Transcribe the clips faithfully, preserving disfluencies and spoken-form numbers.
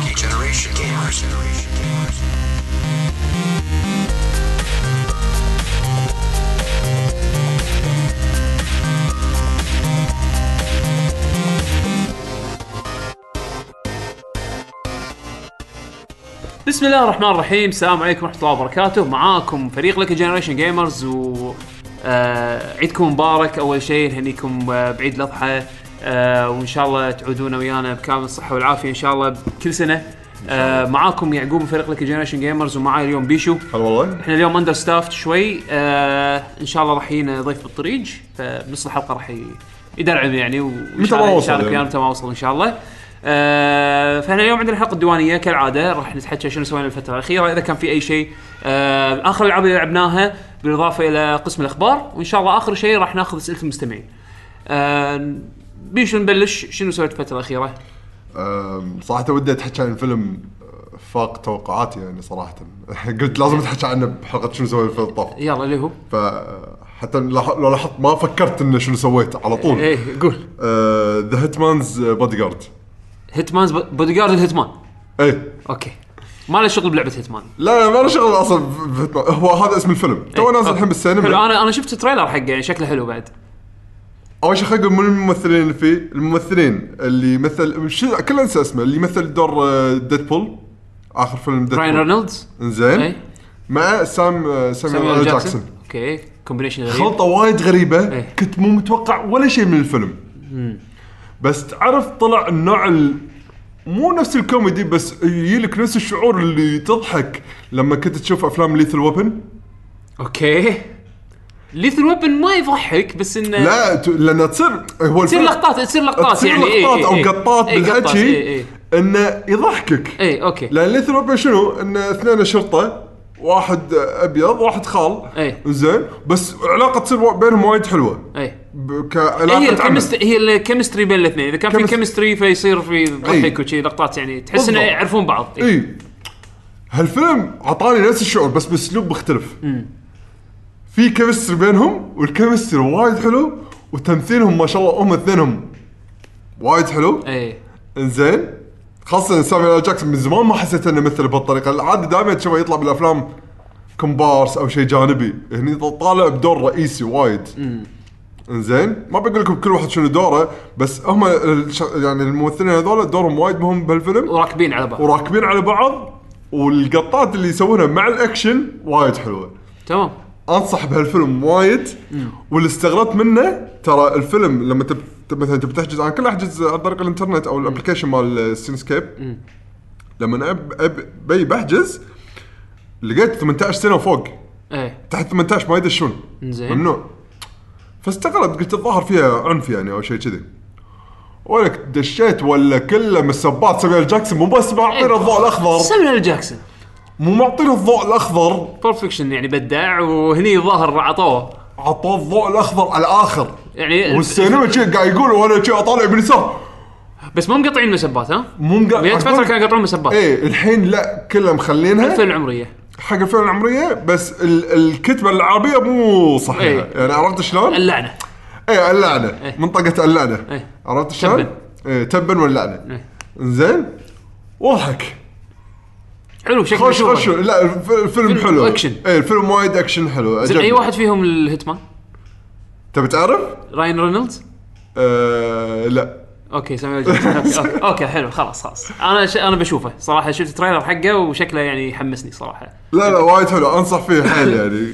Generation Gamers. بسم الله الرحمن الرحيم. السلام عليكم ورحمة الله وبركاته. معاكم فريق لك جنريشن جيمرز و آه عيدكم مبارك. أول شيء نهنيكم بعيد الأضحى، آه وإن شاء الله تعودون ويانا بكامل الصحة والعافية إن شاء الله كل سنة. آه معاكم يعقوب من فريق لك جنريشن جيمرز، ومعاي اليوم بيشو. هلا والله. إحنا اليوم أندر ستافت شوي، آه إن شاء الله راح يجينا ضيف بالطريق، فبنص الحلقة راح يدرعم يعني ويشارك ويانا متى ما وصل إن شاء الله. آه فاحنا اليوم عندنا الحلقه الديوانيه كالعاده، راح نتحكي شنو سوينا الفتره الاخيره، اذا كان في اي شيء، آه اخر الالعاب اللي لعبناها، بالاضافه الى قسم الاخبار، وان شاء الله اخر شيء راح ناخذ اسئله المستمعين. آه بيشو نبلش، شنو سويت الفتره الاخيره؟ آه صراحه ودي اتحكي عن فيلم فاق توقعاتي يعني صراحه. قلت لازم اتحكي عنه بحلقه شنو سويت في الطاف. يلا اللي هو فحتى لو لاحظت ما فكرت انه شنو سويت على طول. ايه قول. ذا هيتمانز بودي جارد. هيتمانز بودي جارد الهيتمان. ايه اوكي، ما له شغل بلعبه هيتمان. لا لا ما له شغل اصلا بهيتمان. هو هذا اسم الفيلم تو نازل الحين بالسينما. انا انا شفت التريلر حقه يعني شكله حلو بعد. اول شيء خلينا نقول من الممثلين اللي فيه. الممثلين اللي مثل شو كل انسى اسمه، اللي مثل دور ديدبول اخر فيلم ديدبول، راين رينولدز. انزين ايه. مع سام سامويل جاكسون. اوكي، كومبينيشن غريب، خلطه وايد غريبه. ايه. كنت مو متوقع ولا شيء من الفيلم. مم. بس تعرف طلع النوع ال... مو نفس الكوميدي، بس يجيلك نفس الشعور اللي تضحك لما كنت تشوف افلام ليثل ويبن. اوكي، ليثل ويبن ما يضحك بس انه لا ت... لان تصير هو تصير لقطات تصير لقطات تصير يعني لقطات ايه او ايه قطات ايه بالحكي ايه ايه انه يضحكك. ايه اوكي. لان ليثل ويبن شنو، ان اثنين شرطه، واحد ابيض واحد خال، ايه. زين، بس العلاقه تصير بينهم وايد حلوه. ايه كعلاقه هي الكيمستري، هي الكيمستري بين الاثنين. اذا كان في كيمست... كيمستري فيصير في ضحك وشي لقطات، يعني تحس انه يعرفون بعض. اي إيه. هالفيلم عطاني نفس الشعور بس باسلوب مختلف. امم في كيمستري بينهم، والكيمستري وايد حلو، وتمثيلهم ما شاء الله هم اثنينهم وايد حلو. اي انزين، خاصه سامويل جاكسون من زمان ما حسيت انه مثل بهالطريقه. العاده دائما تشوفه يطلع بالافلام كومبارس او شيء جانبي، هني طالع بدور رئيسي وايد. امم انزين، ما بقول لكم كل واحد شنو دوره، بس هم يعني الممثلين هذول دورهم وايد مهم بهالفيلم، وراكبين على بعض وراكبين على بعض، والقطات اللي يسوونها مع الاكشن وايد حلوه. تمام، انصح بهالفيلم وايد. واللي استغربت منه ترى الفيلم لما تب... مثلا تبي تحجز عن كل احجز عن طريق الانترنت او الابلكيشن مال سينسكيب، لما أب... أب... بي بحجز لقيت ثمانية عشر سنه وفوق. ايه تحت ثمانية عشر ما يدشون، ممنوع. فاستغربت قلت الظاهر فيها عنف يعني او شيء كذي، ولك دشيت ولا كله مسبات سامويل جاكسون. مو بس معطينا إيه. الضوء الاخضر، سامويل جاكسون مو معطينا الضوء الاخضر، بيرفكشن يعني بدع، وهني ظاهر عطوه عطوه الضوء الاخضر على الاخر يعني. والسينما شيء قاعد يقول وانا شيء اطالع باليسار، بس مو مقطعين مسبات. ها مو مقطعين. فتره كانوا يقطعون مسبات. ايه الحين لا كلها مخلينها الفئة العمريه حق الفئة العمريه، بس ال- الكتبه العربيه مو صحيحه. ايه. يعني عرفت شلون اللعنه. ايه اللعنه. ايه. منطقه اللعنه. ايه. عرفت شلون تبن. ايه تبن واللعنه. ايه. زين، واضحك حلو شكله خوش خوش. لا الف- الفيلم حلو أكشن. ايه الفيلم وايد اكشن حلو. زين، اي واحد فيهم الهيتمان؟ تبي تعرف؟ راين رينولدز. أه لا اوكي سامويل جاكسون. أوكي. أوكي. اوكي حلو خلاص خلاص. انا ش... انا بشوفه صراحه، شفت التريلر حقه وشكله يعني يحمسني صراحه. لا لا وايد حلو، انصح فيه حيل يعني.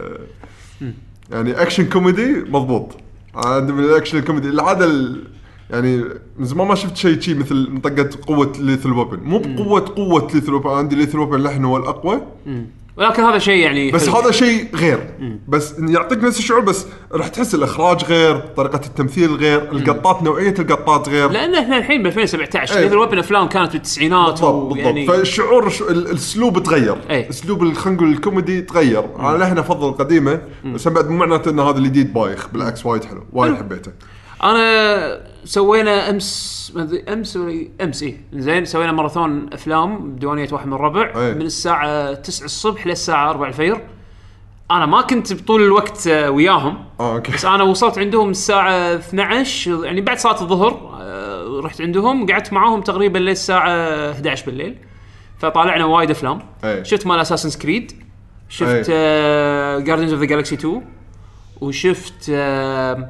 يعني اكشن كوميدي مضبوط. عندي من الاكشن الكوميدي العاده ال... يعني من زمان ما شفت شيء شيء مثل منطقه قوه ليثل ويبن. مو بقوه قوه ليثل ويبن، عندي ليثل ويبن لحن هو الاقوى، ولكن هذا شيء يعني بس حلو. هذا شيء غير. مم. بس يعطيك نفس الشعور، بس راح تحس الاخراج غير، طريقه التمثيل غير، القطات نوعيه القطات غير، لان احنا الحين ب ألفين وسبعة عشر. ايه. ليثل ويبن افلام كانت بالتسعينات ويعني فالشعور ش... الاسلوب تغير. ايه. اسلوب الخنق الكوميدي تغير. انا احنا افضل القديمه، بس بعد مو معناته ان هذا الجديد بايخ، بالعكس وايد حلو، وايد حبيته. انا سوينا امس امس ولا امس ايه زين، سوينا ماراثون افلام بديوانيه واحد من الربع. ايه. من الساعه تسعة الصبح للساعه أربعة الفجر. انا ما كنت بطول الوقت وياهم. اه اوكي. بس انا وصلت عندهم الساعه اثنعش، يعني بعد صلاه الظهر رحت عندهم قعدت معاهم تقريبا للساعه إحدى عشر بالليل. فطالعنا وايد افلام. أي. شفت مال اساسن كريد، شفت جاردينز اوف ذا جالكسي تو، وشفت آه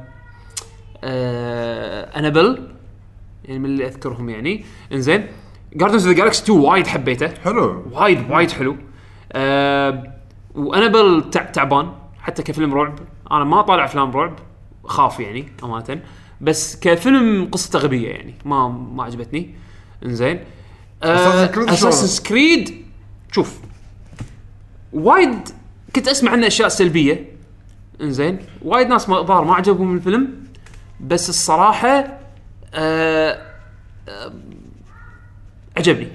آه انابل يعني من اللي اذكرهم يعني. انزين جاردينز اوف ذا جالكسي تو وايد حبيته، حلو وايد وايد حلو. آه وانابل تعبان حتى كفيلم رعب. انا ما طالع افلام رعب، خاف يعني امانه، بس كفيلم قصته غبيه يعني ما ما عجبتني. انزين اساسن كريد شوف وايد كنت اسمع عنه اشياء سلبيه. انزين وايد ناس ما ظهر ما عجبهم من الفيلم، بس الصراحه أه أه عجبني.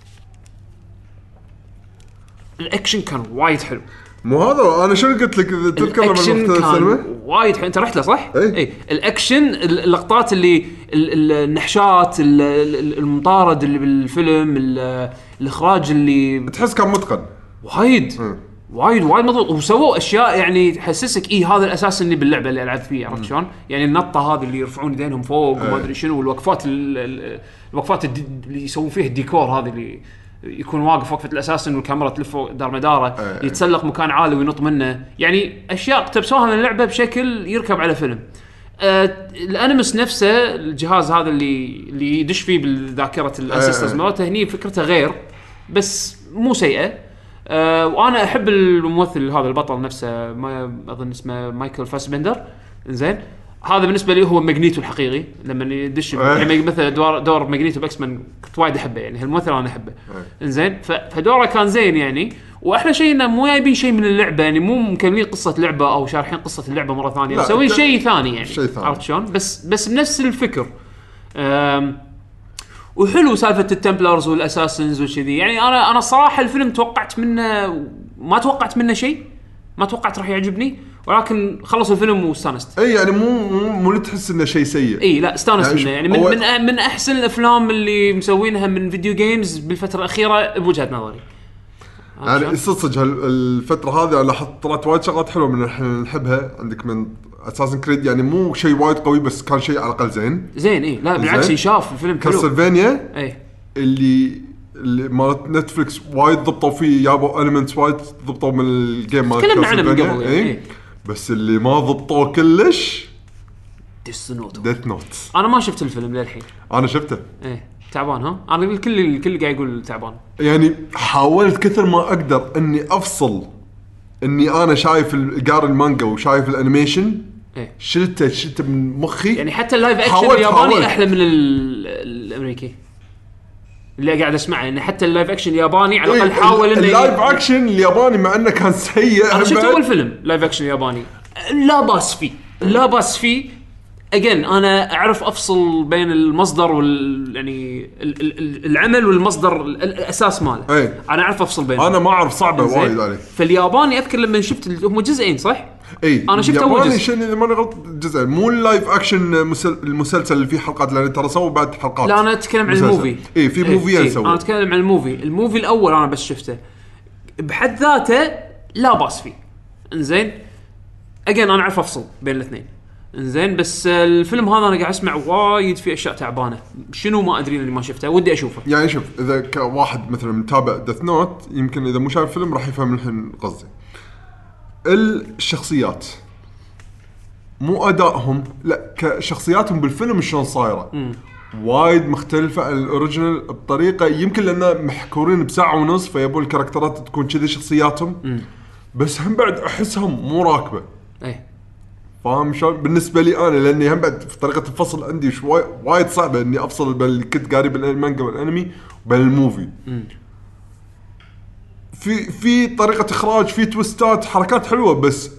الاكشن كان وايد حلو. مو هذا انا شو قلت لك تذكر لما رحت السينما وايد حلو. انت رحت له صح؟ اي ايه. الاكشن اللقطات اللي النحشات المطارد اللي بالفيلم، الاخراج اللي تحس كان متقن وايد م. وايد وايد مضبوط. وسووا اشياء يعني تحسسك ايه هذا الاساس اللي باللعبه اللي العب فيها. عرفت شلون؟ يعني النطه هذه اللي يرفعون يدينهم فوق وما ادري شنو، والوقفات الوقفات اللي يسوون فيها الديكور هذه اللي يكون واقف وقفه الاساس انه الكاميرا تلف دار مداره، أيه. يتسلق مكان عالي وينط منه. يعني اشياء اقتبسوها من اللعبه بشكل يركب على فيلم. آه الانيمس نفسه الجهاز هذا اللي اللي يدش فيه بالذاكره الانسسترز مالته هني فكرته غير بس مو سيئه. آه وانا احب الممثل هذا البطل نفسه، ما اظن اسمه مايكل فاسبندر. زين هذا بالنسبه لي هو ماجنيتو الحقيقي لما يدش يعني مثل دور دور ماجنيتو باكس مان كنت وايد احبه يعني. هالممثل انا احبه. انزين فدوره كان زين يعني. واحلى شيء انه مو جايبين شيء من اللعبه يعني، مو مكملين قصه لعبه او شارحين قصه اللعبه مره ثانيه، مسوين شيء ثاني يعني. عرفت شلون؟ بس بس بنفس الفكر. وحلو سالفه التمبلرز والاساسنز وكذي يعني. انا انا الصراحه الفيلم توقعت منه ما توقعت منه شيء، ما توقعت راح يعجبني، ولكن خلص الفيلم واستانست. اي يعني مو مو, مو تحس انه شيء سيء. اي لا استانست منه يعني. من من, من احسن الافلام اللي مسوينها من فيديو جيمز بالفتره الاخيره بوجهه نظري. يعني صدق الفتره هذه لاحظت طلعت وايد شغلات حلوه من احنا نحبها. عندك من اساسن كريد يعني مو شيء وايد قوي بس كان شيء على الاقل زين زين. اي لا بالعكس يشاف الفيلم حلو. كاسلفينيا اي اللي اللي مالت نتفليكس وايد ضبطوا فيه، جابوا المنتس وايد ضبطوا من الجيم مال كاسلفينيا. اي إيه. بس اللي ما ضبطوا كلش ديث نوت. ديث نوت انا ما شفت الفيلم للحين. انا شفته. ايه تعبان. ها انا الكل الكل قاعد يقول تعبان يعني. حاولت كثر ما اقدر اني افصل اني انا شايف قاري المانجا وشايف الانيميشن. إيه؟ شلته شلته من مخي يعني. حتى اللايف اكشن الياباني حاولت. احلى من الامريكي اللي قاعد اسمعه يعني. حتى اللايف اكشن الياباني على الاقل حاول انه اللايف اكشن الياباني مع انه كان سيء. انا شفت اول فيلم لايف اكشن ياباني لا باس فيه لا باس فيه اجين. انا اعرف افصل بين المصدر وال يعني العمل والمصدر الاساس ماله. أي. انا اعرف افصل بينهم. انا ما اعرف صعبه وايد عليه. فالياباني اذكر لما شفت هم جزئين صح. اي انا شفت اول جزء اذا ماني غلط جزء مو اللايف اكشن المسلسل اللي فيه حلقات لان ترى سووا بعد حلقات. لا انا اتكلم عن الموفي. اي في موفي إيه. سووا. انا اتكلم عن الموفي. الموفي الاول انا بس شفته بحد ذاته لا باس فيه. انزين اجين انا اعرف افصل بين الاثنين. انزين بس الفيلم هذا انا قاعد اسمع وايد في اشياء تعبانه شنو ما ادري اللي ما شفته ودي اشوفه. يعني شوف اذا كواحد مثلا متابع ديث نوت يمكن اذا مو شايف الفيلم راح يفهم الحين قصدي. الشخصيات مو ادائهم لا كشخصياتهم بالفيلم شلون صايره وايد مختلفه عن الاوريجينال بطريقه يمكن لانه محكورين بساعه ونص فيبون الكاركترات تكون كذي شخصياتهم. م. بس هم بعد احسهم مو راكبه. اي فاهم شلون بالنسبه لي انا لاني هم بعد في طريقه الفصل عندي شوي وايد صعبه اني افصل بين اللي كنت قاري بين المانجا والانمي وبين الموفي. م. في في طريقه اخراج في تويستات حركات حلوه بس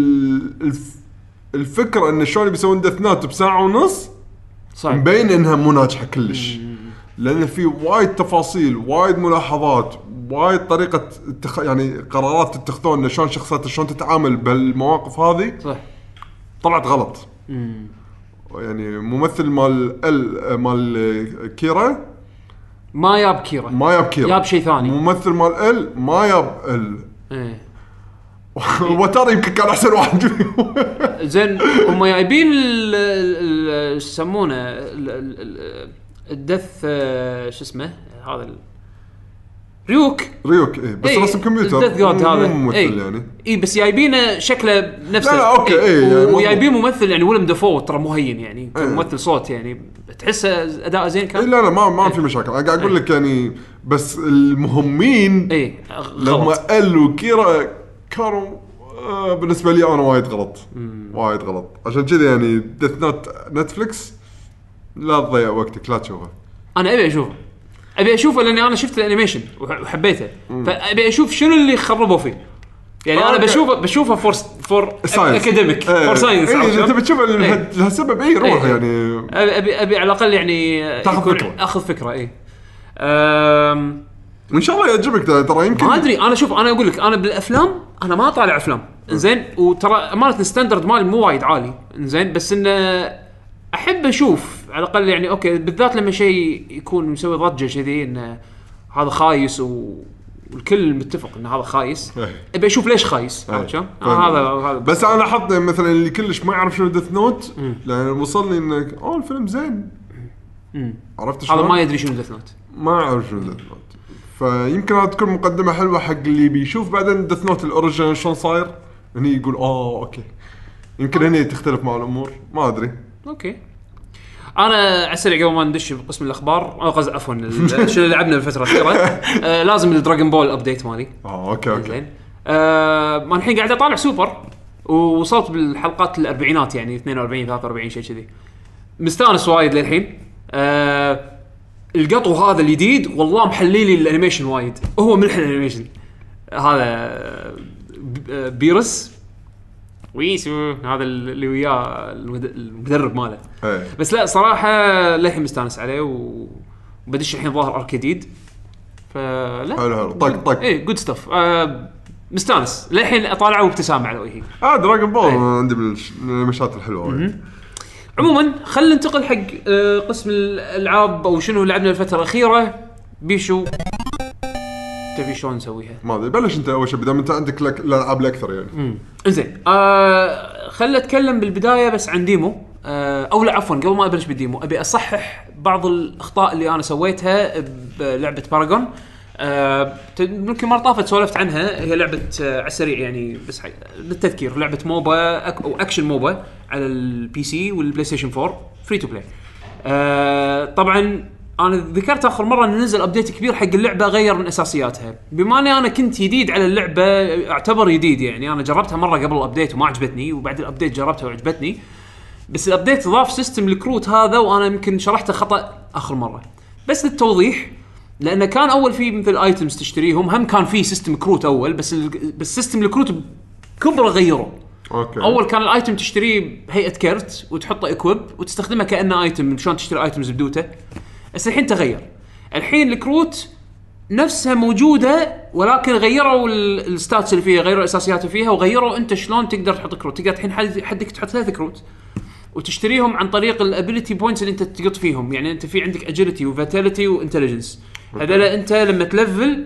الفكره ان شلون بيسوون ديث نوت بساعه ونص مبين انها مو ناجحه كلش. م. لان في وايد تفاصيل وايد ملاحظات وايد طريقه التخ... يعني قرارات تتخذون شلون شخصيات شلون تتعامل بالمواقف هذه صح طلعت غلط. مم. يعني ممثل مال ال مال كيرا ما ياب كيرا ما ياب كيرا ياب شيء ثاني. ممثل مال ال ما ياب ال ايه وترى يمكن كان احسن واحد فيهم. زين هم جايبين يسمونه الدث آه شو اسمه هذا ال... ريوك ريوك ايه بس ايه رسم كمبيوتر الدث جود هذا ممثل ايه يعني اي بس جايبينه شكله نفسه لا لا اوكي ايه, ايه يعني وجايبين ممثل يعني ولم دافو ترى مو هين يعني ايه. ممثل صوت يعني تحسه اداء زين كان إيه لا لا ما ما ايه. في مشاكل انا قاعد اقول لك يعني بس المهمين ايه لما قالوا كيرا كانوا آه بالنسبه لي انا وايد غلط مم. وايد غلط عشان كذا يعني ديث نوت نتفليكس لا تضيع وقتك لا تشوفه. انا ابي اشوفه ابي اشوفه لاني انا شفت الانيميشن وحبيته مم. فابي اشوف شنو اللي خربوا فيه يعني آه انا بشوفه بشوفه فور فور اكاديميك فور ساينس ايه انت بتشوف لهالسبب اي روح ايه. يعني ابي ابي على الاقل يعني تاخذ فكره اخذ فكره اي أم... وان شاء الله يعجبك ترى يمكن ما ادري انا شوف انا اقول لك انا بالافلام انا ما اطالع افلام زين وترى امانه الستاندرد مالي مو وايد عالي زين بس انه احب اشوف على الاقل يعني اوكي بالذات لما شيء يكون مسوي ضجه كذي انه هذا خايس و والكل متفق ان هذا خايس ابي اشوف ليش خايس عرفت شلون آه هذا هذا بس انا لاحظت مثلا اللي كلش ما يعرف شنو ديث نوت لان وصلني انك اوه الفيلم زين عرفت شلون هذا ما يدري شنو ديث نوت ما يعرف شنو ديث نوت فيمكن هذا تكون مقدمه حلوه حق اللي بيشوف بعدين ديث نوت الاوريجينال شلون صاير هني يقول اه اوكي يمكن هني تختلف مع الامور ما ادري. اوكي انا على السريع قبل ما ندش بقسم الاخبار او قصد عفوا شنو لعبنا الفتره الاخيره آه لازم الدراغون بول ابديت مالي اه اوكي اوكي زين آه ما الحين قاعد اطالع سوبر ووصلت بالحلقات الاربعينات يعني اثنين وأربعين ثلاثة وأربعين شيء كذي مستانس وايد للحين آه القطو هذا الجديد والله محلي لي الانيميشن وايد هو ملح الانيميشن هذا بيرس ويسو هذا اللي وياه المدرب ماله هي. بس لا صراحه للحين مستانس عليه وبدش الحين ظاهر ارك جديد فلا حلو حلو طق طق ايه جود ستاف آه مستانس للحين اطالعه وابتسامه على وجهي اه دراغون بول عندي من المشاهد الحلوه عموما خلينا ننتقل حق آه قسم الالعاب او شنو لعبنا الفتره الاخيره بيشو تبي شلون نسويها ما ادري بلش انت اول شيء بدل ما انت عندك الالعاب الاكثر يعني انزين آه خلينا نتكلم بالبدايه بس عن ديمو آه او لا عفوا قبل ما ابلش بالديمو ابي اصحح بعض الاخطاء اللي انا سويتها بلعبه باراغون آه ممكن مره طافت سولفت عنها هي لعبه آه على السريع يعني بس للتذكير لعبه موبا أك او اكشن موبا على البي سي والبلاي ستيشن فور فري تو بلاي آه طبعا انا ذكرت اخر مره ان نزل ابديت كبير حق اللعبه غير من اساسياتها بما اني انا كنت جديد على اللعبه اعتبر جديد يعني انا جربتها مره قبل الابديت وما عجبتني وبعد الابديت جربتها وعجبتني بس الابديت ضاف سيستم الكروت هذا وانا يمكن شرحته خطا اخر مره بس للتوضيح لانه كان اول في مثل ايتمز تشتريهم هم كان في سيستم كروت اول بس بس سيستم الكروت كبره غيره أوكي. اول كان الايتم تشتريه بهيئه كرت وتحطه اكويب وتستخدمه كانه ايتم شلون تشتري ايتمز بدوته بس الحين تغير الحين الكروت نفسها موجوده ولكن غيروا الستاتس اللي فيها غيروا الاساسيات فيها وغيروا انت شلون تقدر تحط كروت تقدر الحين حدك تحط ثلاث كروت وتشتريهم عن طريق الابيليتي بوينتس اللي انت تقط فيهم يعني انت في عندك اجيلتي وفيتاليتي وانتليجنس هذول انت لما تلفل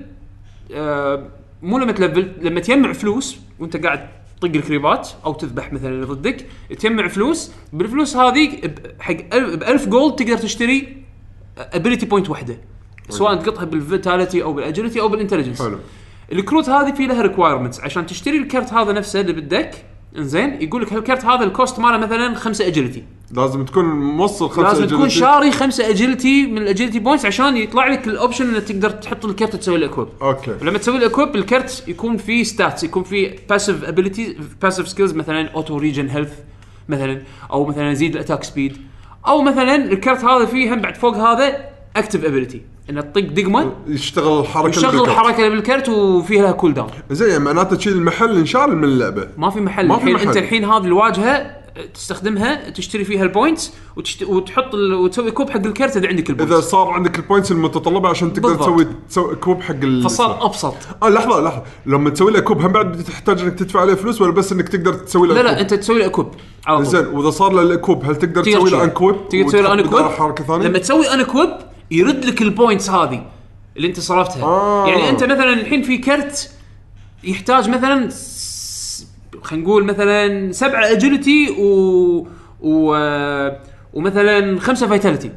آه مو لما تلفل لما تجمع فلوس وانت قاعد طق الكريبات او تذبح مثلا اللي ضدك تجمع فلوس بالفلوس هذه حق ب ألف جولد تقدر تشتري ابيليتي بوينت واحده سواء تقطها بالفيتاليتي او بالاجيلتي او بالانتليجنس حلو. الكروت هذه في لها ريكوايرمنتس عشان تشتري الكرت هذا نفسه اللي بدك انزين يقول لك هالكرت هذا الكوست ماله مثلا خمسة اجيلتي لازم تكون موصل خمسة لازم اجيلتي تكون شاري خمسة اجيلتي من الاجيلتي بوينتس عشان يطلع لك الاوبشن انك تقدر تحط الكرت تسوي الاكويب اوكي لما تسوي الاكويب الكرت يكون فيه ستاتس يكون فيه باسيف ابيليتي باسيف سكيلز مثلا اوتو ريجن هيلث مثلا او مثلا يزيد الاتاك سبيد او مثلا الكرت هذا فيه هم بعد فوق هذا اكتف ابيليتي انه تطق دقمه يشتغل الحركه يشتغل الحركه بالكرت وفيها لها كول داون زين معناته تشيل المحل انشال من اللعبه ما في محل ما في الحين محل. انت الحين هذه الواجهه تستخدمها تشتري فيها البوينتس وتشت... وتحط ال... وتسوي كوب حق الكرت اذا عندك البوينتس اذا صار عندك البوينتس المتطلبه عشان تقدر بالضبط. تسوي تسوي كوب حق ال... فصار ابسط اه لحظه لحظه لما تسوي له كوب هم بعد تحتاج انك تدفع عليه فلوس ولا بس انك تقدر تسوي له لا لا انت تسوي له كوب على طول زين واذا صار له الكوب هل تقدر تسوي له انكوب تقدر تسوي له انكوب حركه ثانيه لما تسوي انكوب يرد لك البوينتس هذه اللي انت صرفتها آه. يعني انت مثلا الحين في كرت يحتاج مثلا س... خلينا نقول مثلا سبعة اجيلتي و... و... ومثلا خمسة فيتاليتي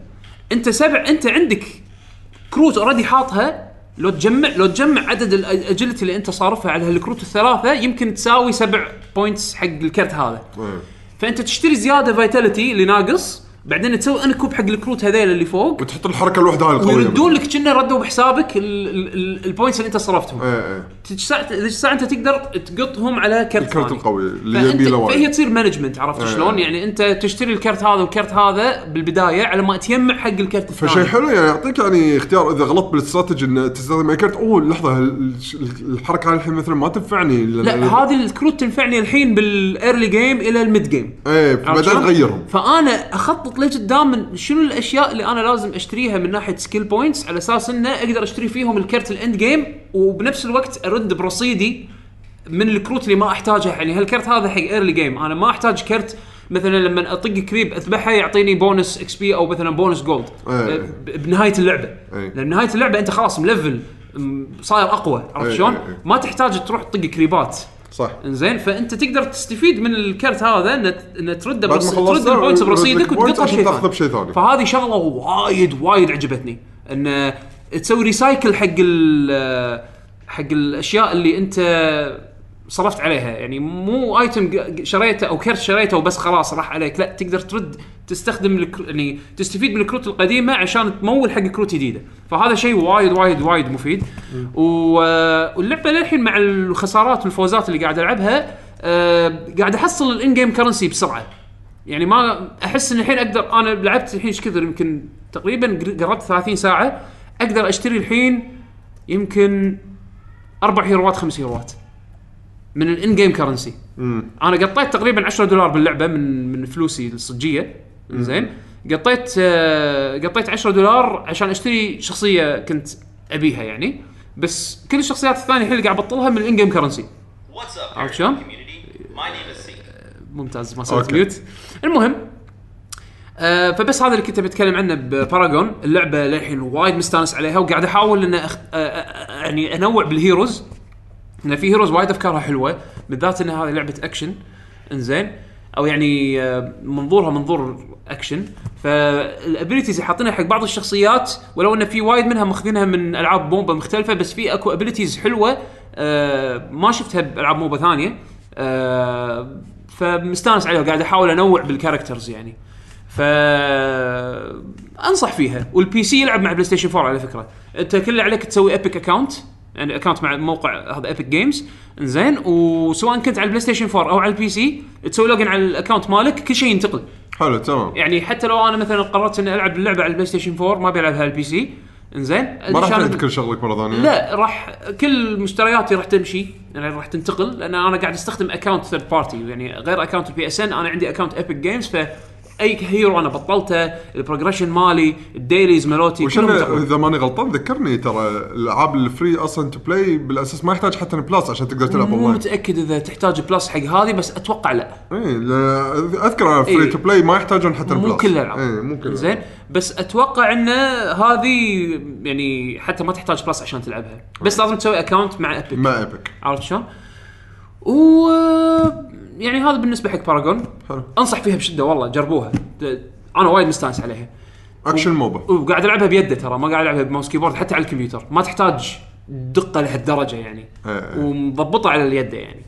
انت سبع انت عندك كروت اوريدي حاطها، لو تجمع لو تجمع عدد الاجيلتي اللي انت صارفها على هالكروت الثلاثه يمكن تساوي سبع بوينتس حق الكرت هذا. فانت تشتري زياده فيتاليتي اللي ناقص، بعدين تسوي انكوب حق الكروت هذيل اللي فوق وتحط الحركه الوحده هاي القويه ويردون لك كأنه ردوا بحسابك البوينتس اللي انت صرفتهم. ايه ايه ساعه انت تقدر تقطهم على كرت الكرت القوي اللي يبي له. فهي تصير مانجمنت، عرفت ايه شلون؟ يعني انت تشتري الكرت هذا والكرت هذا بالبدايه على ما تجمع حق الكرت الثاني. فشيء حلو يعني يعطيك يعني اختيار اذا غلطت بالاستراتيجي ان تستخدم كرت اوه لحظه الحركه هاي الحين مثلا ما تنفعني. لا هذه الكروت تنفعني الحين بالايرلي جيم الى الميد جيم. ايه بعدين تغيرهم. فانا اخطط لقدام شنو الاشياء اللي انا لازم اشتريها من ناحيه سكيل بوينتس على اساس انه اقدر اشتري فيهم الكرت الاند جيم، وبنفس الوقت ارد برصيدي من الكروت اللي ما احتاجها. يعني هالكرت هذا حق ايرلي جيم انا ما احتاج كرت مثلا لما اطق كريب اذبحها يعطيني بونس اكس بي او مثلا بونس جولد أيه. بنهايه اللعبه. أيه. لان نهايه اللعبه انت خلاص ملفل صاير اقوى، عرفت شلون؟ أيه. أيه. ما تحتاج تروح تطق كريبات. صح. انزين فانت تقدر تستفيد من الكرت هذا ان ترد برص... ترد البوينتس برصيدك وتقطع شيء ثاني. فهذه شغله وايد وايد عجبتني ان تسوي ريسايكل حق ال حق الاشياء اللي انت صرفت عليها. يعني مو ايتم شريته او كرت شريته وبس خلاص راح عليك، لا تقدر ترد تستخدم الكر... يعني تستفيد من الكروت القديمه عشان تمول حق كروت جديده. فهذا شيء وايد وايد وايد مفيد. و... واللعبه للحين مع الخسارات والفوزات اللي قاعد العبها أه... قاعد احصل الان جيم كرنسي بسرعه. يعني ما احس ان الحين اقدر انا لعبت الحين ايش كثر يمكن تقريبا قربت ثلاثين ساعه اقدر اشتري الحين يمكن اربع هيروات خمس هيروات من الان جيم كرنسي. انا قطيت تقريبا عشرة دولار باللعبه من من فلوسي الصجيه. زين قطيت آه قطيت عشرة دولار عشان اشتري شخصيه كنت ابيها يعني، بس كل الشخصيات الثانيه الحين قاعد ابطلها من الان جيم كرنسي. عرفت شلون؟ ممتاز ما سويت ميوت. المهم آه فبس هذا اللي كنت بتكلم عنه بباراغون. اللعبه للحين وايد مستانس عليها وقاعد احاول ان أخ... آه يعني انوع بالهيروز، ان في هيروز وايد افكارها حلوه بالذات ان هذه لعبه اكشن. انزين او يعني آه منظورها منظور اكشن، فالابيليتيز حاطينها حق بعض الشخصيات ولو ان في وايد منها ماخذينها من العاب موبا مختلفه، بس في اكو ابيليتيز حلوه آه ما شفتها بالعاب موبا ثانيه. آه فمستانس عليها قاعد احاول انوع بالكاركترز يعني، فأنصح فيها. والبي سي يلعب مع بلاي ستيشن فور على فكرة. أنت كل اللي عليك تسوي إبك أكاونت، يعني أكاونت مع موقع هذا إبك جيمز. إنزين وسواء كنت على البلاي ستيشن فور أو على البي سي تسوي لوجن على الأكاونت مالك كل شيء ينتقل. حلو تمام. يعني حتى لو أنا مثلا قررت إني ألعب اللعبة على البلاي ستيشن فور ما بيلعبها على البي سي. إنزين ما راح تعيد كل شغلك مرة ثانية. لا راح كل مشترياتي راح تمشي يعني راح تنتقل، لأن أنا قاعد أستخدم أكاونت ثيرد بارتي يعني غير أكاونت البي إس إن. أنا عندي أكاونت إبك جيمز، ف اي هيرو انا بطلته البروجريشن مالي الديليز مالوتي كلهم. اذا ماني غلطان ذكرني ترى الالعاب الفري اصلا تو بلاي بالاساس ما يحتاج حتى بلاس عشان تقدر تلعب اونلاين. مو متاكد اذا تحتاج بلاس حق هذه بس اتوقع لا. اي اذكر فري ايه تو بلاي ما يحتاجون حتى البلاس. مو كل الالعاب اي مو كل زين، بس اتوقع ان هذه يعني حتى ما تحتاج بلاس عشان تلعبها، بس لازم تسوي اكاونت مع ابيك. مع ابيك عرفت شلون؟ و يعني هذا بالنسبه حق باراغون. انصح فيها بشده والله جربوها، انا وايد مستانس عليها. اكشن موبا وقاعد العبها بيده ترى ما قاعد العبها بماوس كيبورد حتى على الكمبيوتر، ما تحتاج دقه لهالدرجه يعني. أه. ومضبطه على اليد يعني.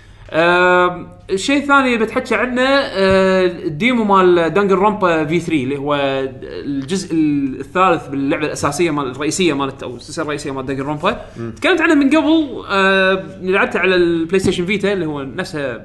أه الشيء الثاني اللي بتحكي عنه أه الديمو مال دانجر رومبا في ثري اللي هو الجزء الثالث باللعبه الاساسيه مال الرئيسيه مالت او السلسله الرئيسيه مال دانجر رومبا. تكلمت عنه من قبل. أه لعبته على البلاي ستيشن فيتا اللي هو نفسها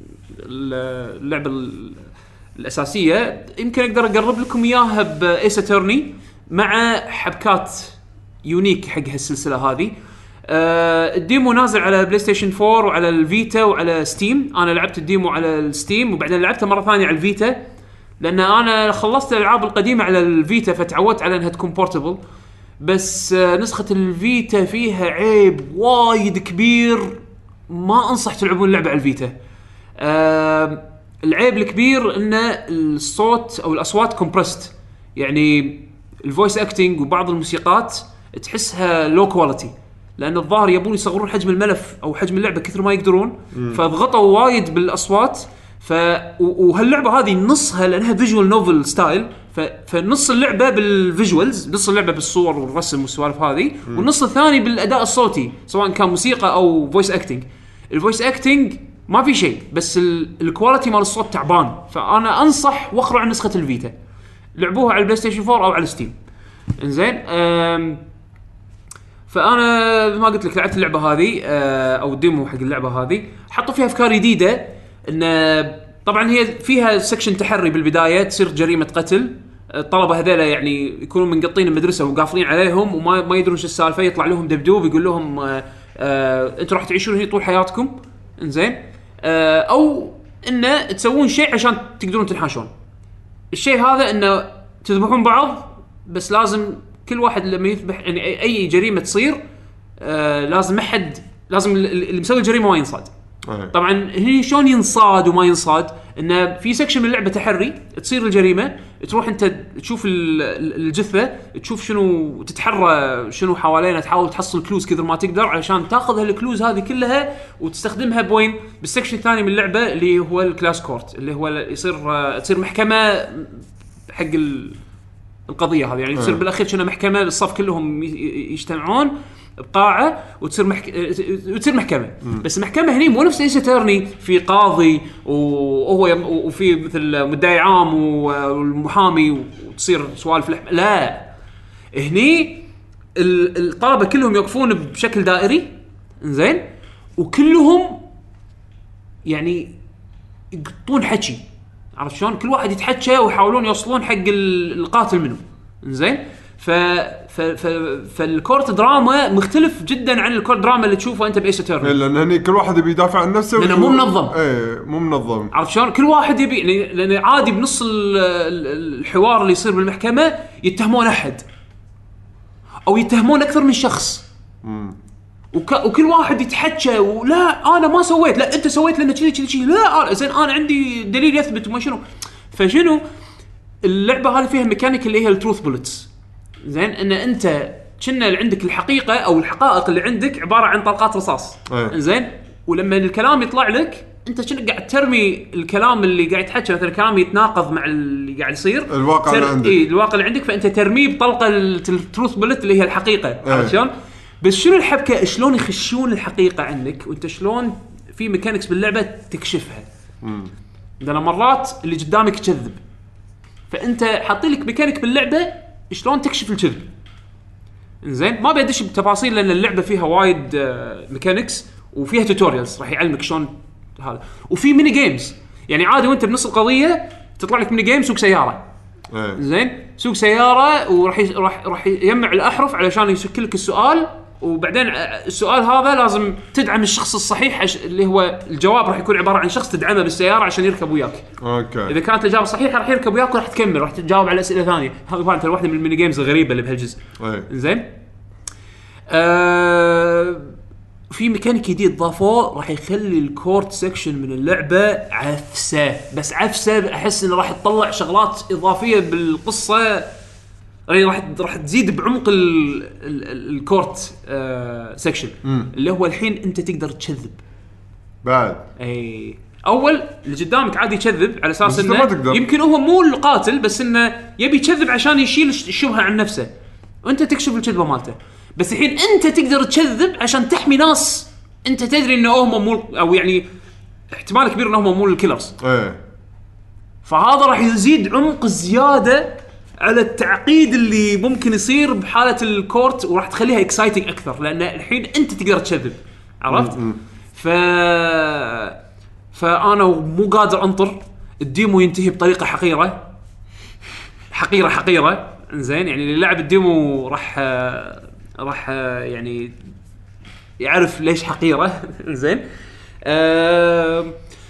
اللعبه الأساسية. يمكن أقدر أقرب لكم إياها بإيس أتورني مع حبكات يونيك حق هالسلسلة هذه. أه الديمو نازل على بلاي ستيشن فور وعلى الفيتا وعلى ستيم. أنا لعبت الديمو على الستيم وبعدين لعبته مرة ثانية على الفيتا، لأن أنا خلصت الألعاب القديمة على الفيتا فتعودت على أنها تكون بورتبل. بس أه نسخة الفيتا فيها عيب وايد كبير، ما أنصح تلعبون اللعبة على الفيتا. أه العيب الكبير ان الصوت او الاصوات كومبرست، يعني الفويس اكتنج وبعض الموسيقات تحسها لو كواليتي، لان الظاهر يبون يصغرون حجم الملف او حجم اللعبه كثر ما يقدرون، فضغطوا وايد بالاصوات ف وهاللعبه هذه نصها لانها فيجوال نوفل ستايل، فنص اللعبه بالفيجوالز، نص اللعبه بالصور والرسم والسوالف هذه، والنص الثاني بالاداء الصوتي سواء كان موسيقى او فويس اكتنج. الفويس اكتنج ما في شيء، بس الكواليتي مال الصوت تعبان، فانا انصح وخروا عن نسخه الفيتا، لعبوها على البلاي ستيشن فور او على ستيم. انزين فانا ما قلت لك لعبت اللعبه هذه او الديمو حق اللعبه هذه، حطوا فيها افكار جديده. ان طبعا هي فيها سكشن تحري بالبدايه، تصير جريمه قتل، الطلبه هذول يعني يكونوا منقطين المدرسه وقافلين عليهم وما ما يدرون شو السالفه، يطلع لهم دبدوب يقول لهم آه آه انتوا راح تعيشون هنا طول حياتكم. انزين آه او انه تسوون شيء عشان تقدرون تنحاشون. الشيء هذا انه تذبحون بعض، بس لازم كل واحد لما يذبح يعني اي جريمه تصير آه لازم ما حد لازم اللي مسوي الجريمه ما ينصاد. طبعا هي شلون ينصاد وما ينصاد، انه في سكشن من اللعبه تحري، تصير الجريمه تروح انت تشوف الجثه، تشوف شنو تتحرى شنو حوالينا، تحاول تحصل كلوز كثر ما تقدر علشان تاخذ هالكلوز هذه كلها وتستخدمها بوين بالسكشن الثاني من اللعبه اللي هو الكلاس كورت، اللي هو يصير تصير محكمه حق القضيه هذه، يعني تصير بالاخير شنو محكمه الصف كلهم يجتمعون بقاعه وتصير محك... وتصير محكمه. مم. بس المحكمه هني مو نفس ايش ترني في قاضي وهو يم... وفي مثل مدعي عام والمحامي وتصير سوالف لحم. لا، هني الطلبه كلهم يوقفون بشكل دائري. زين، وكلهم يعني يقطون حكي، عرفت شلون؟ كل واحد يتحكى ويحاولون يوصلون حق القاتل منه. زين، ف ف ف فالكورت دراما مختلف جدا عن الكورت دراما اللي تشوفه انت بايس اترنال، لان هني كل واحد يبي يدافع عن نفسه لانه مو منظم. ايه مو منظم، عرفت شلون؟ كل واحد يبي، لان عادي بنص الحوار اللي يصير بالمحكمه يتهمون احد او يتهمون اكثر من شخص. امم وك... وكل واحد يتحكى ولا انا ما سويت، لا انت سويت لان كذي كذي، لا زين انا عندي دليل يثبت وما شنو. فشنو اللعبه هذه فيها ميكانيك اللي هي التروث بولتس. زين، ان انت كنا اللي عندك الحقيقه او الحقائق اللي عندك عباره عن طلقات رصاص. أيه. زين، ولما الكلام يطلع لك انت كنا قاعد ترمي الكلام اللي قاعد تحكي، مثلا الكلام يتناقض مع اللي قاعد يصير الواقع اللي عندك. اي الواقع اللي عندك، فانت ترميه بطلقه التروث بولت اللي هي الحقيقه. عرفت شلون؟ بس شنو الحبكه؟ شلون يخشون الحقيقه عندك وانت شلون في ميكانكس باللعبه تكشفها. امم لأن مرات اللي قدامك يكذب، فانت حاطين لك ميكانيك باللعبه شلون تكشف الكذب. زين، ما بيدش بتفاصيل لان اللعبه فيها وايد ميكانكس وفيها توتوريالز راح يعلمك شلون هذا، وفي ميني جيمز. يعني عادي وانت بنص القضيه تطلع لك ميني جيم، سوق سياره. زين، سوق سياره وراح راح راح يجمع الاحرف علشان يشكل لك السؤال، وبعدين السؤال هذا لازم تدعم الشخص الصحيح اللي هو الجواب راح يكون عباره عن شخص تدعمه بالسياره عشان يركب وياك. اوكي، اذا كانت الاجابه صحيحه راح يركب وياك وراح تكمل، راح تجاوب على اسئله ثانيه. هذه كانت واحده من الميني جيمز الغريبه اللي بهالجزء. زين، آه في ميكانيك جديد ضافوه راح يخلي الكورت سيكشن من اللعبه عفسه، بس عفسه احس انه راح تطلع شغلات اضافيه بالقصه، راح راح تزيد بعمق الكورت آه سيكشن. اللي هو الحين انت تقدر تكذب بعد. اي اول اللي قدامك عادي يكذب على اساس انه يمكن هو مو القاتل، بس انه يبي يكذب عشان يشيل الشبهه عن نفسه وانت تكشف الكذبه مالته. بس الحين انت تقدر تكذب عشان تحمي ناس انت تدري انه هم مو، او يعني احتمال كبير انهم مو الكيلرز. ايه، فهذا راح يزيد عمق زياده على التعقيد اللي ممكن يصير بحاله الكورت، وراح تخليها اكسايتنج اكثر لان الحين انت تقدر تكذب. عرفت؟ م- م. ف فانا مو قادر انطر الديمو ينتهي بطريقه حقيره حقيره حقيره. زين، يعني اللي لعب الديمو راح راح يعني يعرف ليش حقيره. زين، أه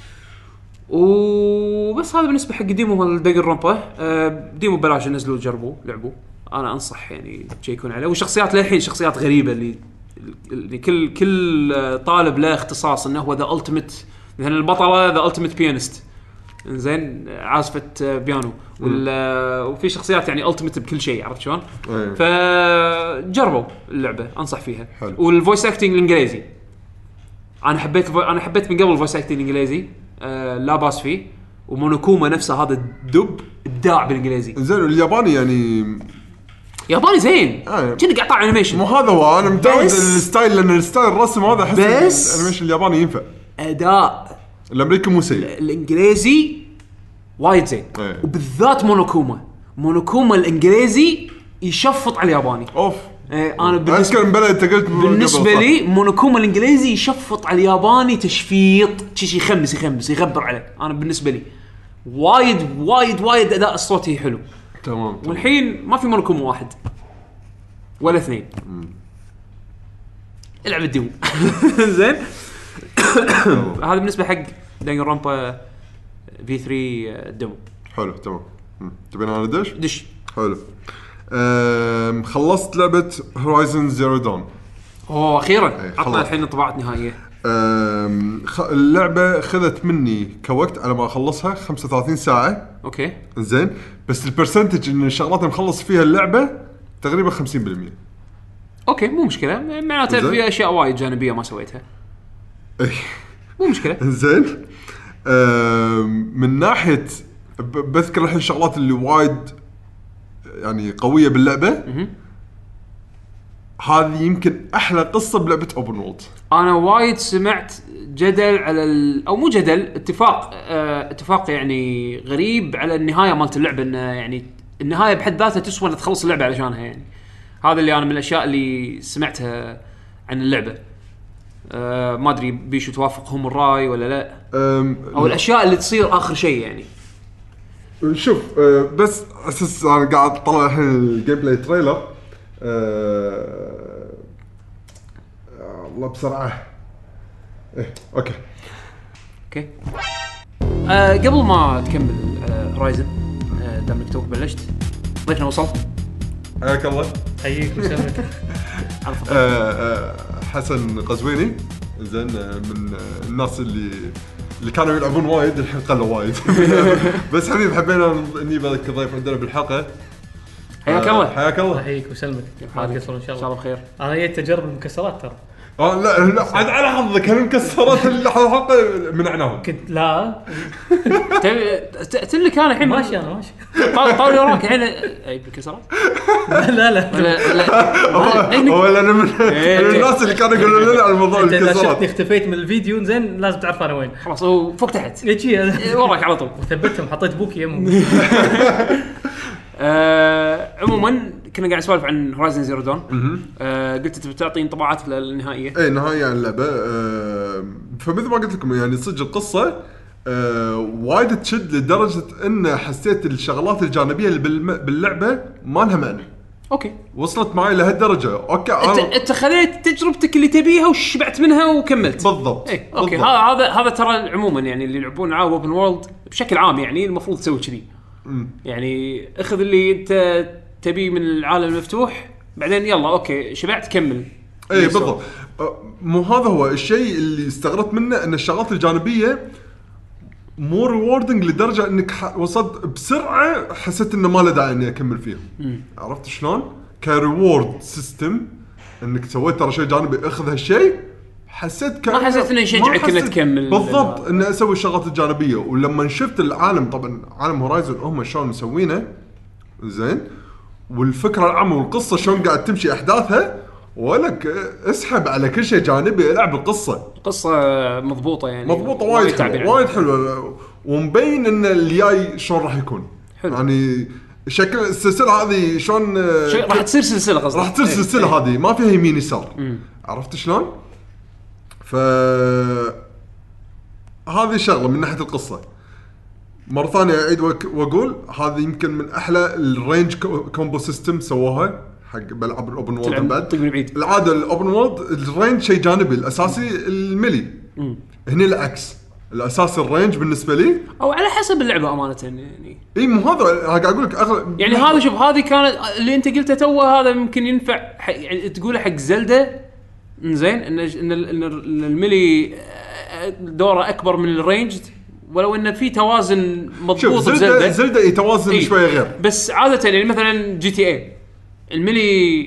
وبس هذا بالنسبه حق ديمو مال دقر رومبا. أه ديمو بلاش نزلوا جربوا لعبوا، انا انصح يعني تشيكون عليه. والشخصيات للحين شخصيات غريبه اللي, اللي كل كل طالب له اختصاص، انه هو ذا التيميت، مثلا البطله ذا التيميت بيانست، زين، عازفه بيانو، وفي شخصيات يعني التيميت بكل شيء. عرفت شلون؟ فجربوا اللعبه، انصح فيها. والفويس اكتنج الانجليزي انا حبيت، انا حبيت من قبل الفويس اكتنج الانجليزي، آه لا باس فيه. ومونوكوما نفسه هذا الدب ابداع بالانجليزي. زين الياباني يعني ياباني زين كنا قاعد طالع انيميشن. مو هذا هو انا متعود الستايل لان الستايل الرسم هذا احس الانيميشن الياباني ينفع. اداء الامريكي مو سيء الانجليزي وايد زين ايه. وبالذات مونوكوما مونوكوما الانجليزي يشفط على الياباني اوف. ايه انا بالنسبه بلد قلت بالنسبه لي مونوكوما الانجليزي يشفط على الياباني تشفيط شيء يخمس يخمس يغبر عليه. انا بالنسبه لي وايد وايد وايد اداء الصوتي حلو. تمام. والحين ما في مونوكوما واحد ولا اثنين. العب الديمو زين. هذا بالنسبه حق دانجنرومبا في ثلاثة الديمو. حلو تمام. تبينا انا دش دش حلو. أم خلصت لعبه هورايزن زيرو دون. اوه اخيرا عطنا الحين انطباعات نهائيه. خ... اللعبه خذت مني كوقت على ما اخلصها خمسة وثلاثين ساعه. اوكي زين بس البرسنتج ان الشغلات اللي مخلص فيها اللعبه تقريبا خمسين بالمية. اوكي مو مشكله معناته في اشياء وايد جانبيه ما سويتها. مو مشكله. زين من ناحيه بذكر الحين الشغلات اللي وايد يعني قويه باللعبه. هذه يمكن احلى قصه بلعبه اوبن وورلد. انا وايد سمعت جدل على ال... او مو جدل اتفاق اه... اتفاق يعني غريب على النهايه مالت اللعبه انه يعني النهايه بحد ذاتها تسوى انك تخلص اللعبه علشانها يعني. هذا اللي انا من الاشياء اللي سمعتها عن اللعبه. أه ما ادري بيشو توافقهم الراي ولا لا او الاشياء اللي تصير اخر شيء يعني. شوف أه بس اساس انا قاعد اطلع الحين الجيم بلاي تريلر. أه الله بسرعه. ايه اوكي اوكي أه قبل ما تكمل رايزن أه دامك توك بلشت ضيفنا وصل. حياك الله. حييك وسهلا. حسن قزويني زين من الناس اللي اللي كانوا يلعبون وايد الحين قلوا وايد. بس حبيب حبينا نجيب لك ضيف عندنا بالحلقه. حياك الله. حياك الله. حييك وسلمك. حالك ان شاء الله. ان شاء الله بخير. انا جيت تجرب المكسرات ترى. اه لا لا عاد على حظك هالمكسرات الحلقه منعناهم. كنت لا تلك انا الحين ماشي انا ماشي طاولي وراك الحين اي مكسرات. لا لا لا ولا انا من الناس اللي كانوا يقولون لنا على موضوع المكسرات. انت اختفيت من الفيديو زين لازم تعرف انا وين. خلاص هو فوق تحت يجي وراك على طول. وثبتهم حطيت بوكي يمه. آه عموما كنا قاعد نسولف عن هورايزن زيرو دون. آه قلت تبي تعطي انطباعات للنهائيه. اي نهايه عن اللعبه. آه فمثل ما قلت لكم يعني صدق القصه آه وايد تشد لدرجه ان حسيت الشغلات الجانبيه اللي باللعبه ما لها معنى. اوكي وصلت معي لهالدرجه. اوكي انت انت خليت تجربتك اللي تبيها وشبعت منها وكملت بالضبط. ايه اوكي هذا هذا ترى عموما يعني اللي يلعبون العاب اوبن وورلد بشكل عام يعني المفروض تسوي كذي. يعني اخذ اللي انت تبي من العالم المفتوح بعدين يلا اوكي شبعت كمل. اي بالضبط. مو هذا هو الشيء اللي استغربت منه ان الشغلات الجانبيه مو ريوردنج لدرجه انك وصلت بسرعه حسيت انه ما له داعي اني اكمل فيهم. م. عرفت شلون كريورد سيستم انك سويت ترى شيء جانبي اخذ هالشيء حسيت ك ما حسيت انه يشجعك انك تكمل بالضبط اني اسوي الشغلات الجانبيه. ولما شفت العالم طبعا عالم هورايزن هم شلون مسوينه زين والفكره العامه والقصه شلون قاعد تمشي احداثها ولك اسحب على كل شيء جانبي العب القصه. قصه مضبوطه يعني مضبوطه وايد حلوه وايد حلوه ومبين ان الجاي شلون راح يكون حلو. يعني شكل السلسله هذه شلون راح تصير سلسله قصدي راح تصير سلسله ايه. هذه ما فيها يمين يسار. عرفت شلون؟ ف هذه شغله من ناحيه القصه. مره ثانيه اعيد واقول هذه يمكن من احلى الرينج كومبو سيستم سووها حق بلعب الاوبن وورلد. بعد العاده الاوبن وورلد الرينج شيء جانبي الاساسي الملي. هنا العكس الاساس الرينج بالنسبه لي او على حسب اللعبه امانه يعني. اي مو هذا قاعد اقول لك اغلب يعني هذا شوف هذه كانت اللي انت قلته تو هذا ممكن ينفع يعني تقوله حق زلدة زين ان ان الملي دوره اكبر من الرينج ولو انه في توازن مضبوط بزلدة زلدة يتوازن إيه؟ شويه غير بس عاده يعني مثلا جي تي اي الملي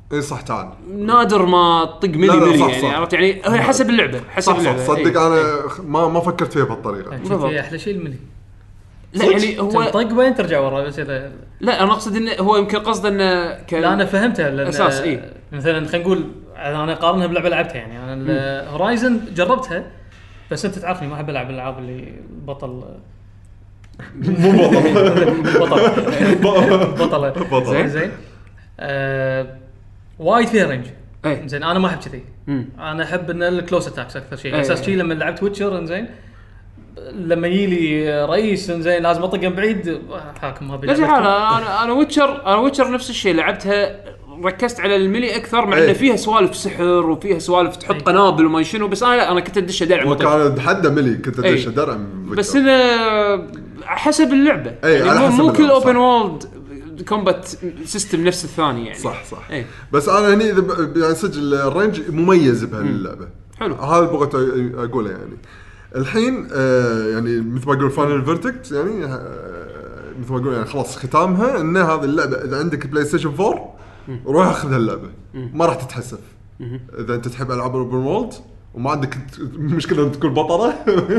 اي صح تعال نادر ما طق ملي لا لا ملي صح يعني صح. عرفت يعني هي حسب اللعبه حسب صح اللعبه صح صدق إيه. انا ما ما فكرت فيها بهالطريقه. بالضبط. هي احلى شيء الملي. لا يعني هو تنطق وين ترجع ورا بس اذا لا انا اقصد انه هو يمكن قصده انه كان لا انا فهمتها لان أساس، إيه. مثلا خلينا نقول انا اقارنها بلعبه لعبتها يعني انا هورايزن جربتها بس انت تعرفني ما احب العب الالعاب اللي بطل مو بطل بطل بطل. زين زين آه وايد فيها رينج اي زين انا ما احب كذي مم. انا احب ان الكلوز اتاكس اكثر شيء أي. اساس شيء لما لعبت ويتشر انزين لما يجي رئيس انزين لازم اطقه من بعيد حاكم هذه لا حالة انا انا ويتشر انا ويتشر نفس الشيء لعبتها ركزت على الملي اكثر مع أي. انه فيها سوالف سحر وفيها سوالف تحط أي. قنابل وما شنو بس انا لا انا كنت ادش درع وكان حدا ملي كنت أي. ادش درع بس انه حسب اللعبه أي، على يعني حسب مو كل اللعبة، اوبن صح. وولد كومبات سيستم نفس الثاني يعني صح صح. أي. بس انا هني اذا ب- يعني سجل الرينج مميز بهاللعبه. حلو. هذا اللي بغيت أ- اقوله يعني الحين آه يعني مثل ما اقول فاينل فيرتكت يعني آه مثل ما اقول يعني خلاص ختامها ان هذه اللعبه اذا عندك بلاي ستيشن فور روح اخذ هاللعبه ما راح تتحسف. اذا انت تحب العاب اوبن وولد وما عندك مشكله ان تكون بطله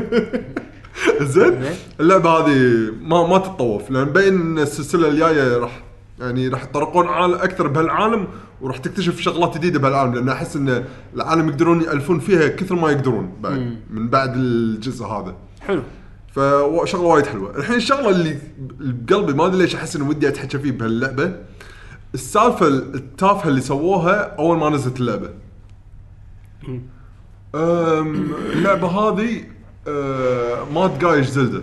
زين اللعبه هذه ما ما تتطوف لان بين إن السلسله الجايه راح يعني راح يطرقون عالم اكثر بهالعالم وراح تكتشف شغلات جديده بهالعالم لان احس ان العالم يقدرون يالفون فيها كثر ما يقدرون بعد من بعد الجزء هذا. حلو. فشغله وايد حلوه. الحين الشغله اللي بقلبي ما ادري ليش احس انه ودي اتحكى فيه بهاللعبه السالفه التافهه اللي سووها اول ما نزلت اللعبه. أم اللعبه هذه أه ما تقايش زلدة.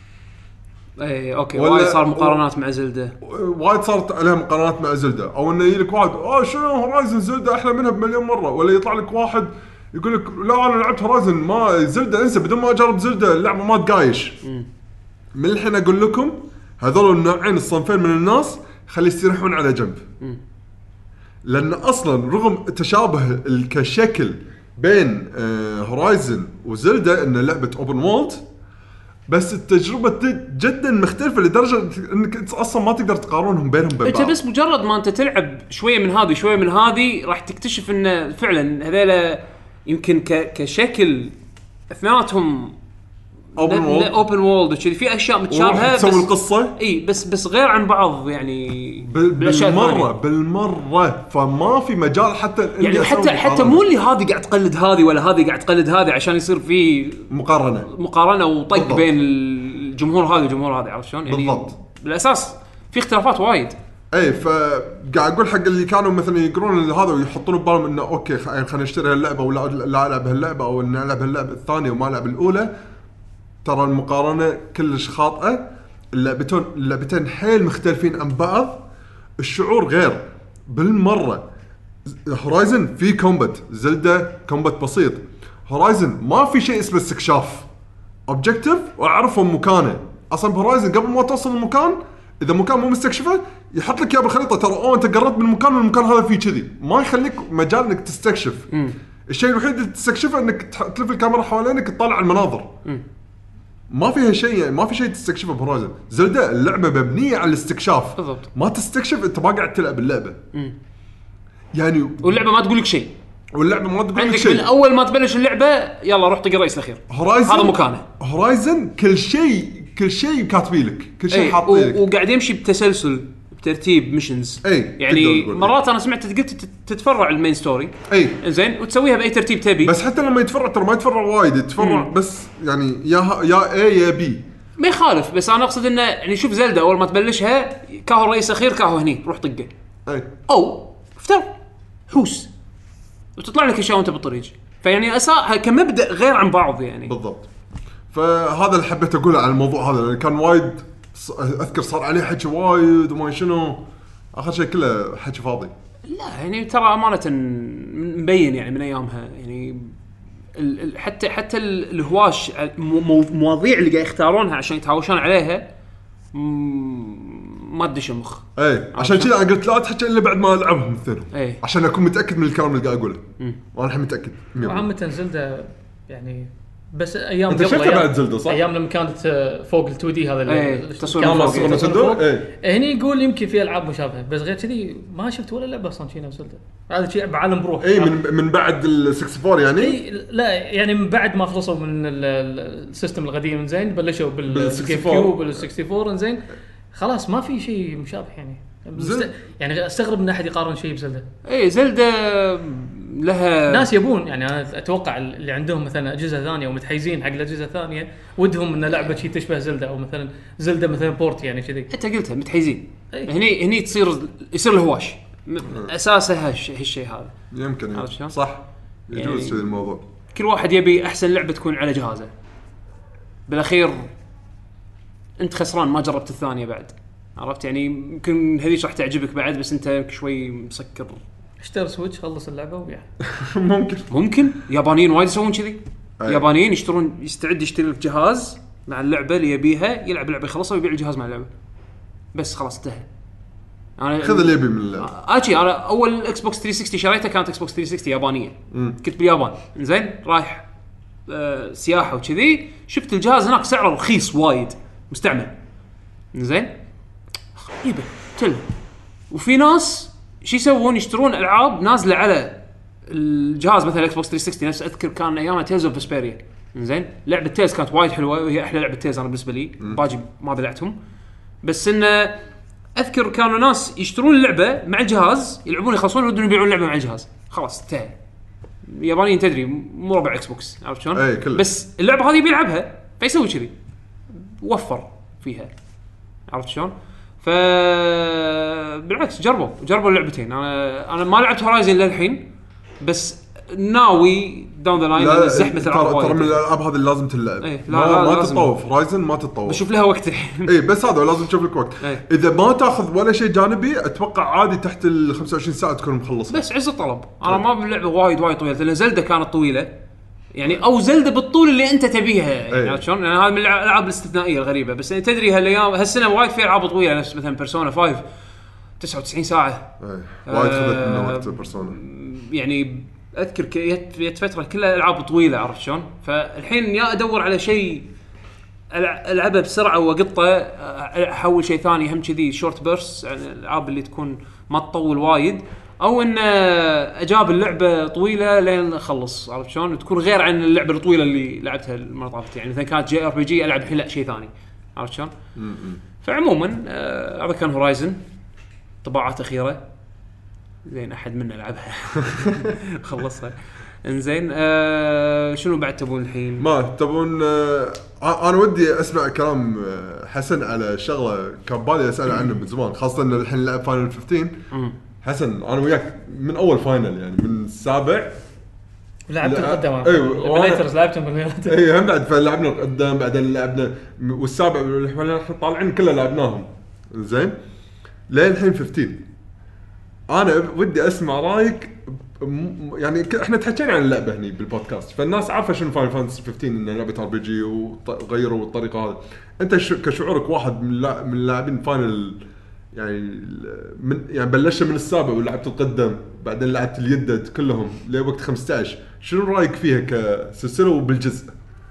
اي اوكي ولا- وايد صار مقارنات مع زلدة وايد صارت عليها مقارنات مع زلدة او انه يجيلك واحد اه شنو هورايزن زلدة احلى منها بمليون مره ولا يطلع لك واحد يقول لك لا انا لعبت هورايزن ما زلدة انسى بدون ما اجرب زلدة اللعبه ما تقايش. من الحين اقول لكم هذول النوعين الصنفين من الناس خلي يستريحون على جنب لان اصلا رغم تشابه كشكل بين آه هورايزن وزلدة ان لعبه اوبن وولد بس التجربه جدا مختلفه لدرجه انك اصلا ما تقدر تقارنهم بينهم بين انت بعض. بس مجرد ما انت تلعب شويه من هذه شويه من هذه راح تكتشف ان فعلا هذول يمكن ك... كشكل اثنيناتهم اوبن وولد اوبن وولد وكذي في اشياء متشابهه تسوي بس القصه اي بس بس غير عن بعض يعني بال- بالأشياء بالمره الثانية. بالمره فما في مجال حتى إني يعني أسوي حتى حتى مقارنة. مو اللي هذه قاعد تقلد هذه ولا هذه قاعد تقلد هذه عشان يصير في مقارنه مقارنه وطق بالضبط. بين الجمهور هذا والجمهور هذا عرفت شلون يعني بالضبط. بالاساس في اختلافات وايد. اي فقاعد اقول حق اللي كانوا مثلا يقرون هذا ويحطون ببالهم انه اوكي خ- يعني خلينا نشتري هاللعبه ولا لا العب هاللعبه او ان العب هاللعبه الثانيه وما العب الاولى ترى المقارنه كلش خاطئه. اللعبتين اللعبتين حيل مختلفين عن بعض الشعور غير بالمره. هورايزن في كومبات زلدة كومبات بسيط. هورايزن ما في شيء اسمه استكشاف اوبجكتيف واعرفهم مكانه اصلا. بهورايزن قبل ما توصل المكان اذا مكان مو مستكشفه يحط لك اياه بالخريطه ترى اوه انت قربت من المكان والمكان هذا فيه كذي ما يخليك مجال انك تستكشف. م. الشيء الوحيد اللي تستكشفه انك تلف الكاميرا حوالينك تطلع المناظر. م. ما فيها شيء يعني ما في شيء تستكشفه بهورايزن. زلدة اللعبه مبنيه على الاستكشاف بالضبط. ما تستكشف انت ما قاعد تلعب اللعبه. م. يعني واللعبه ما تقول لك شيء واللعبه ما تقول لك عندك شيء من اول ما تبلش اللعبه يلا روح طق الرئيس الاخير هورايزن هذا مكانه. هورايزن كل شيء كل شيء كاتبين لك كل شيء ايه حاطين لك وقاعد يمشي بتسلسل بترتيب ميشنز. ايه يعني مرات انا سمعت قلت تتفرع المين ستوري اي زين وتسويها باي ترتيب تبي بس حتى لما يتفرع ترى ما يتفرع وايد يتفرع مم. بس يعني يا يا اي يا بي ما يخالف. بس انا اقصد انه يعني شوف زلدة اول ما تبلشها كاهو الرئيس الاخير كاهو هني روح طقه اي او افتر حوس وتطلع لك اشياء وانت بالطريق. فيعني اسا كمبدا غير عن بعض يعني بالضبط. فهذا اللي حبيت اقوله على الموضوع هذا لان كان وايد اذكر صار عليه حكي وايد وما شنو اخر شيء كله حكي فاضي. لا يعني ترى امانه مبين يعني من ايامها يعني ال ال حتى حتى الهواش المواضيع اللي قاعد يختارونها عشان يتهاوشون عليها ما ادش مخ. اي عشان كذا انا قلت لا تحكي الا بعد ما العبهم الاثنين اي عشان اكون متاكد من الكلام اللي قاعد اقوله. وانا الحين متاكد وعامه زلدة يعني بس ايام انت شفتها بعد زلدة صح؟ ايام لما كانت فوق ال2 دي هذا التصوير فوق هني يقول يمكن في العاب مشابهه بس غير كذي ما شفت ولا لعبه اصلا شي نفس زلدة. هذا شيء بعالم بروح اي من من بعد ال أربعة وستين يعني اي لا يعني من بعد ما خلصوا من السيستم القديم زين بلشوا بالجيم كيوب بال64 زين خلاص ما في شيء مشابه يعني مست... يعني استغرب ان احد يقارن شيء بزلدة. اي زلدة لها ناس يبون يعني انا اتوقع اللي عندهم مثلا اجهزه ثانيه ومتحيزين حق الاجهزه الثانيه ودهم ان لعبه شيء تشبه زلدة او مثلا زلدة مثلا بورت يعني كذي. انت قلتها متحيزين هني هني تصير يصير الهواش اساسها هالشيء هذا يمكن صح يجوز يعني الموضوع. كل واحد يبي احسن لعبه تكون على جهازه بالاخير انت خسران ما جربت الثانيه بعد عرفت يعني يمكن هذيش راح تعجبك بعد بس انت شوي مسكر اشتري سويتش خلص اللعبه وبيع. ممكن ممكن يابانيين وايد يسوون كذي. يابانيين يشترون يستعد يشتري لك جهاز مع اللعبه اللي يبيها يلعب اللعبه يخلصها ويبيع الجهاز مع اللعبه بس خلاص انتهى. انا خذ اللي يبي من اللعبه. اجي انا اول اكس بوكس ثلاثمية وستين شريتها كانت اكس بوكس ثلاثمية وستين يابانيه. مم. كنت باليابان زين رايح آه سياحه وكذي شفت الجهاز هناك سعره رخيص وايد مستعمل زين يبه تل وفي ناس شو يسوون يشترون العاب نازله على الجهاز مثلا اكس بوكس ثلاثمية وستين نفس اذكر كان ايامها تيلز اوف فيسبيريا زين لعبه تيلز كانت وايد حلوه وهي احلى لعبه تيلز انا بالنسبه لي باجي ما بلعتهم بس انه اذكر كانوا ناس يشترون اللعبه مع الجهاز يلعبون يخلصون يردون يبيعون اللعبه مع الجهاز خلاص انتهى. اليابانيين تدري مو ربع اكس بوكس عرفت شلون بس اللعبه هذه بيلعبها فيسوي كذي وفر فيها عرفت شلون ف بالعكس جربوا جربوا اللعبتين. انا انا ما لعبت هورايزن للحين بس ناوي داون ذا لاين الزحمه ترى ترى من الالعاب هذه لازم تلعب ايه لا ما, ما تتطوف هورايزن ما تتطوف بشوف لها وقت الحين. اي بس هذا لازم تشوف لك وقت ايه. اذا ما تاخذ ولا شيء جانبي اتوقع عادي تحت ال خمسة وعشرين ساعه تكون مخلص بس عز الطلب. انا ما باللعبه وايد وايد طويله لان زلدة كانت طويله يعني او زلدة بالطول اللي انت تبيها يعني عرفت شلون يعني هذا من الالعاب الاستثنائيه الغريبه بس يعني تدري هالايام هالسنه وايد في العاب طويله نفس مثلا بيرسونا خمسة تسعة وتسعين ساعه ايه. وايد خذت من وقت بيرسونا يعني اذكر كيت فتره كلها العاب طويله عرفت شلون فالحين يا ادور على شيء العبه بسرعه واقطه احول شيء ثاني هم كذي شورت بيرس يعني الالعاب اللي تكون ما تطول وايد او ان اجاب اللعبه طويله لين اخلص عرفت شلون تكون غير عن اللعبه الطويله اللي لعبتها المره طافت يعني مثلا كانت جي ار بي جي العب الحين لا شيء ثاني عرفت شلون. فعموما هذا كان هورايزن طباعات اخيره زين احد منا لعبها خلصها انزين آه شنو بعد تبون الحين ما تبون آه انا ودي اسمع كلام حسن على شغله كان بالي اسال عنه من زمان خاصه ان الحين لعب فاينل خمستاشر. حسن انا وياك من اول فاينل يعني من السابع لعبت القدام ايوه لعبتهم بالميلاد اي هم بعد فلعبنا القدام بعدين لعبنا والسابع اللي احنا طالعين كله لعبناهم زين لين الحين خمستاشر. انا ودي اسمع رايك يعني احنا تحكينا عن اللعبه هني بالبودكاست فالناس عارفه شنو فاينل فانتسي خمستاشر انه لعبه ار بي جي وغيروا الطريقه هذه. انت كشعورك واحد من من اللاعبين فاينل يعني من يعني بلشت من السابع ولعبت القدم بعدين لعبت اليدد كلهم لوقت خمستاشر شنو رايك فيها كسلسله وبالجزء؟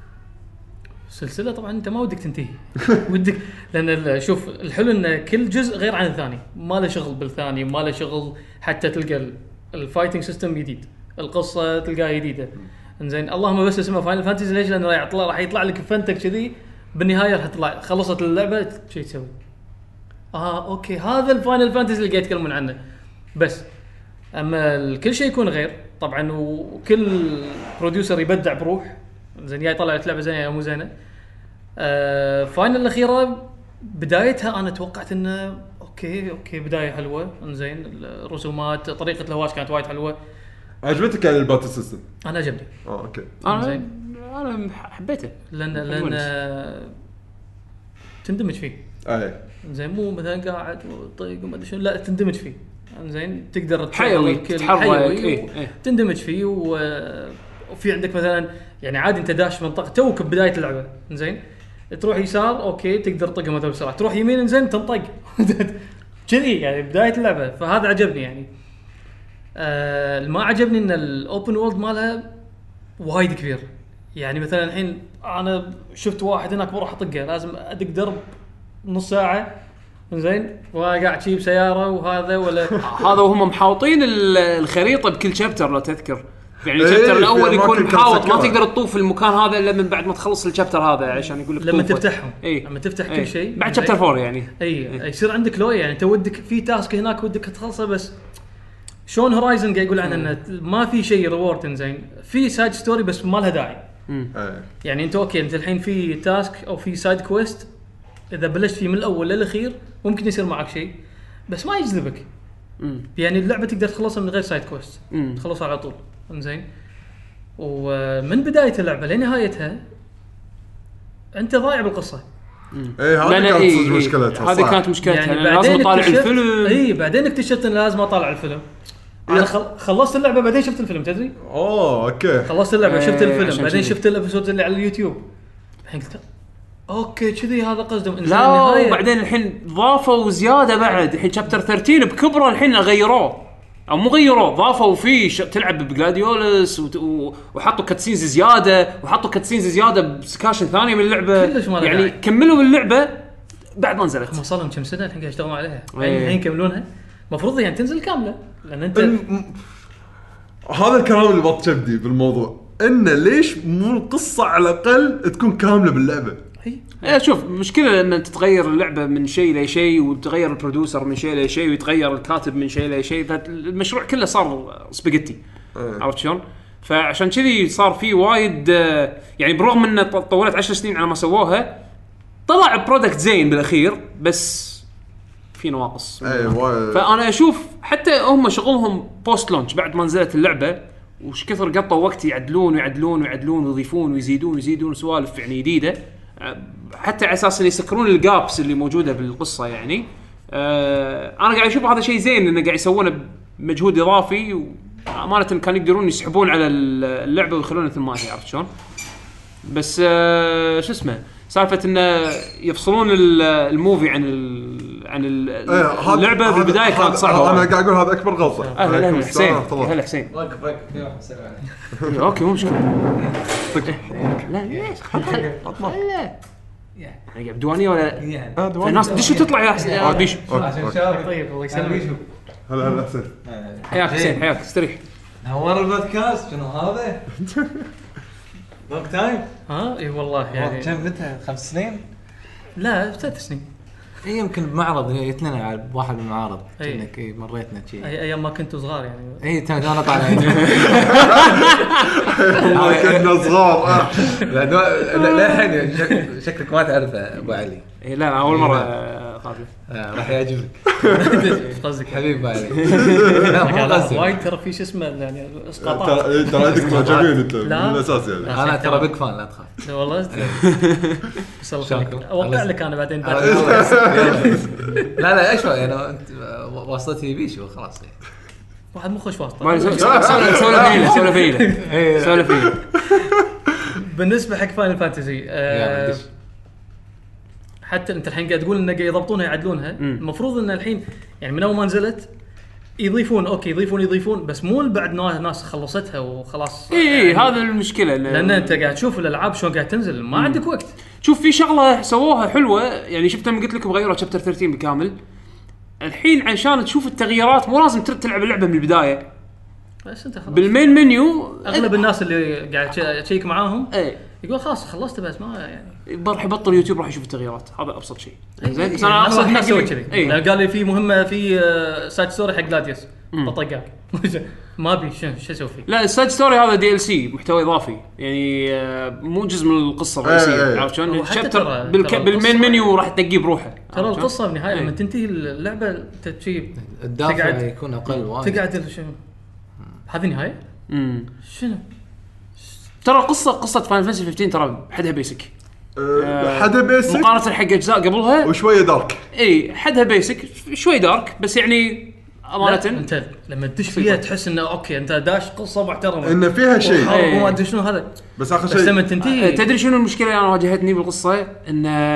سلسله طبعا انت ما ودك تنتهي ودك لان شوف الحلو ان كل جزء غير عن الثاني ما له شغل بالثاني ما له شغل حتى تلقى الفايتنج سيستم جديد القصه تلقاها جديده انزين اللهم بس اسمه فاينل فانتسي ليش لانه راح يطلع راح يطلع لك فانتك كذي بالنهايه راح تطلع خلصت اللعبه شيء تسوي اه اوكي هذا الفاينل فانتسي اللي قاعد يتكلمون عنه بس اما كل شيء يكون غير طبعا وكل بروديوسر يبدع بروح زين جاي يطلع لك لعبه زينه او مو زينه. آه فاينل الاخيره بدايتها انا توقعت انه اوكي اوكي بدايه حلوه انزين الرسومات طريقه الهواش كانت وايد حلوه. عجبتك يعني الباتل سيستم؟ انا عجبني اه اوكي انا انا حبيته لان لان تندمج فيه اي زين مو مثلا قاعد وطيق وما ادري شنو لا تندمج فيه انزين تقدر حيوي تتحرك تندمج فيه وفي عندك مثلا يعني عادي انت داش منطقه توك ببدايه اللعبه انزين تروح يسار اوكي تقدر تطق مثلا بسرعه تروح يمين انزين تنطق كذي يعني بدايه اللعبه فهذا عجبني يعني. آه ما عجبني ان الاوبن وورلد مالها وايد كبير يعني مثلا الحين انا شفت واحد هناك بروح اطقه لازم ادق درب نص ساعه زين وقاعد شيء بسياره وهذا ولا هذا وهم محاوطين الخريطه بكل شابتر لو تذكر يعني إيه الشابتر الاول يكون محاوط ما تسكرها. تقدر تطوف المكان هذا الا من بعد ما تخلص الشابتر هذا عشان يقول لك لما طوفه. تفتحهم إيه. لما تفتح إيه. كل شيء بعد شابتر فور يعني اي يصير عندك لو يعني انت ودك في تاسك هناك ودك تخلصه بس شلون هورايزن قاعد يقول عن انه ما في شيء ريورد زين في سايد ستوري بس ما لها داعي إيه. يعني انت اوكي انت الحين في تاسك او في سايد كويست اذا بلشت فيه من الاول للاخير ممكن يصير معك شيء بس ما يجذبك يعني اللعبه تقدر تخلصها من غير سايد كويست تخلصها على طول زين ومن بدايه اللعبه لنهايتها انت ضايع بالقصه ايه هذه كانت إيه مشكلتها هذه كانت مشكلتها يعني لازم اطالع الفيلم اي بعدين اكتشفت ان لازم اطالع الفيلم انا خل... خلصت اللعبه بعدين شفت الفيلم تدري اوه اوكي خلصت اللعبه إيه شفت الفيلم عشان بعدين كذي. شفت الابيسود اللي على اليوتيوب الحين قلت اوكي كذي هذا قصدهم إن لا النهاية- وبعدين الحين ضافوا زياده بعد الحين شابتر ثلاثة عشر بكبره الحين غيروه او مو غيروه ضافوا فيه ش... تلعب بجلاديولس وت... و... وحطوا كاتسينز زياده وحطوا كاتسينز زياده بسكاشن ثانيه من اللعبه كلش ما له يعني داعي. كملوا اللعبه بعد ما نزلت هم صار لهم كم سنه الحين قاعد يشتغلون عليها إيه. الحين يكملونها المفروض يعني تنزل كامله لان انت الم- هذا الكلام اللي بط كبدي بالموضوع انه ليش مو القصه على الاقل تكون كامله باللعبه هي ايه شوف مشكله ان انت تتغير اللعبه من شيء لشيء وتغير البروديوسر من شيء لشيء ويتغير الكاتب من شيء لشيء فالمشروع كله صار سباجيتي عرفت شلون فعشان كذي صار في وايد آه، يعني برغم ان ط- طولت عشر سنين على ما سووها طلع برودكت زين بالاخير بس في نواقص اي وايد فانا اشوف حتى هم شغلهم بوست لونش بعد ما نزلت اللعبه وش كثر قطوا وقت يعدلون ويعدلون ويعدلون ويضيفون ويزيدون ويزيدون سوالف يعني جديده حتى على اساس ان يسكرون الجابس اللي موجوده بالقصه يعني أه انا قاعد اشوف هذا شيء زين انه قاعد يسوونه بمجهود اضافي وامانه كانوا يقدرون يسحبون على اللعبه ويخلونها مثل ما هي عرفت شلون بس أه شو اسمه سالفه انه يفصلون الموفي عن ال عن ال إيه، اللعبه هذا- بالبدايه هذا- كانت صعبه انا قاعد اقول هذا اكبر غلطه اهلا عليكم اهلا السلام حسين ورحمة الله. هلا حسين وقف وقف في واحد يسلم عليك. اوكي مو مشكله لا ليش لا يعني انا قاعد بديوانيه ولا يعني آه، دوام. الناس دش وتطلع يا حسين يا بيشو عشان شارك طيب الله هلا يسلمك بيشو هلا هلا حسين حياك حسين حياك استريح نور البودكاست شنو هذا؟ لونج تايم ها اي والله يعني كم متى خمس سنين؟ لا ثلاث سنين اي يمكن بمعرض جيت لنا على واحد من المعارض إي. كأنك اي مريتنا شيء أي ايام ما كنتوا صغار يعني اي توني انا طالع والله كنا صغار آه. لا دو- لا لا الحين شك- شكلك ما تعرفه ابو علي إيه لا اول مره قابله آه، راح يعجبك قصدك حبيب ابو علي لا لا مو لا قصدي وايد ترى في شو اسمه يعني اسقاطات ترى ترى عندك معجبين انت من لا. الاساس يعني لا. انا ترى بيك فان لا تخاف لا والله بس الله شلونكم؟ يخليك اوقع لك انا بعدين بعد لا لا ايش يعني انت واسطتي بيشو خلاص يعني. واحد مو خوش واسطه ما سولف فيله سولف فيله سولف فيله بالنسبه حق فاينل فانتسي يلا دش. حتى انت الحين قاعد تقول انه قاعد يضبطونها يعدلونها المفروض ان الحين يعني من اول ما نزلت يضيفون اوكي يضيفون يضيفون بس مو بعد نا- ناس خلصتها وخلاص اي يعني هذا المشكله لان انت قاعد تشوف الالعاب شلون قاعد تنزل ما عندك وقت شوف في شغله سووها حلوه يعني شفتها من قلت لكم غيروا شابتر ثلاثة عشر بالكامل الحين عشان تشوف التغييرات مو لازم تر- تلعب اللعبه من البدايه بس انت خلاص بالمين منيو اغلب الناس اللي قاعد تش- تشيك معاهم ايه يقول خلاص خلصت بس ما يعني راح يبطل يوتيوب راح يشوف التغييرات هذا ابسط شيء زين بس يعني انا اقصد اقصد ما حق اسوي اللي- كذي إيه. لأن قال لي في مهمه في آه، سايد ستوري حق جلاديوس بطقاك ما ابي شو شو اسوي فيه لا السايد ستوري هذا دي ال سي محتوى اضافي يعني آه، مو جزء من القصه الرئيسيه إيه. عرفت شلون وحتى الشابتر ترى- بالك... ترى بالمين القصة- منيو راح تدقيه بروحه ترى عرفت القصه بالنهايه إيه. لما تنتهي اللعبه تشي الدافع تقعد- يكون اقل وايد تقعد شنو هذه النهايه امم شنو ترى قصه قصه فاينل فانتسي خمسة عشر ترى حدها بيسك آه، حدا بيسك مقارنه حق اجزاء قبلها وشويه دارك اي حدها بيسك شوي دارك بس يعني لا، امانه انت لما تدش فيها تحس انه اوكي انت داش قصه محترمه ان فيها شيء وحرب إيه. وما ادري شنو هذا بس اخر بس لما شيء تنتهي تدري شنو المشكله اللي انا واجهتني بالقصه ان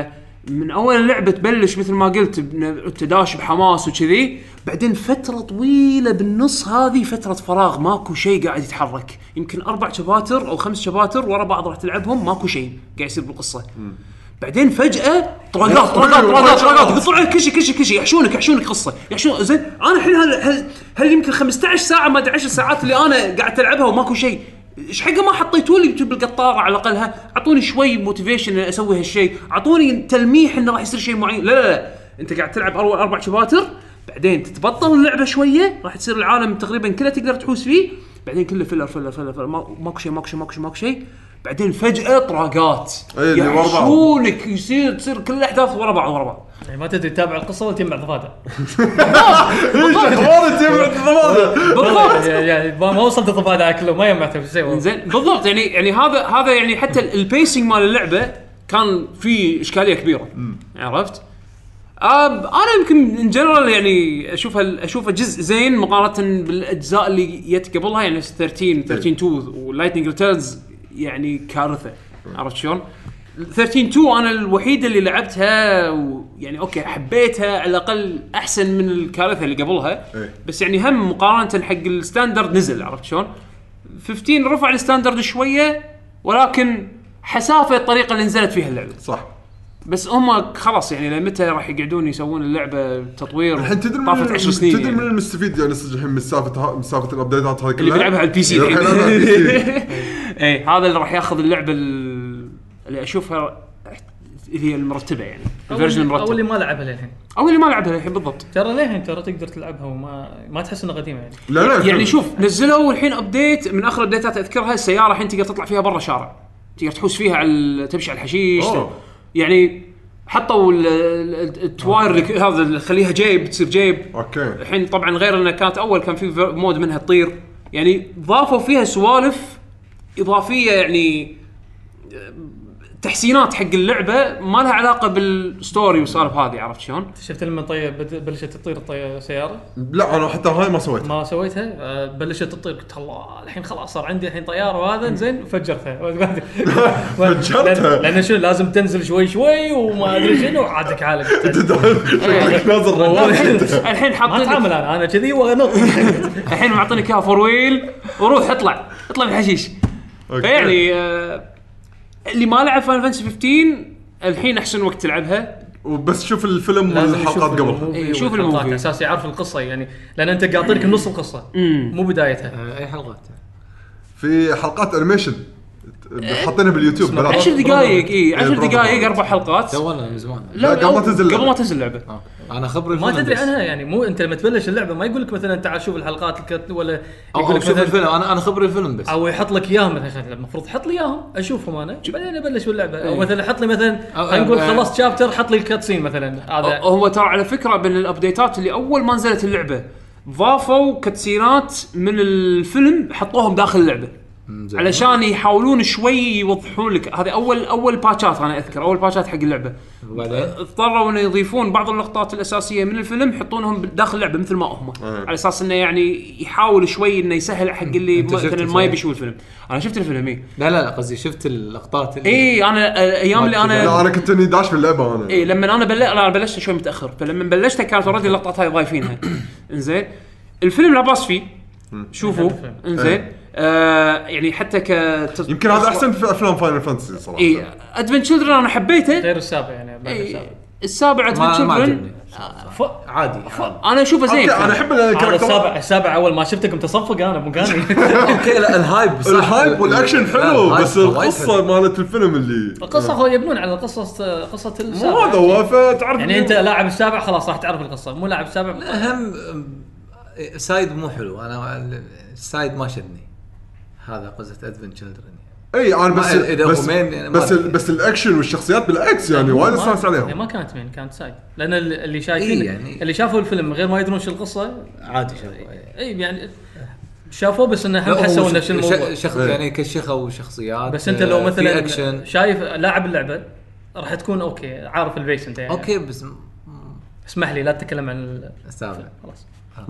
من اول اللعبه تبلش مثل ما قلت تداش بحماس وكذي، بعدين فتره طويله بالنص هذه فتره فراغ ماكو شيء قاعد يتحرك، يمكن اربع شباتر او خمس شباتر ورا بعض راح تلعبهم ماكو شيء قاعد يصير بالقصه. بعدين فجاه طرقات طرقات طرقات طرقات يقطعون عليك كل شيء كل شيء كل شيء يحشونك يحشونك قصه يحشون. زين انا الحين هل هل يمكن خمسة عشر ساعه ما ادري عشر ساعات اللي انا قاعد تلعبها وماكو شيء، ايش حقه ما حطيتوا لي بالقطاره على الاقل، اعطوني شوي موتيفيشن اسوي هالشيء، اعطوني تلميح انه راح يصير شيء معين. لا لا لا انت قاعد تلعب اول اربع شباتر بعدين تتبطل اللعبه شويه راح تصير العالم تقريبا كله تقدر تحوس فيه، بعدين كله فيلر فيلر فيلر, فيلر. ماكو شيء ماكو شيء ماكو شيء ماكو شيء بعدين فجاه طراقات يحشونك يصير تصير كل الاحداث ورا بعض ورا بعض يعني ما تدري تتابع القصه ولا تجمع ضفادع. بالضبط يعني ما وصلت ضفادع اكله ما يجمعته شيء. زين بالضبط يعني يعني هذا هذا يعني حتى البيسنج مال اللعبه كان في اشكاليه كبيره عرفت. انا يمكن ان جنرال يعني اشوفها اشوفه جزء زين مقارنه بالاجزاء اللي جت قبلها يعني ثلاثة عشر ثلاثة عشر اثنين ولايتنينج ريتيرنز يعني كارثه عرفت شلون. ثلاثة عشر اثنين انا الوحيده اللي لعبتها ويعني اوكي حبيتها على الاقل احسن من الكارثه اللي قبلها بس يعني هم مقارنه حق الستاندرد نزل عرفت شلون. خمسة عشر رفع الستاندرد شويه ولكن حسافه الطريقه اللي نزلت فيها اللعبه صح. بس هم خلاص يعني لمتى راح يقعدون يسوون اللعبه تطوير الحين تدري طافت عشر سنين تدري يعني. من المستفيد يعني صدق الحين من سالفه مسافه الابديتات هذه اللي بيلعبها على البي سي اي هذا اللي راح ياخذ اللعبه اللي اشوفها هي المرتبه يعني الفيرجن المرتب او اللي ما لعبها للحين او اللي ما لعبها للحين بالضبط. ترى للحين ترى تقدر تلعبها وما ما تحس انها قديمه يعني. لا لا يعني شوف نزلوا الحين ابديت من اخر الابديتات اذكرها السياره الحين تقدر تطلع فيها برا شارع تقدر تحوس فيها على تمشي على الحشيش أوه. يعني حطوا التواير هذا اللي خليها جيب تصير جيب اوكي. الحين طبعا غير انه كانت اول كان في مود منها تطير يعني ضافوا فيها سوالف اضافيه يعني تحسينات حق اللعبه ما لها علاقه بالستوري والسالف هذه عرفت شلون. شفت لما طيب بلشت تطير الطياره سياره؟ لا انا حتى هاي ما سويتها ما سويتها بلشت تطير قلت الله الحين خلاص صار عندي الحين طياره وهذا زين فجرتها فجرتها لان شنو لازم تنزل شوي شوي وما ادري شنو عادك حالك الحين حاطين اتعامل انا انا كذي ونط الحين معطيني اياها فور ويل وروح اطلع اطلع من الحشيش. فيعني اللي ما لعب فاينل فانتسي خمسة عشر الحين احسن وقت تلعبها وبس شوف الفيلم والحلقات قبل إيه شوف الموفي اساسي يعرف القصه يعني لان انت قاطينك نص القصه مو بدايتها. اي حلقات في حلقات انيميشن حاطينها باليوتيوب عشر دقائق اي عشر دقائق اربع حلقات تونا من زمان لا قبل ما تنزل قبل ما تنزل اللعبه آه. انا خبري ما تدري عنها يعني مو انت لما تبلش اللعبه ما يقول لك مثلا تعال شوف الحلقات الكت ولا يقول لك شوف الفيلم انا انا خبري الفيلم بس او يحط لك اياهم مثلا المفروض حط لي اياهم اشوفهم انا بعدين ابلش باللعبه او مثلا حط لي مثلا نقول خلصت شابتر حط لي الكاتسين مثلا هذا هو ترى على فكره من الابديتات اللي اول ما نزلت اللعبه ضافوا كاتسينات من الفيلم حطوهم داخل اللعبه علشان يحاولون شوي يوضحون لك. هذه اول اول باتشات انا اذكر اول باتشات حق اللعبه وبعدين اضطروا انه يضيفون بعض اللقطات الاساسيه من الفيلم يحطونهم داخل اللعبه مثل ما هم أه. على اساس انه يعني يحاول شوي انه يسهل حق اللي مثلا ما يبي يشوف الفيلم. انا شفت الفيلم ايه لا لا لا قصدي شفت اللقطات اللي اي انا ايام اللي انا لا انا كنت اني داش باللعبه انا اي لما انا بل... انا بلشت شوي متاخر فلما بلشتها كانت اوريدي اللقطات هاي ضايفينها. انزين الفيلم لا باس فيه شوفوا انزين آه يعني حتى ك يمكن هذا احسن في افلام فاينل فانتسي صراحه. اي ادفنت تشيلدرن انا حبيته غير السابع يعني بعد السابع السابع ادفنت تشيلدرن عادي انا اشوفه زين انا احب السابع السابع اول ما شفتك متصفق انا مكاني اوكي لا الهايب الهايب والاكشن حلو بس القصه مالت الفيلم اللي القصه هو يبنون على قصه قصه السابع مو هذا هو فتعرف يعني انت لاعب السابع خلاص راح تعرف القصه مو لاعب السابع اهم سايد مو حلو انا السايد ما شدني هذا قصة ادفنت تشيلدرن اي انا بس بس يعني بس, بس الاكشن والشخصيات بالاكس يعني وايد استانس عليهم. ما كانت مين كانت سايد لان اللي شايفين إيه يعني اللي شافوا الفيلم غير ما يدرون شو القصه عادي شافوا اي يعني شافوه بس انه هم حسوا انه شو الموضوع شخص يعني كشخه وشخصيات بس انت لو مثلا شايف لاعب اللعبه راح تكون اوكي عارف البيس انت يعني اوكي بس اسمح لي لا تتكلم عن السابع خلاص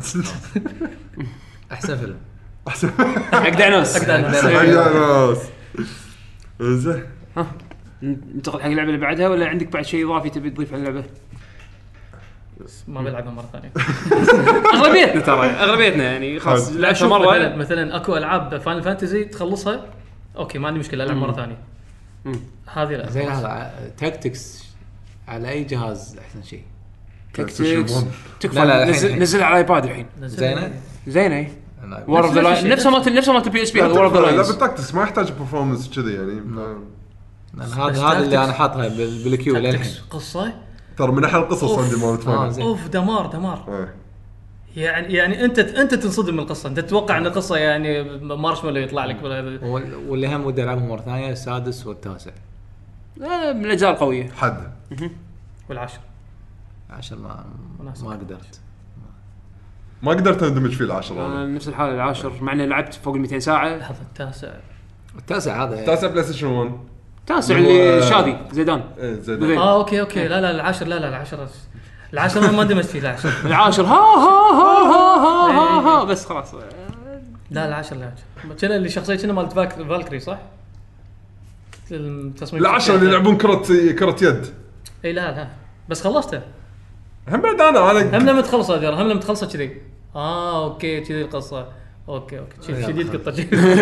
احسن فيلم احسن اقدع ناس اقدع ناس اقدع ناس زين ننتقل حق اللعبه اللي بعدها ولا عندك بعد شيء اضافي تبي تضيف على اللعبه؟ ما بلعبها مره ثانيه. اغلبيتنا ترى اغلبيتنا يعني خلاص لعبتها مره. مثلا, مثلا اكو العاب فاينل فانتزي تخلصها اوكي ما عندي مشكله العب مره ثانيه. هذه لا زي هذا تاكتكس على اي جهاز احسن شيء؟ تاكتكس تكفى نزل نزل على الايباد الحين زينه زينه ورا ذا نفس ما نفس ما البي اس بي ورا ذا لا بالتاكتكس ما يحتاج برفورمانس كذي يعني. هذا هذا اللي انا حاطها بالكيو للحين قصه ترى من احلى القصص عندي ما بتفهم. اوف دمار دمار يعني يعني انت انت تنصدم من القصه. انت تتوقع ان القصه يعني مارشميلو يطلع لك ولا واللي هم ودي العبهم مره ثانيه السادس والتاسع. لا من الاجزاء القويه حد والعشر عشر ما ما قدرت ما قدرت اندمج فيه العشر. آه نفس الحاله العاشر مع اني لعبت فوق ال مئتين ساعه. هذا التاسع التاسع هذا التاسع بلاي ستيشن واحد التاسع اللي شادي زيدان ايه زيدان اه اوكي اوكي لا لا العاشر لا لا العاشر العاشر ما اندمجت فيه العاشر العاشر ها ها ها ها ها ها بس خلاص. لا العاشر لا كنا اللي شخصيه كنا مالت فالكري صح التصميم العاشر اللي يلعبون كرة كرة يد. اي لا لا بس خلصته هم بعد انا انا هم لما تخلص هذا هم لما تخلص كذي اه اوكي كذي القصه اوكي اوكي شوف شديد قطه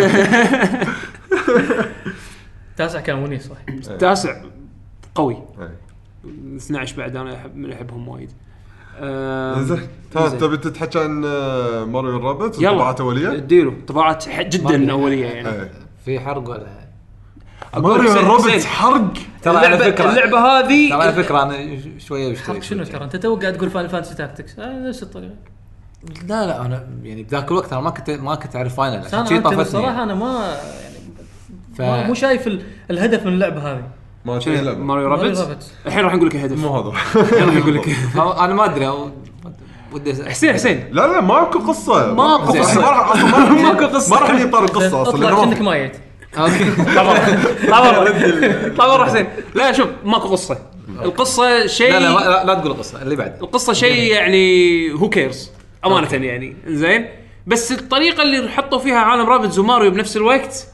تاسع كان ونيس صح. تاسع قوي اثنا عشر بعد انا احب من احبهم وايد. زين تبي تتحكي عن ماريو رابط طباعات اوليه؟ اديله طباعات جدا اوليه يعني في حرق ولا ماريو رابط حرق؟ ترى على فكره اللعبه هذه ترى على فكره انا شويه وشويه شنو ترى انت تو قاعد تقول فاينل فانتسي تاكتكس نفس الطريقه. لا لا انا يعني بذاك الوقت انا ما كنت ما كنت اعرف فاينل شيء طافتني الصراحه انا ما يعني ف... مو شايف الهدف من اللعبه هذه. ما تلعب ماريو رابط الحين راح نقول لك الهدف مو هذا راح نقول لك انا ما ادري ودي حسين حسين لا لا ماكو قصه ماكو قصه ماكو قصه ما راح يطار القصه اصلا اطلع انك ما جيت اوكي طبعا طبعا حسين لا شوف ماكو قصه القصه شيء لا لا لا تقول القصه اللي بعد القصه شيء يعني هو كيرز امانه يعني زين بس الطريقه اللي حطوا فيها عالم رابط وماريو بنفس الوقت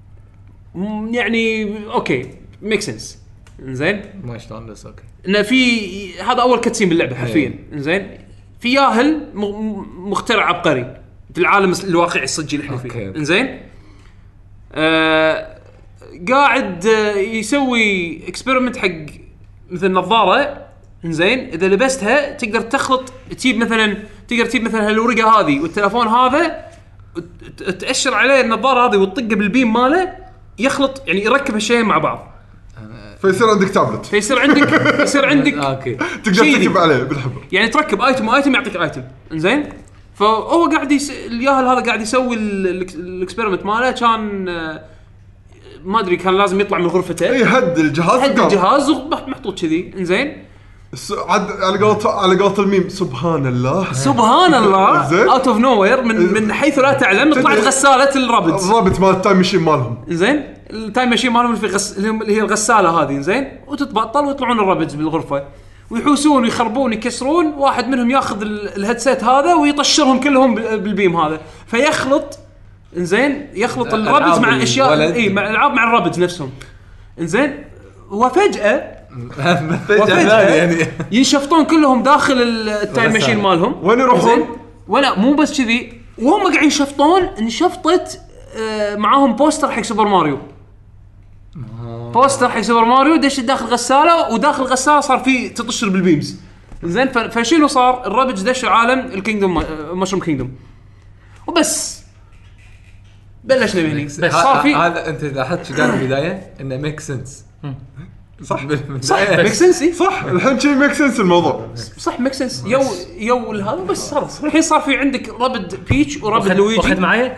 يعني اوكي ميك سنس زين ما شلون بس اوكي انه في هذا اول كاتسين باللعبه حرفيا زين في ياهل مخترع عبقري في العالم الواقعي الصجي اللي احنا فيه زين آه قاعد يسوي اكسبيرمنت حق مثل نظاره زين اذا لبستها تقدر تخلط تجيب مثلا تقدر تجيب مثلا هالورقه هذه والتلفون هذا تأشر عليه النظاره هذه وتطقه بالبيم ماله يخلط يعني يركب هالشيء مع بعض فيصير عندك تابلت فيصير عندك يصير عندك اوكي تقدر تكتب عليه بالحبر يعني تركب ايتم وايتم يعطيك ايتم زين فهو قاعد يس... الياهل هذا قاعد يسوي الاكسبيرمنت ماله كان ما ادري كان لازم يطلع من غرفته اي هد الجهاز هد الجهاز محطوط كذي زين عاد على قولت على قولت الميم سبحان الله سبحان الله اوت اوف نو وير من من حيث لا تعلم طلعت غساله الرابط الرابط مال التايم ماشين مالهم زين التايم ماشين مالهم في غس... اللي هي الغساله هذه زين وتتبطل ويطلعون الرابط بالغرفه ويحوسون ويخربون يكسرون واحد منهم ياخذ الهيدسيت هذا ويطشرهم كلهم بالبيم هذا فيخلط انزين يخلط الرابط مع اشياء اي مع العاب مع الرابط نفسهم انزين وفجاه وفجاه يعني ينشفطون كلهم داخل التايم ماشين مالهم وين يروحون ولا مو بس كذي وهم قاعدين يشفطون انشفطت آه معاهم بوستر حق سوبر ماريو بوستر حق سوبر ماريو دش داخل غساله وداخل الغساله صار فيه تطشر بالبيمز زين فشنو صار الرابج دش عالم الكينجدوم مشروم كينجدوم وبس بلشنا هنا بس صار في هذا انت لاحظت شو قال بالبدايه انه ميك سنس صح صح ميك سنس صح الحين شيء ميك سنس الموضوع صح ميك سنس يو يو هذا بس خلاص الحين صار في عندك رابد بيتش ورابد لويجي واخد معايا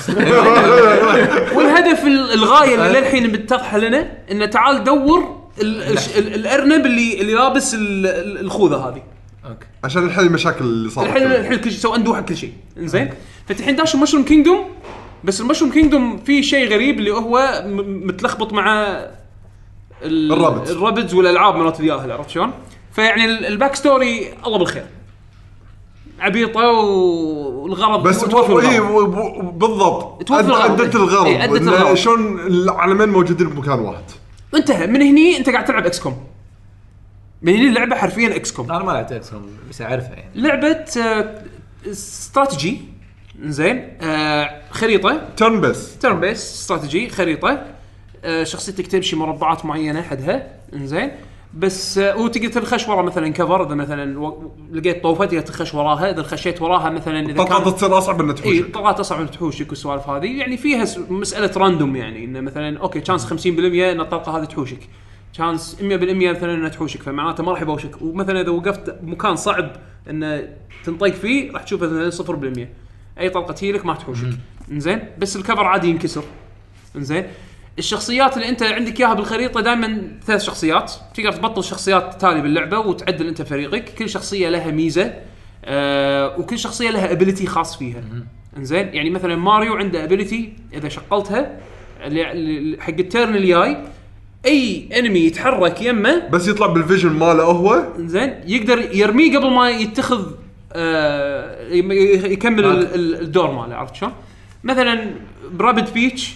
والهدف الغايه اللي للحين بتتضح لنا انه تعال دور الارنب اللي اللي لابس الخوذه هذه اوكي عشان الحين المشاكل اللي صارت الحين الحين كل شيء سووا اندوه كل شيء زين فالحين داش المشروم كينجدوم بس المشروم كينجدوم في شيء غريب اللي هو متلخبط مع الرابط الرابط والالعاب مالت الياهل عرفت شلون فيعني الباك ستوري الله بالخير عبيطه والغرض بس اي بالضبط ادت الغرض إيه شلون العالمين موجودين بمكان واحد انتهى من هني. انت قاعد تلعب اكس كوم من هني. اللعبه حرفيا اكس كوم. انا ما لعبت اكس كوم بس اعرفها يعني. لعبه آه استراتيجي زين. آه خريطه ترن بيس ترن بيس استراتيجي خريطه. آه شخصيتك تمشي مربعات معينه حدها زين. بس آه وتقدر تنخش ورا مثلا كفر. اذا مثلا و... لقيت طوفه تقدر تنخش وراها. اذا خشيت وراها مثلا اذا كانت تصير اصعب من تحوشك. اي طلعت اصعب من تحوشك والسوالف هذه يعني فيها س... مساله راندوم يعني انه مثلا اوكي تشانس خمسين بالمية ان الطلقه هذه تحوشك. تشانس مية بالمية مثلا انها تحوشك فمعناته ما راح يبوشك. ومثلا اذا وقفت بمكان صعب ان تنطق فيه راح تشوف مثلا صفر بالمية اي طلقه تجيلك ما تحوشك. زين بس الكفر عادي ينكسر. زين الشخصيات اللي انت عندك اياها بالخريطه دائما ثلاث شخصيات. تقدر تبطل شخصيات تالي باللعبه وتعدل انت فريقك. كل شخصيه لها ميزه آه وكل شخصيه لها ابيليتي خاص فيها. زين يعني مثلا ماريو عنده ابيليتي اذا شغلتها حق التيرن الجاي اي انمي يتحرك يمه بس يطلع بالفيجن ماله هو زين يقدر يرميه قبل ما يتخذ آه يكمل الدور ماله. عرفت شلون؟ مثلا برابد بيتش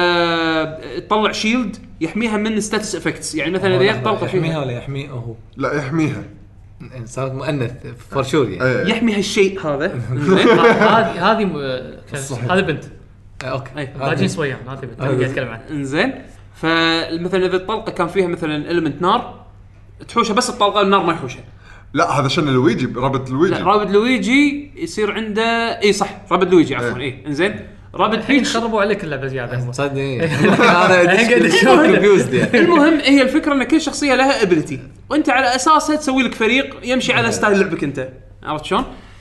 آه تطلع شيلد يحميها من ستاتس افكتس. يعني مثلا اذا يطلق يحميها ولا يحميه هو لا يحميها صارت مؤنث فرشور يعني أيه. يحمي هالشيء هذا. هذه هذه هذه بنت اوكي باجين سويان هذه بنت قاعد اتكلم عنها. انزين فمثلا اذا الطلقه كان فيها مثلا اليمنت نار تحوشها بس الطلقه النار ما يحوشها. لا هذا شنو لويجي رابط لويجي. لا رابط لويجي يصير عنده اي صح رابط لويجي عفوا اي انزين رابط بيتش خربوا عليك اللعبه زياده. صدق انا قاعد اشوف كونفيوزد يعني. المهم هي الفكره ان كل شخصيه لها ابيليتي وانت على اساسها تسوي لك فريق يمشي على ستايل لعبك انت. عرفت شلون؟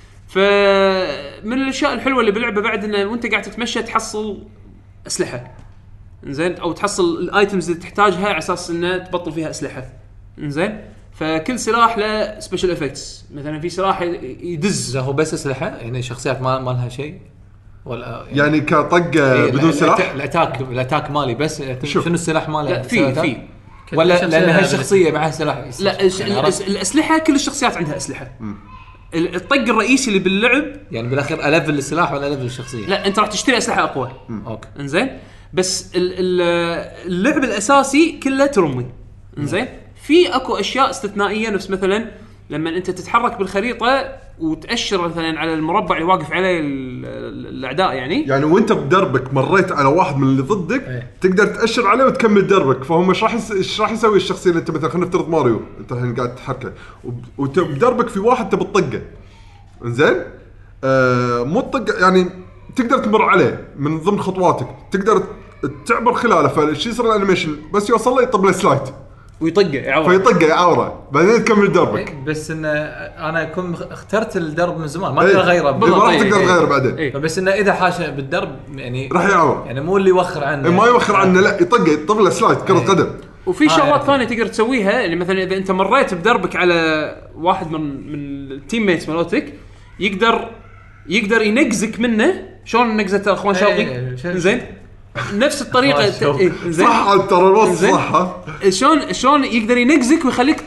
فمن الاشياء الحلوه اللي باللعبه بعد انه وانت قاعد تتمشى تحصل اسلحه زين او تحصل الايتمز اللي تحتاجها على اساس انه تبطل فيها اسلحه. زين فكل سلاح له سبيشال افكتس. مثلا في سلاح يدز هو بس اسلحه يعني شخصيات ما ما لها شيء ولا يعني, يعني كطقه إيه بدون سلاح. الاتاك الاتاك مالي بس شنو السلاح ماله؟ لا في في ولا لان هالشخصيه معها سلاح. لا يعني الاسلحه كل الشخصيات عندها اسلحه. الطق الرئيسي اللي باللعب يعني بالاخير الفل السلاح ولا الفل الشخصيه. لا انت راح تشتري اسلحه اقوى. اوكي انزين بس اللعب الاساسي كله ترمي. انزين في اكو اشياء استثنائيه نفس مثلا لما انت تتحرك بالخريطه وتاشر مثلا على المربع اللي واقف عليه الاعداء يعني يعني وانت بدربك مريت على واحد من اللي ضدك ايه. تقدر تاشر عليه وتكمل دربك. فهم ايش راح ايش راح يسوي الشخصيه اللي انت مثلا خلينا نفترض ماريو انت الحين قاعد تحركه وبدربك في واحد تبي تطقه. انزين آه مو تطق يعني تقدر تمر عليه من ضمن خطواتك تقدر تعبر خلاله. فالشيء يصير الانيميشن بس يوصل له يطب له سلايد ويطقه يعوره فيطقه يعوره بعدين تكمل دربك. بس ان انا اكون اخترت الدرب من زمان ما اقدر اغيره. ما راح تقدر تغيره بعدين. ايه. بس انه اذا حاشه بالدرب يعني راح يعور يعني مو اللي يوخر عنه ما يوخر عنه لا يطقه يطب له سلايد كره قدم. وفي شغلات ثانيه تقدر تسويها اللي مثلا اذا انت مريت بدربك على واحد من من التيم ميتس مالتك يقدر يقدر ينقزك منه. شلون نقزته اخوان شوقي زين نفس الطريقه زين صح ترى الوصف صح. شلون شلون يقدر ينقزك ويخليك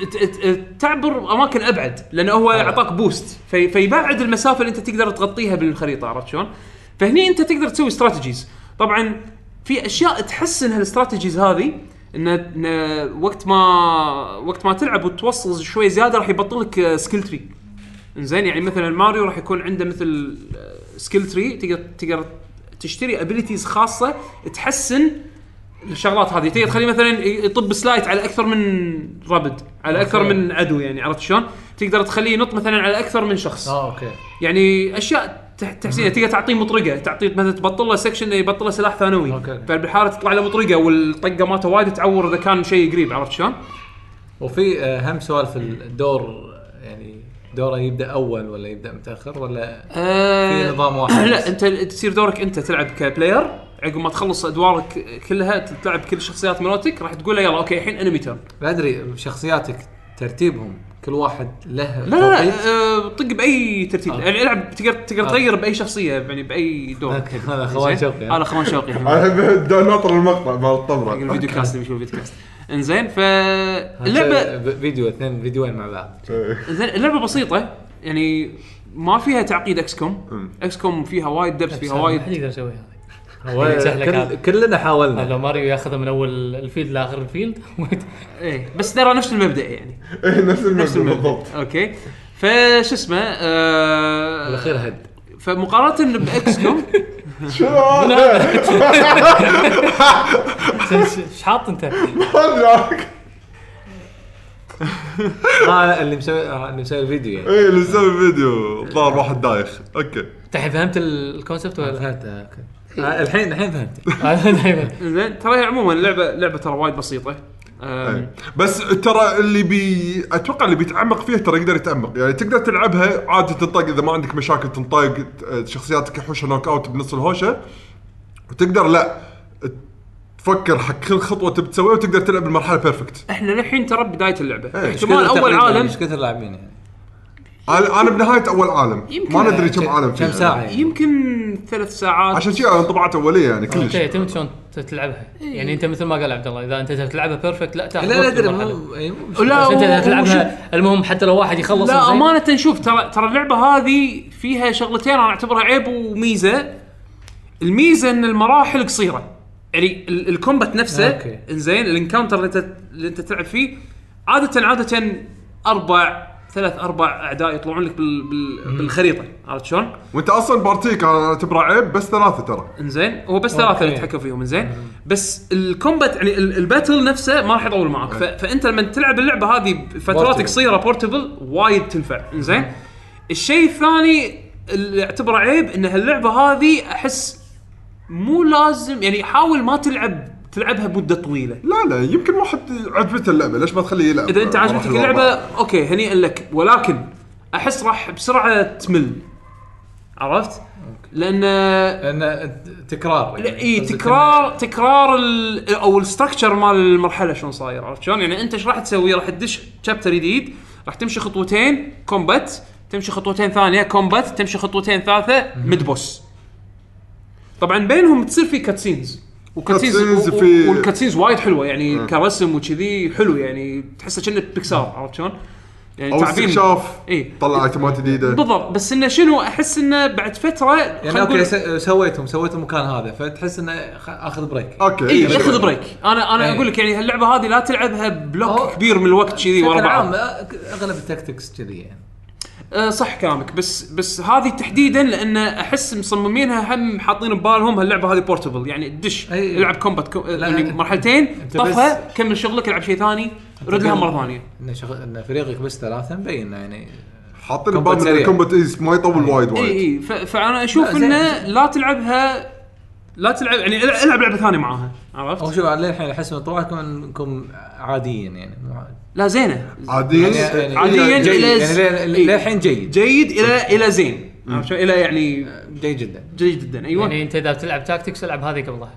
تعبر اماكن ابعد لانه هو يعطاك بوست في فيبعد المسافه اللي انت تقدر تغطيها بالخريطه. عرفت شلون؟ فهني انت تقدر تسوي استراتيجيز. طبعا في اشياء تحسن هالاستراتيجيز هذه ان وقت ما وقت ما تلعب وتوصل شوي زياده راح يبطل لك سكيل تري. انزين يعني مثلا ماريو راح يكون عنده مثل سكيل تري تقدر تقدر تشتري ابيليتيز خاصه تحسن الشغلات هذه. تقدر تخليه مثلا يطب سلايت على اكثر من رابد على اكثر من عدو يعني. عرفت شلون؟ تقدر تخليه ينط مثلا على اكثر من شخص. اه اوكي يعني اشياء تحسينها. تقدر تعطيه مطرقه تعطيه مثلا تبطل له سكشن يبطل له سلاح ثانوي فبالحاله تطلع له مطرقه والطقه ماته وايد تعور اذا كان شيء قريب. عرفت شلون؟ وفي هم سوالف الدور يعني دوره يبدا اول ولا يبدا متاخر ولا أه في نظام واحد؟ لا انت تصير دورك انت تلعب كبلاير عقب ما تخلص ادوارك كلها تلعب كل الشخصيات مالتك راح تقول له يلا اوكي الحين انمي تيرن. لا ادري شخصياتك ترتيبهم كل واحد له لا لا, لا أه طق باي ترتيب آه. يعني العب تقدر تقدر تغير آه. باي شخصيه يعني باي دور. هذا خوان شوقي هذا خوان شوقي احب ناطر المقطع مال الطبره الفيديو كاست نشوف الفيديو كاست. انزين فاللعبه فيديو اثنين فيديوين مع بعض. انزين اللعبه بسيطه يعني ما فيها تعقيد اكس كوم. اكس كوم فيها وايد دبس فيها وايد يقدر يسوي هذا هو كل كلنا حاولنا لو ماريو ياخذه من اول الفيلد لاخر الفيلد. ايه بس ترى نفس المبدا يعني ايه نفس المبدا بالضبط. اوكي فش اسمه آه بالاخير هد. فمقارنه باكس كوم شو ايش حاط انت؟ اه اللي مسوي اللي مسوي الفيديو يعني. ايه اللي مسوي الفيديو ضار واحد دايخ. اوكي انت فهمت الكونسبت ولا فهمت؟ اوكي الحين الحين فهمت. زين ترى عموما اللعبه لعبه ترى وايد بسيطه. بس ترى اللي بي اتوقع اللي بيتعمق فيها ترى يقدر يتعمق يعني تقدر تلعبها عادي تنطق اذا ما عندك مشاكل تنطق شخصياتك يحوشها نوك اوت بنص الهوشه وتقدر لا تفكر حق كل خطوه تبي تسويها وتقدر تلعب المرحله بيرفكت. احنا الحين ترى بدايه اللعبه ايه. احتمال اول عالم ايش كثر لاعبين يعني انا انا بنهايه اول عالم ما ندري كم عالم كم ساعه يعني. يمكن ثلاث ساعات عشان شيء انطباعات اوليه يعني كلش اوكي تم شلون تلعبها يعني انت مثل ما قال عبد الله اذا انت تلعبها بيرفكت لا تاخذ لا لا لا انت تلعبها المهم حتى لو واحد يخلص لا امانه نشوف ترى ترى اللعبه هذه فيها شغلتين انا اعتبرها عيب وميزه. الميزه ان المراحل قصيره يعني الكومبات نفسه انزين الانكاونتر اللي انت اللي انت تلعب فيه عاده عاده اربع ثلاث اربع اعداء يطلعون لك بال... بال... بالخريطه عرفت شلون وانت اصلا بارتيك انا اعتبره عيب بس ثلاثه ترى انزين هو بس ثلاثه اللي تحكم فيهم انزين بس الكومبات يعني الباتل نفسه ما راح يطول معك ف... فانت لما تلعب اللعبه هذه بفترات قصيره بورتبل وايد تنفع انزين. الشيء الثاني اللي اعتبره عيب ان هاللعبه هذه احس مو لازم يعني حاول ما تلعب تلعبها مده طويله. لا لا يمكن واحد عجبته اللعبه ليش ما تخليه يلعب اذا انت عجبتك اللعبه اوكي هنيئا لك ولكن احس راح بسرعه تمل عرفت لان لان تكرار يعني اي تكرار تكرار او الستراكشر مال المرحله شلون صاير عرفت شلون يعني انت ايش راح تسوي راح تدش شابتر جديد راح تمشي خطوتين كومبات تمشي خطوتين ثانيه كومبات تمشي خطوتين ثالثه ميد بوس طبعا بينهم تصير في كاتسينز وكاتسينز في... والكاتسينز وايد حلوه يعني م. كرسم وكذي حلو يعني تحسه كأنه بيكسار عرفت شلون يعني او استكشاف ايه طلع ايتمات جديده بالضبط بس انه شنو احس انه بعد فتره يعني اوكي نقول... سويتهم سويت المكان هذا فتحس انه اخذ بريك اوكي اي اخذ بريك انا انا ايه. اقول لك يعني هاللعبه هذه لا تلعبها بلوك كبير من الوقت كذي ورا بعض اغلب التكتكس كذي يعني أه صح كلامك بس بس هذه تحديدا لان احس مصممينها هم حاطين ببالهم هاللعبه هذه بورتبل يعني دش العب كومبات كو... يعني مرحلتين طفها كمل شغلك العب شيء ثاني رد لها مره ثانيه ان شغل ان فريقك بس ثلاثه مبين يعني حاطين ببالهم الكومبات ايز ما يطول وايد وايد اي اي ف... فانا اشوف انه لا تلعبها لا تلعب يعني العب لعبه ثانيه معاها عرفت او شوف على الحين احس ان طلعكم انكم عاديين يعني لا زينه عاديين يعني عاديين يعني للحين جيد جيد الى الى زين عرفت الى يعني جيد جدا جيد جدا ايوه يعني انت اذا بتلعب تاكتكس العب هذه قبلها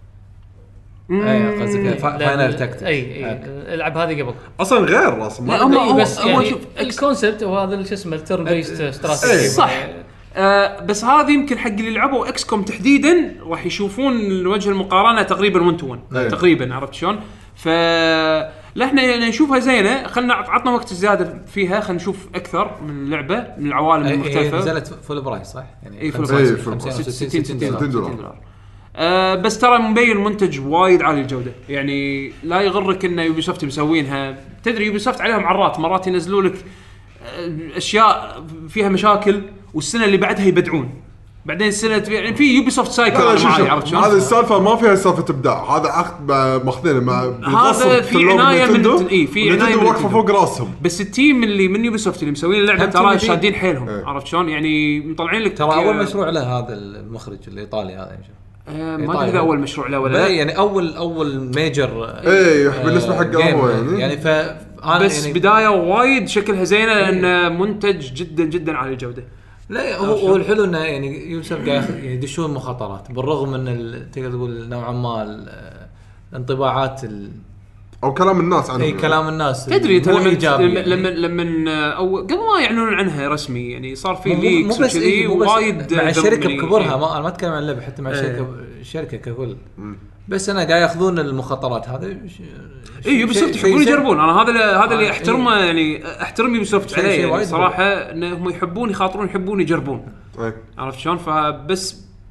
اي قصدك فاينل تاكتكس اي اي العب هذه قبل اصلا غير اصلا ما بس يعني شوف الكونسبت وهذا شو اسمه التيرن بيست استراتيجي صح آه بس هذا يمكن حق اللي لعبوا اكس كوم تحديدا راح يشوفون وجه المقارنه تقريبا واحد تو واحد تقريبا عرفت شلون ف لا احنا نشوفها زينه خلنا عطنا وقت زياده فيها خلينا نشوف اكثر من اللعبه من العوالم المختلفه نزلت فول برايس صح يعني اي فول برايس ستين دولار أه بس ترى مبين منتج وايد عالي الجوده يعني لا يغرك ان يوبيسوفت مسوينها تدري يوبيسوفت عليهم عرات مرات ينزلوا لك اشياء فيها مشاكل والسنه اللي بعدها يبدعون بعدين سنه يعني في يوبيسوفت سايكل هذا السالفه ما فيها سالفه ابداع هذا عقد ماخذينه مع هذا في عنايه من اي في عنايه واقفه فوق راسهم بس التيم اللي من يوبيسوفت اللي مسوين اللعبه ترى شادين حيلهم ايه. عرفت شلون يعني مطلعين لك ترى اول مشروع له هذا المخرج الايطالي هذا آه ما ادري اذا اول مشروع له ولا يعني اول اول ميجر ايه آه بالنسبه حقه هو يعني يعني ف بس يعني بدايه وايد شكلها زينه لان منتج جدا جدا عالي الجوده لا هو هو الحلو انه يعني يوسف قاعد يدشون مخاطرات بالرغم من تقدر تقول نوعا ما الانطباعات او كلام الناس عنه اي كلام الناس تدري لما لما لما او قبل ما يعلنون عنها رسمي يعني صار في ليكس وكذي وايد مع الشركه بكبرها ما انا ما اتكلم عن اللعبه حتى مع الشركه الشركه ككل بس انا قاعد ياخذون المخاطرات هذا اي يوبيسوفت يحبون يجربون انا هذا هذا اللي احترمه يعني احترم يوبيسوفت عليه يعني صراحه انهم يحبون يخاطرون يحبون يجربون عرفت شلون فبس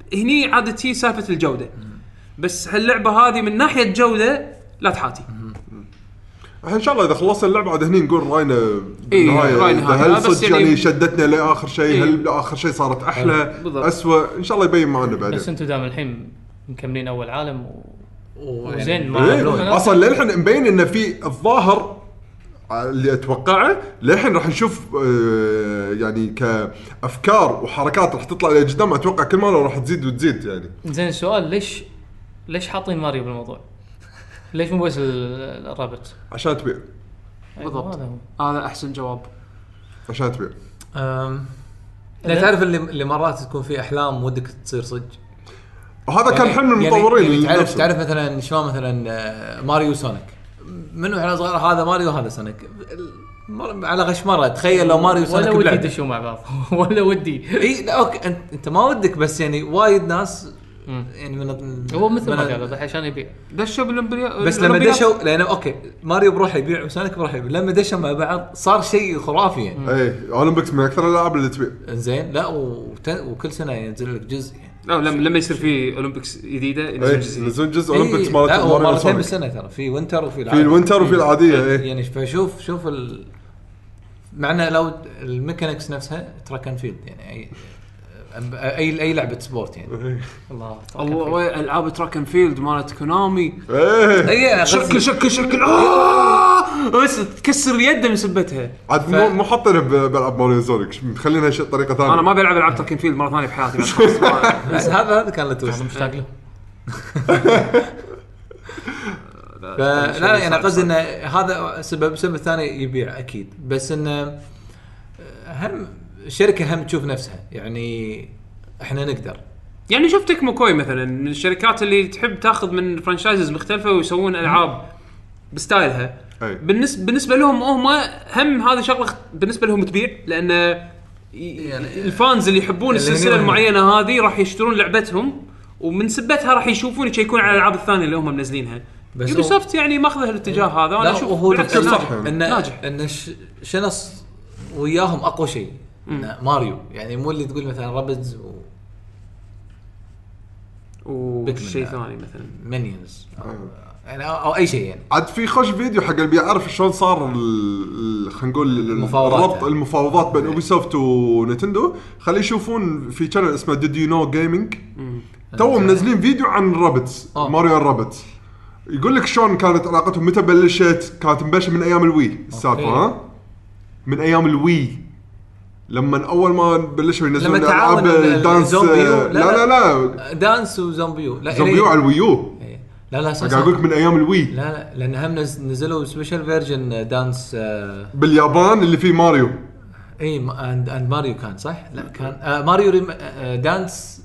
هني عادتي سالفه الجوده. بس هاللعبه هذه من ناحيه جوده لا تحاتي. ان شاء الله اذا خلصنا اللعبه عاد هني نقول راينا بالنهايه. إيه هل صدق يعني, يعني شدتنا لاخر شيء؟ إيه هل اخر شيء صارت احلى اسوء؟ ان شاء الله يبين معنا بعدين. بس انتم دام الحين مكملين اول عالم و... وزين ما إيه؟ اصلا للحين مبين انه في الظاهر اللي اتوقعه للحين راح نشوف آه يعني كافكار وحركات راح تطلع لقدام. اتوقع كل مره راح تزيد وتزيد يعني. زين سؤال، ليش ليش حاطين ماريو بالموضوع؟ ليش مو بس الرابط؟ عشان تبيع. بالضبط هذا احسن جواب. عشان تبيع. امم لا تعرف اللي, اللي مرات تكون في احلام ودك تصير صدق. وهذا كان حلم المطورين. يعني يعني تعرف تعرف مثلا شلون مثلا ماريو سونيك منو احنا صغار هذا ماريو هذا سونيك على غشمره. تخيل لو ماريو سونيك ولا ودي دشوا مع بعض ولا ودي اي لا اوكي انت, انت ما ودك بس يعني وايد ناس يعني من هو مثل ما قال هذا عشان يبيع دشوا بالامبريا. بس لما دشوا لانه اوكي ماريو بروح يبيع وسونيك بروح يبيع. لما دشوا مع بعض صار شيء خرافي يعني. اي اولمبيكس من اكثر الالعاب اللي تبيع. زين لا وتن... وكل سنه ينزل لك جزء يعني. لا لما لما يصير في اولمبيكس جديده ينزل جزء ينزل جزء اولمبيكس مالت ماريو مرتين بالسنه ترى. في وينتر وفي العاديه. في الوينتر وفي العاديه اي يعني. فشوف شوف ال... معنى لو الميكانكس نفسها تراك اند فيلد يعني اي اي اي لعبه سبورت يعني. الله الله العاب تراك اند فيلد مالت كونامي. ايه شكل شكل شكل اه بس تكسر يده من سبتها. عاد ف... مو حاطينه بلعب ماريو سونيك مخلينها شيء طريقه ثانيه. انا ما بلعب العاب تراك اند فيلد مره ثانيه بحياتي. بس هذا هذا كان له توست مشتاق له. لا لا انا قصدي ان هذا سبب السبب الثاني يبيع اكيد. بس انه هم الشركه هم تشوف نفسها يعني احنا نقدر يعني. شوف تكمو كوي مثلا من الشركات اللي تحب تاخذ من فرانشايزز مختلفه ويسوون العاب بستايلها. بالنسبه بالنسبه لهم هم هم هذه شغله بالنسبه لهم تبيع لان يعني الفانز اللي يحبون السلسله المعينه هذه راح يشترون لعبتهم ومن سبتها راح يشوفون يشيكون على الالعاب الثانيه اللي هم منزلينها. يوبيسوفت يعني ماخذه الاتجاه هذا وانا اشوف صح ناجح ان شنص وياهم اقوى شيء ماريو يعني. مو اللي تقول مثلا رابدز و وشيء ثاني مثلا مينيونز أو يعني او اي شيء يعني. عاد في خوش فيديو حق اللي بيعرف شلون صار خلينا نقول المفاوضات المفاوضات بين اوبيسوفت ونينتندو. خلي يشوفون في شانل اسمه ديد يو نو جيمنج تو منزلين فيديو عن رابدز ماريو الرابدز. يقول لك شلون كانت علاقتهم متى بلشت. كانت مبلشه من ايام الوي السالفه ها من ايام الوي لما اول ما بلشوا ينزلون العاب دانس. لا لا لا دانس وزومبيو. لا زومبيو على الويو. لا لا صح اقول لك من ايام الوي. لا لا لان هم نزلوا سبيشال فيرجن دانس باليابان اللي فيه ماريو. اي اند اند ماريو كان صح. لا كان آه ماريو ريم آه دانس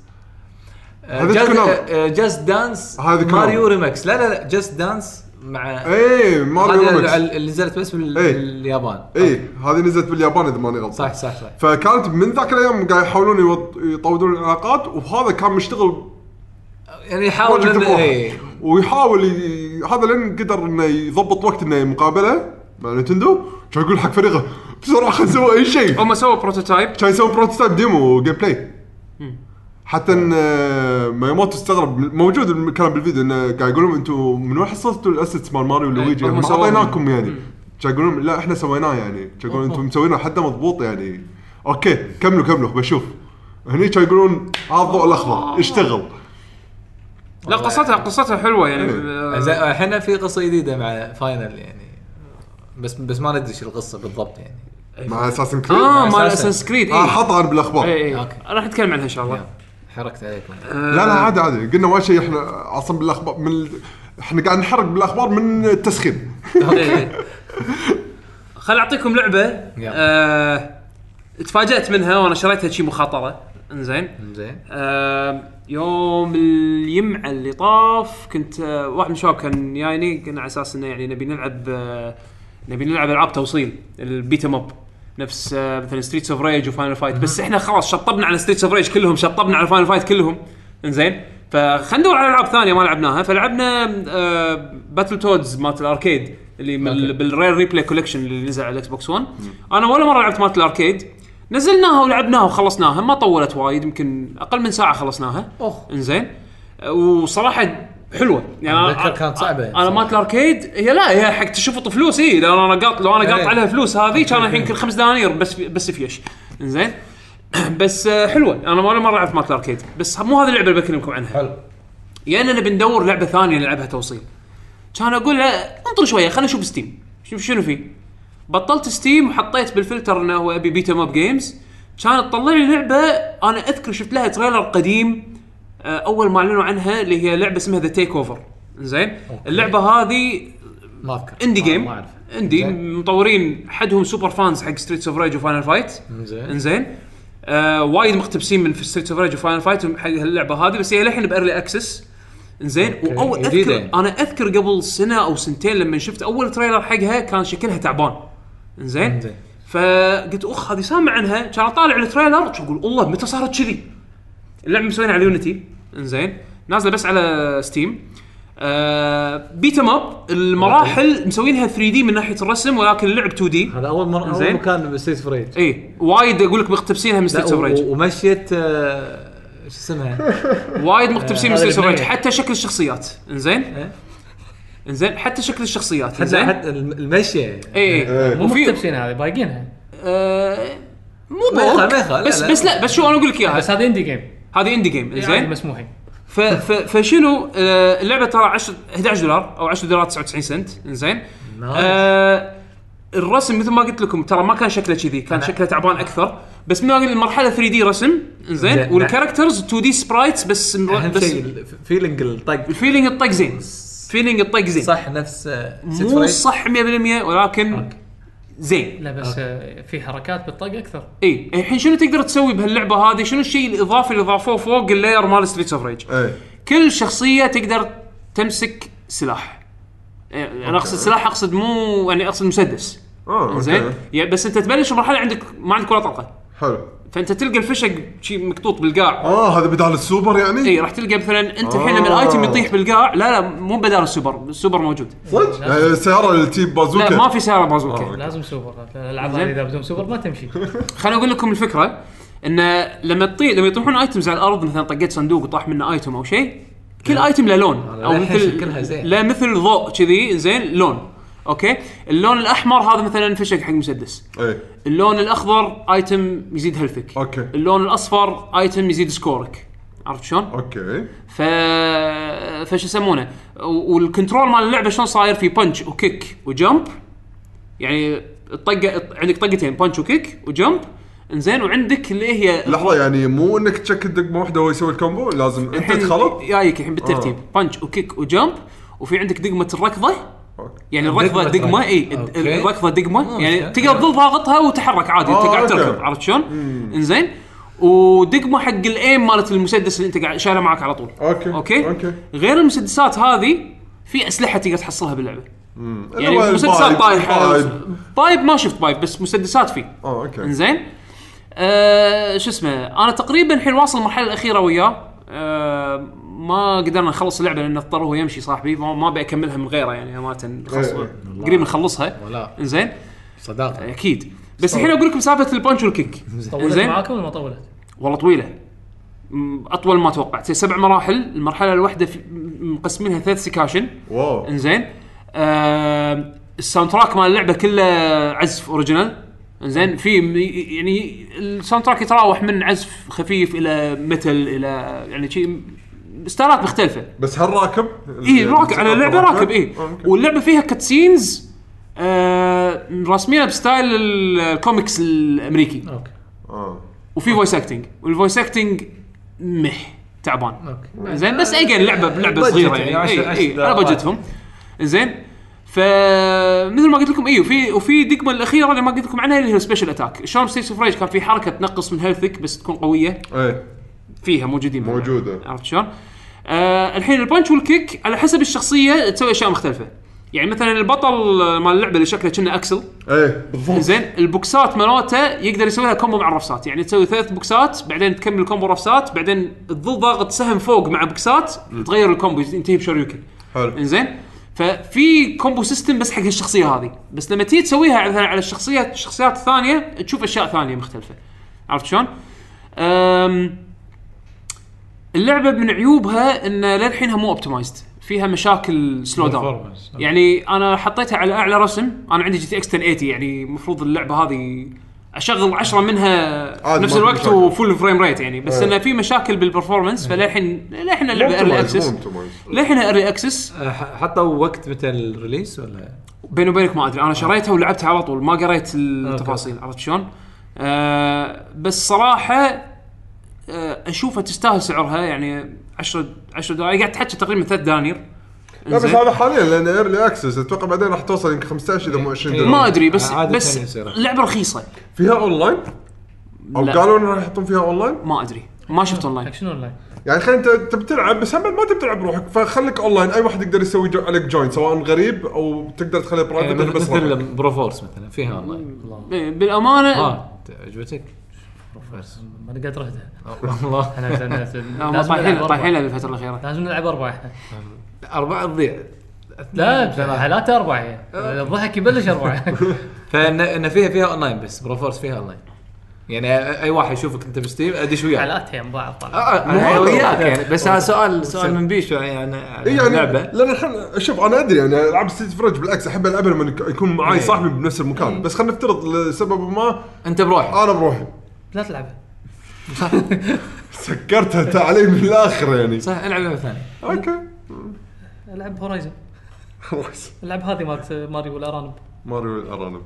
جاست دانس ماريو ريمكس. لا لا لا جاست دانس مع ايه ماريو ريمكس اللي نزلت بس باليابان. ايه هذه نزلت باليابان اذا ماني غلط. صح صح صح. فكانت من ذاك الايام قاعد يحاولون يطودون العلاقات وهذا كان مشتغل يعني يحاول ايه ويحاول ي... هذا لين قدر انه يضبط وقت انه مقابله مع نينتندو. كان يقول حق فريقه بسرعه خلينا نسوي اي شيء. هم سووا بروتوتايب. كان يسوي بروتوتايب ديمو جيم بلاي. حتى ان ما يموت استغرب موجود الكلام بالفيديو انه قاعد يقولون انتم من وين حصلتوا الاسيتس مال ماريو ولويجي ما اعطيناكم يعني. كان يقولون لا احنا سويناه يعني. كان يقولون انتم مسوينه حتى مضبوط يعني. اوكي كملوا كملوا بشوف هني. كان يقولون هذا الضوء الاخضر اشتغل. لا قصتها قصتها حلوه يعني. احنا في قصه جديده مع فاينل يعني بس بس ما ندري ايش القصه بالضبط يعني. مع اساسن كريد. اه مع اساسن كريد. اه حطها بالاخبار. اي اي راح نتكلم عنها ان شاء الله. حركت عليكم. لا لا عادي عادي قلنا ما شيء. احنا اصلا بالاخبار من احنا قاعد نحرق بالاخبار من التسخين. خل اعطيكم لعبه آه... تفاجأت منها وانا شريتها شيء مخاطره. انزين انزين آه... يوم اليمعة اللي طاف كنت آه... واحد من الشباب كان يعني كنا على اساس انه يعني نبي نلعب آه... نبي نلعب العاب توصيل البيت ام اب نفس آه... مثلا ستريتس اوف ريج وفاينل فايت. بس احنا خلاص شطبنا على ستريتس اوف ريج كلهم شطبنا على فاينل فايت كلهم. انزين فخلينا ندور على العاب ثانيه ما لعبناها. فلعبنا آه... باتل تودز مالت الاركيد اللي بالرير ريبلاي كولكشن اللي نزل على الاكس بوكس ون. انا ولا مره لعبت مالت الاركيد نزلناها ولعبناها وخلصناها، ما طولت وايد، يمكن اقل من ساعه خلصناها. انزين وصراحه حلوه يعني. أنا كانت صعبه انا مات الاركيد هي لا هي حق تشوف فلوس. اي لو انا قاط لو انا قاط عليها فلوس هذه كان الحين كل خمس دنانير بس بس فيش. انزين بس حلوه. انا ما مره لعبت مات الاركيد بس مو هذه اللعبه اللي بكلمكم عنها. حلو يعني انا بندور لعبه ثانيه نلعبها توصيل. كان اقول له انطر شويه خلينا نشوف ستيم شوف شنو فيه. بطلت ستيم وحطيت بالفلتر انه هو ابي بيتا موب جيمز. كانت تطلع لي لعبه انا اذكر شفت لها تريلر قديم اول ما اعلنوا عنها اللي هي لعبه اسمها ذا تيك اوفر. زين اللعبه هذه ما اذكر اندي جيم ما اندي مطورين حدهم سوبر فانز حق ستريتس اوف ريج وفاينل فايت. انزين آه وايد مقتبسين من ستريتس اوف ريج وفاينل فايت حق اللعبه هذه بس هي الحين بارلي اكسس. انزين واول اذكر انا اذكر قبل سنه او سنتين لما شفت اول تريلر حقها كان شكلها تعبان. انزين فقلت اخ هذه سامع عنها. كان طالع التريلر اقول الله متى صارت كذي. اللعبه مسوينها على يونيتي. انزين نازله بس على ستيم. آه بيتا ماب المراحل مسوينها ثري دي من ناحيه الرسم ولكن اللعب تو دي. هذا اول مره اول مكان بستريت فريج. اي وايد اقول لك مقتبسينها من ستريت فريج ومشيت آه شو اسمها وايد مقتبسين من ستريت فريج حتى شكل الشخصيات. انزين انزين حتى شكل الشخصيات. انزين حتى المشيه اي مو مقتبسين هذه بايقينها. آه مو ما بس بس لا بس شو انا اقول لك اياها بس هذه اندي جيم. هذه اندي جيم. انزين مسموحين. ف فشنو آه اللعبه ترى عشرة إحدى عشر دولار او عشرة دولار تسعة وتسعين سنت. انزين آه الرسم مثل ما قلت لكم ترى ما كان شكله كذي كان شكله تعبان اكثر بس من المرحله ثري دي رسم. انزين والكاركترز تو دي سبرايتس بس بس فيلينج الطق الفيلينج الطق زين فيلينج الطق زين صح نفس مو صح مية بالمية ولكن أوكي. زين لا بس أوكي. في حركات بالطق اكثر. اي الحين شنو تقدر تسوي بهاللعبه هذه؟ شنو الشيء الاضافي اللي ضافوه فوق اللاير مال ستريتس اوف ريج؟ كل شخصيه تقدر تمسك سلاح. انا اقصد سلاح اقصد مو يعني اقصد مسدس. اه زين يعني بس انت تبلش مرحله عندك ما عندك ولا طلقه. حلو فانت تلقى الفشق شيء مقطوط بالقاع. اه هذا بدال السوبر يعني. اي راح تلقى مثلا انت الحين لما آه. الايتم يطيح بالقاع لا لا مو بدال السوبر السوبر موجود صدق. السياره التيب بازوكا لا ما في سياره بازوكا. آه. لازم سوبر. الالعاب هذه اذا بدون سوبر ما تمشي. خليني اقول لكم الفكره ان لما تطيح لما يطيحون ايتمز على الارض مثلا طقيت صندوق وطاح منه ايتم او شيء كل ايتم له لون او مثل لا مثل ضوء كذي. زين لون اوكي. اللون الاحمر هذا مثلا فشق حق مسدس. اي اللون الاخضر ايتم يزيد هيلثك. اوكي. اللون الاصفر ايتم يزيد سكورك. عرفت شلون؟ اوكي. ف فش يسمونه والكنترول مال اللعبه شلون صاير في بانش وكيك وجمب. يعني الطقه عندك طقتين بانش وكيك وجمب. انزين وعندك اللي هي لحظه يعني مو انك تشكل دقمه واحده وهو يسوي الكومبو لازم انت تخلط جايك الحين بالترتيب. آه. بانش وكيك وجمب وفي عندك دقمه الركضه. يعني الركضه دقمه اي الركضه دقمه يعني تقدر تضغط ضاغطها وتحرك عادي انت قاعد تركض. عرفت شلون؟ انزين ودقمه حق الايم مالت المسدس اللي انت قاعد شايله معك على طول. أوكي. اوكي اوكي. غير المسدسات هذه في اسلحه تقدر تحصلها باللعبه. يعني مسدسات طايحه بايب ما شفت بايب بس مسدسات فيه. اه اوكي. انزين آه شو اسمه انا تقريبا الحين واصل المرحله الاخيره وياه. آه ما قدرنا نخلص اللعبه لان اضطر هو يمشي صاحبي ما ابي اكملها من غيره يعني امانه خلص قريب نخلصها. انزين صداقه اكيد بس الحين اقول لكم سالفه البانش والكيك. طولت معاكم ولا ما طولت؟ والله طويله اطول ما توقعت. سبع مراحل المرحله الواحده مقسمينها ثلاث سكاشن. واو. انزين آه الساوند تراك مال اللعبه كله عزف اوريجينال. انزين في يعني الساوند تراك يتراوح من عزف خفيف الى ميتال الى يعني شيء ستايلات مختلفه. بس هل راكب؟ اي راكب على اللعبه راكب اي. واللعبه فيها كاتسينز آه رسميه بستايل الكوميكس الامريكي. اوكي. اه وفي فويس اكتنج والفويس اكتنج مح تعبان. اوكي زين بس اجين لعبه لعبه صغيره يعني اي اي على بجتهم. زين فمثل ما قلت لكم اي وفي وفي دقمه الاخيره اللي ما قلت لكم عنها اللي هي سبيشل اتاك. شلون ستيس اوف ريج كان في حركه تنقص من هيلثك بس تكون قويه. ايه فيها موجودين موجوده. عرفت شلون؟ آه الحين البانش والكيك على حسب الشخصيه تسوي اشياء مختلفه. يعني مثلا البطل مال اللعبه اللي شكله كأنه اكسل. ايه بالضبط. زين البوكسات مالته يقدر يسوي لها كومبو مع الرفسات. يعني تسوي ثلاث بوكسات بعدين تكمل كومبو رفسات بعدين تظل ضاغط سهم فوق مع بوكسات تغير الكومبو ينتهي بشوريوكن. حلو. انزين ففي كومبو سيستم بس حق الشخصيه هذه. بس لما تيجي تسويها مثلا على الشخصيات الشخصيات الثانيه تشوف اشياء ثانيه مختلفه. عرفت شلون؟ اللعبه من عيوبها ان للحينها مو اوبتمايزد، فيها مشاكل سلو داون. يعني انا حطيتها على اعلى رسم، انا عندي جي تي اكس عشرة ثمانين، يعني المفروض اللعبه هذه اشغل عشرة منها نفس الوقت وفول فريم ريت يعني، بس انه في مشاكل بالبرفورمانس. فللحين للحين اللعبه ايرلي اكسس، للحين ايرلي اكسس. حطوا وقت متى الريليس ولا بيني وبينك ما ادري، انا شريتها ولعبتها على طول، ما قريت التفاصيل. عرفت شلون؟ آه بس صراحه آه اشوفها تستاهل سعرها، يعني عشرة عشرة دولار قاعد تحكي تقريبا ثلاثة دنانير. لا بس هذا حاليا لان ايرلي اكسس، اتوقع بعدين راح توصل يمكن خمسة عشر اذا مو عشرين دولار. ما ادري بس بس لعبه رخيصه. فيها اونلاين او قالوا انه راح يحطون فيها اونلاين؟ ما ادري، ما شفت اونلاين. شنو اونلاين يعني خلينا انت تبي تلعب بس هم ما تبي تلعب بروحك، فخليك اونلاين، اي واحد يقدر يسوي جو عليك جوين سواء غريب او تقدر تخليه برايفت. يعني بس مثل برو فورس مثلا فيها اونلاين. بالامانه اه عجبتك ما نقدر رهدها والله. انا لازم طايحين طايحين بالفتره الاخيره، لازم نلعب اربعه احنا. اربعه تضيع. لا حالات اربعه الضحك يبلش اربعه. فان ان فيها فيها اونلاين، بس برو فورس فيها اونلاين. يعني اي واحد يشوفك انت بستيم ادش وياك حالات هي مباعض طبعا. اه وياك يعني. بس هذا سؤال سؤال من بيشو يعني يعني لعبه. لان الحين شوف انا ادري يعني العاب ستيج فريج بالعكس احب العبها لما يكون معي صاحبي بنفس المكان، بس خلينا نفترض لسبب ما انت بروحك انا بروحي لا تلعبها. سكرتها تعليم من الاخر يعني. صح العب لعبه ثانيه. اوكي العب هورايزن. العب هذه مالت ماريو والارانب. ماريو والارانب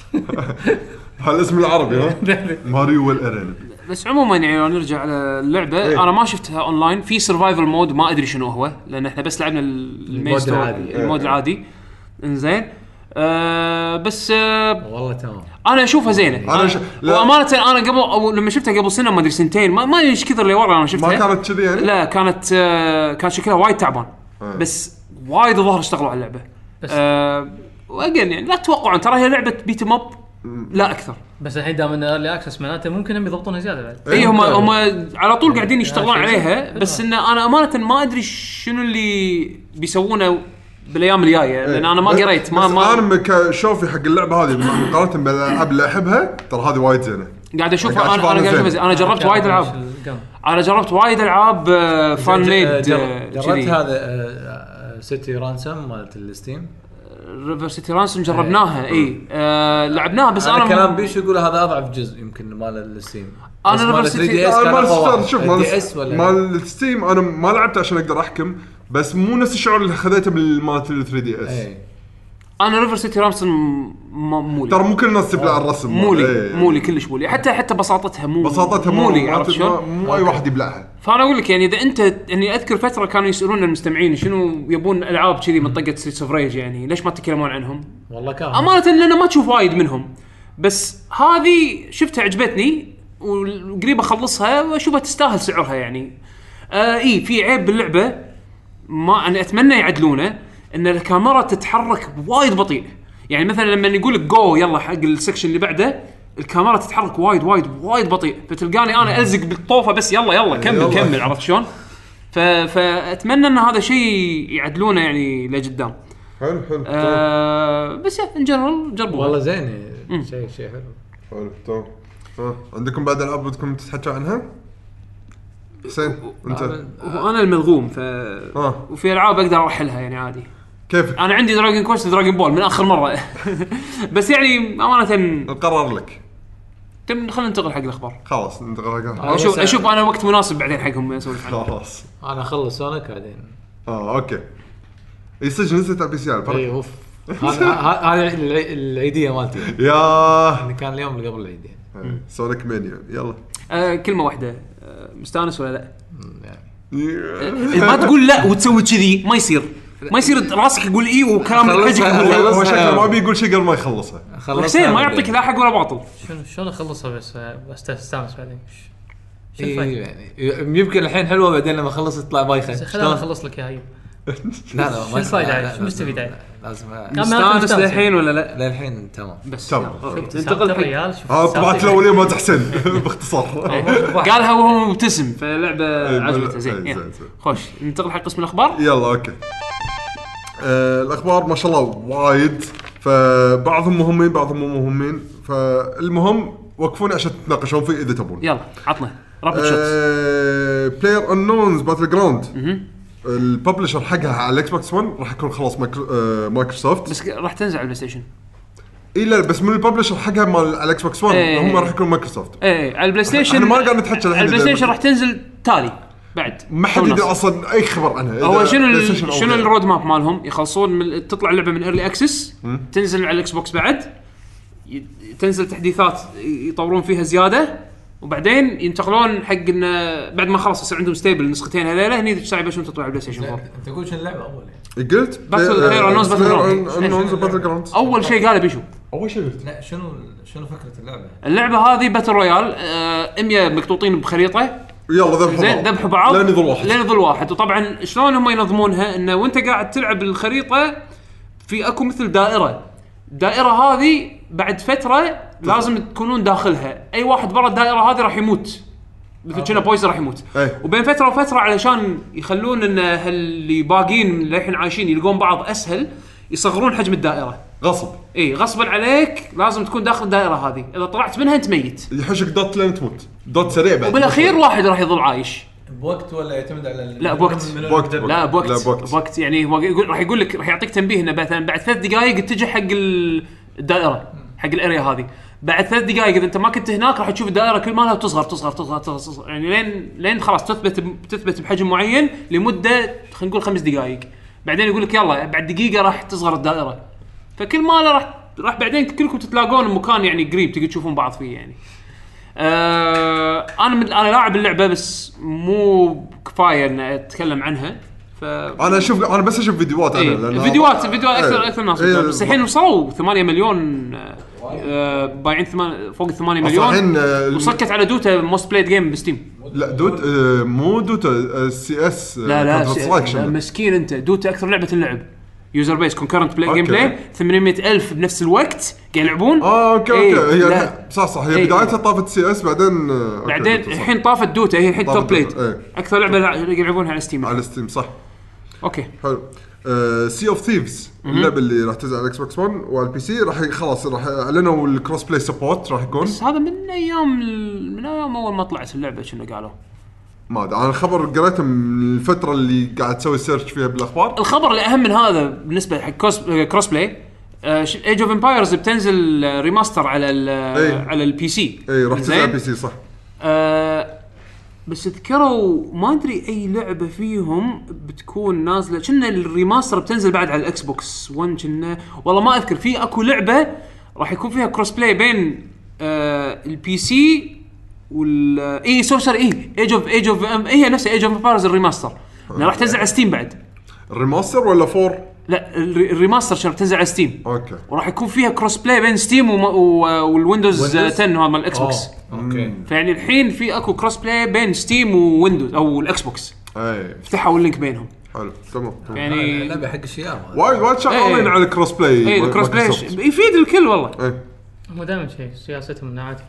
هذا اسم العربي ها. ماريو والارانب. بس عموما يعني لو نرجع على اللعبه ايه؟ انا ما شفتها اونلاين. في سرفايفل مود ما ادري شنو هو، لان احنا بس لعبنا المود العادي المود ايه. العادي انزين. أه بس أه والله تمام انا اشوفها زينه. انا ش... وامانه انا قبل أو لما شفتها قبل سنه ما ادري سنتين ما ما ايش كثر اللي ورا انا شفتها ما كانت كذي يعني. لا كانت أه كان شكلها وايد تعبان اه. بس وايد ظهر اشتغلوا على اللعبه. أه واجن يعني لا تتوقعون ترى هي لعبه بيت اب لا اكثر. بس الحين دام انه ايرلي اكسس معناته ممكن هم يضبطونها زياده بعد. اي هم هم على طول قاعدين يشتغلون عليها، بس ان انا امانه ما ادري شنو اللي بيسوونه بالايام الجايه، لان انا ما قريت ما ما انا كشوفي حق اللعبه هذه مقارنه بالالعاب اللي احبها ترى هذه وايد زينه. قاعد اشوف انا انا قاعد اشوف انا جربت وايد العاب انا جربت وايد العاب فان ميد. جربت هذا سيتي رانسم مالت الستيم، ريفر سيتي رانسم جربناها. اي آه لعبناها بس انا, أنا كلام بيش يقول هذا اضعف جزء يمكن مال الستيم. انا ريفر سيتي مال شوف مال الستيم انا ما لعبت عشان اقدر احكم، بس مو نفس الشعور اللي خذيته بالمال ثري دي اس. اي انا ريفر سيتي رانسم مولي ترى ممكن الناس تبلع الرسم مولي ايه. مولي كلش مولي، حتى حتى بساطتها مو بساطتها مولي، عرفت شلون؟ مو اي واحد يبلعها. فانا اقول لك يعني اذا انت يعني اذكر فتره كانوا يسالون المستمعين شنو يبون العاب كذي من طقه ستريت اوف ريج، يعني ليش ما تتكلمون عنهم؟ والله كان امانه ان انا ما تشوف وايد منهم، بس هذه شفتها عجبتني وقريب اخلصها واشوفها تستاهل سعرها يعني. آه اي في عيب باللعبه ما انا اتمنى يعدلونه، ان الكاميرا تتحرك وايد بطيء. يعني مثلا لما يقول لك جو يلا حق السكشن اللي بعده الكاميرا تتحرك وايد وايد وايد بطيء، فتلقاني انا الزق بالطوفه بس يلا يلا كمل يلا. كمل عرفت شلون؟ فاتمنى ان هذا شيء يعدلونه يعني لقدام. حلو حلو آه بس ان جنرال جربوا والله زين شيء شيء حلو حلو تمام. ها عندكم بعد العاب بدكم تتحكوا عنها؟ حسين انت وانا الملغوم ف آه. وفي العاب اقدر ارحلها يعني عادي. كيف انا عندي دراجون كويست دراجون بول من اخر مره بس يعني امانه القرار لك. تم خلينا ننتقل حق الاخبار. خلاص ننتقل حق الاخبار. اشوف اشوف انا وقت مناسب بعدين حقهم اسولف عنه. خلاص انا اخلص سونيك بعدين. اه اوكي يسجل نزلت على البي سي الفرق. اي اوف هذا العيديه مالتي يا كان اليوم اللي قبل العيد يعني سونيك مانيا. يلا آه كلمه واحده آه مستانس ولا لا يعني ما تقول لا وتسوي كذي ما يصير ما يصير راسك يقول اي وكلام الحجك يقول لا. هو شكله ما بيقول شيء قبل ما يخلصها. حسين ما يعطيك لا حق ولا باطل. شلون شلون اخلصها بس استانس بعدين اي يعني يمكن الحين حلوه بعدين لما اخلص يطلع بايخه. خليني اخلص لك يا هاي. لا لا ما الفايده شو مستفيد لازم مستانس للحين ولا لا للحين تمام بس تمام. ننتقل ريال. اه طبعا الاوليه ما تحسن باختصار قالها وهو مبتسم فلعبه عجبته زين. خوش ننتقل حق قسم الاخبار. يلا اوكي. آه الاخبار ما شاء الله وايد، فبعضهم مهمين بعضهم مو مهمين. فالمهم وقفوني عشان تتناقشون فيه اذا تبون. يلا عطنا رابط شوت. بلاير انونز باتل جراوند الببلشر حقها على الاكس بوكس ون راح يكون خلاص مايكرو... آه... مايكروسوفت، بس راح تنزل على البلاي ستيشن. اي لا بس من الببلشر حقها مال على الاكس بوكس ون ايه هم راح يكون مايكروسوفت. ايه على البلاي ستيشن احنا ما قاعد نتحكي على البلاي ستيشن راح تنزل تالي بعد ما حد يدري اصلا اي خبر عنها. هو شنو ال... شنو الرود ماب مالهم يخلصون من... تطلع اللعبه من ايرلي اكسس تنزل على الاكس بوكس بعد ي... تنزل تحديثات يطورون فيها زياده وبعدين ينتقلون حق انه بعد ما خلص يصير عندهم ستيبل نسختين هذيلا هني تشتغل بشون تطلع على البلاي ستيشن فور. انت تقول شنو اللعبه اول يعني قلت باتل انونس باتل جراوند اول شيء قاله بيشو اول شيء قلت لا شنو شنو فكره اللعبه اللعبه هذه باتل رويال آه مية مقطوطين بخريطه يلا ذبحوا زين ذبحوا بعض لين يظل واحد لين يظل واحد وطبعا شلون هم ينظمونها انه وانت قاعد تلعب الخريطه في اكو مثل دائره الدائره هذه بعد فتره لازم تكونون داخلها اي واحد برا الدائره هذه راح يموت مثل كنا بويزر راح يموت أيه. وبين فتره وفتره علشان يخلون ان اللي باقين للحين عايشين يلقون بعض اسهل يصغرون حجم الدائره غصب. اي غصبا عليك لازم تكون داخل الدائره هذه اذا طلعت منها انت ميت يحشك دوت لين تموت دوت سريع بعد وبالاخير واحد راح يظل عايش بوقت ولا يعتمد على لا بوقت بوقت لا بوقت لا بوقت. بوقت يعني هو يقول راح يقول لك راح يعطيك تنبيه انه مثلا بعد ثلاث دقائق اتجه حق الدائره حق الاريا هذه بعد ثلاث دقائق اذا انت ما كنت هناك راح تشوف الدائره كل مالها تصغر تصغر تصغر, تصغر. يعني لين لين خلاص تثبت تثبت بحجم معين لمده خلينا نقول خمس دقائق بعدين يقول لك يلا بعد دقيقه راح تصغر الدائره فكل ماله راح راح بعدين كلكم تتلاقون بمكان يعني قريب تقدر تشوفون بعض فيه يعني. آه انا من انا لاعب اللعبه بس مو كفايه ان اتكلم عنها ف انا اشوف انا بس اشوف فيديوهات ايه انا فيديوهات فيديوهات اكثر ايه. اكثر ناس ايه. بس الحين وصلوا ثمانية مليون آه بايعين ثمان فوق ثمانية مليون وصكت على دوتا موست بلايد جيم بستيم. لا دوت آه مو دوتا سي اس لا لا, لا مسكين انت دوتا اكثر لعبه اللعب يوزر بيس كونكرنت بلاي جيم بلاي ثمانمية ألف بنفس الوقت قاعد يلعبون. اه اوكي ايه اوكي هي لا. صح صح هي ايه. بدايتها طافت سي اس بعدين بعدين الحين طافت دوتا هي الحين توب بلايد ايه. اكثر لعبه يلعبونها على ستيم على ستيم صح. اوكي حلو. سي اوف ثيفز اللعبه اللي راح تنزل على الاكس بوكس ون وعلى البي سي راح خلاص راح اعلنوا الكروس بلاي سبورت راح يكون بس هذا من ايام من ايام اول ما طلعت اللعبه شنو قالوا ما ادري انا الخبر قريته من الفتره اللي قاعد تسوي سيرش فيها بالاخبار. الخبر الاهم من هذا بالنسبه حق كروس بلاي ايج اوف امبايرز بتنزل ريماستر على ايه. على البي سي اي راح تنزل على البي سي صح. أه بس ذكروا ما ادري اي لعبه فيهم بتكون نازله كنا الريماستر بتنزل بعد على الاكس بوكس ون كنا والله ما اذكر في اكو لعبه راح يكون فيها كروس بلاي بين أه البي سي وال اي سوشر اي ايج اوف ايج اوف هي نفسها ايج اوف امبايرز الريماستر راح تنزل على ستيم بعد. الريماستر ولا فور؟ لا الريماستر شرط تنزل على ستيم. اوكي وراح يكون فيها كروس بلاي بين ستيم والويندوز عشرة هذا مال الاكس بوكس. اوكي فيعني الحين في اكو كروس بلاي بين ستيم وويندوز او الاكس بوكس. اي فتحوا اللينك بينهم. حلو تمام يعني اللعبه حق الشياب وايد وايد شغالين على الكروس بلاي. اي الكروس بلاي يفيد الكل والله. اي هم دائما شيء سياستهم انه عادي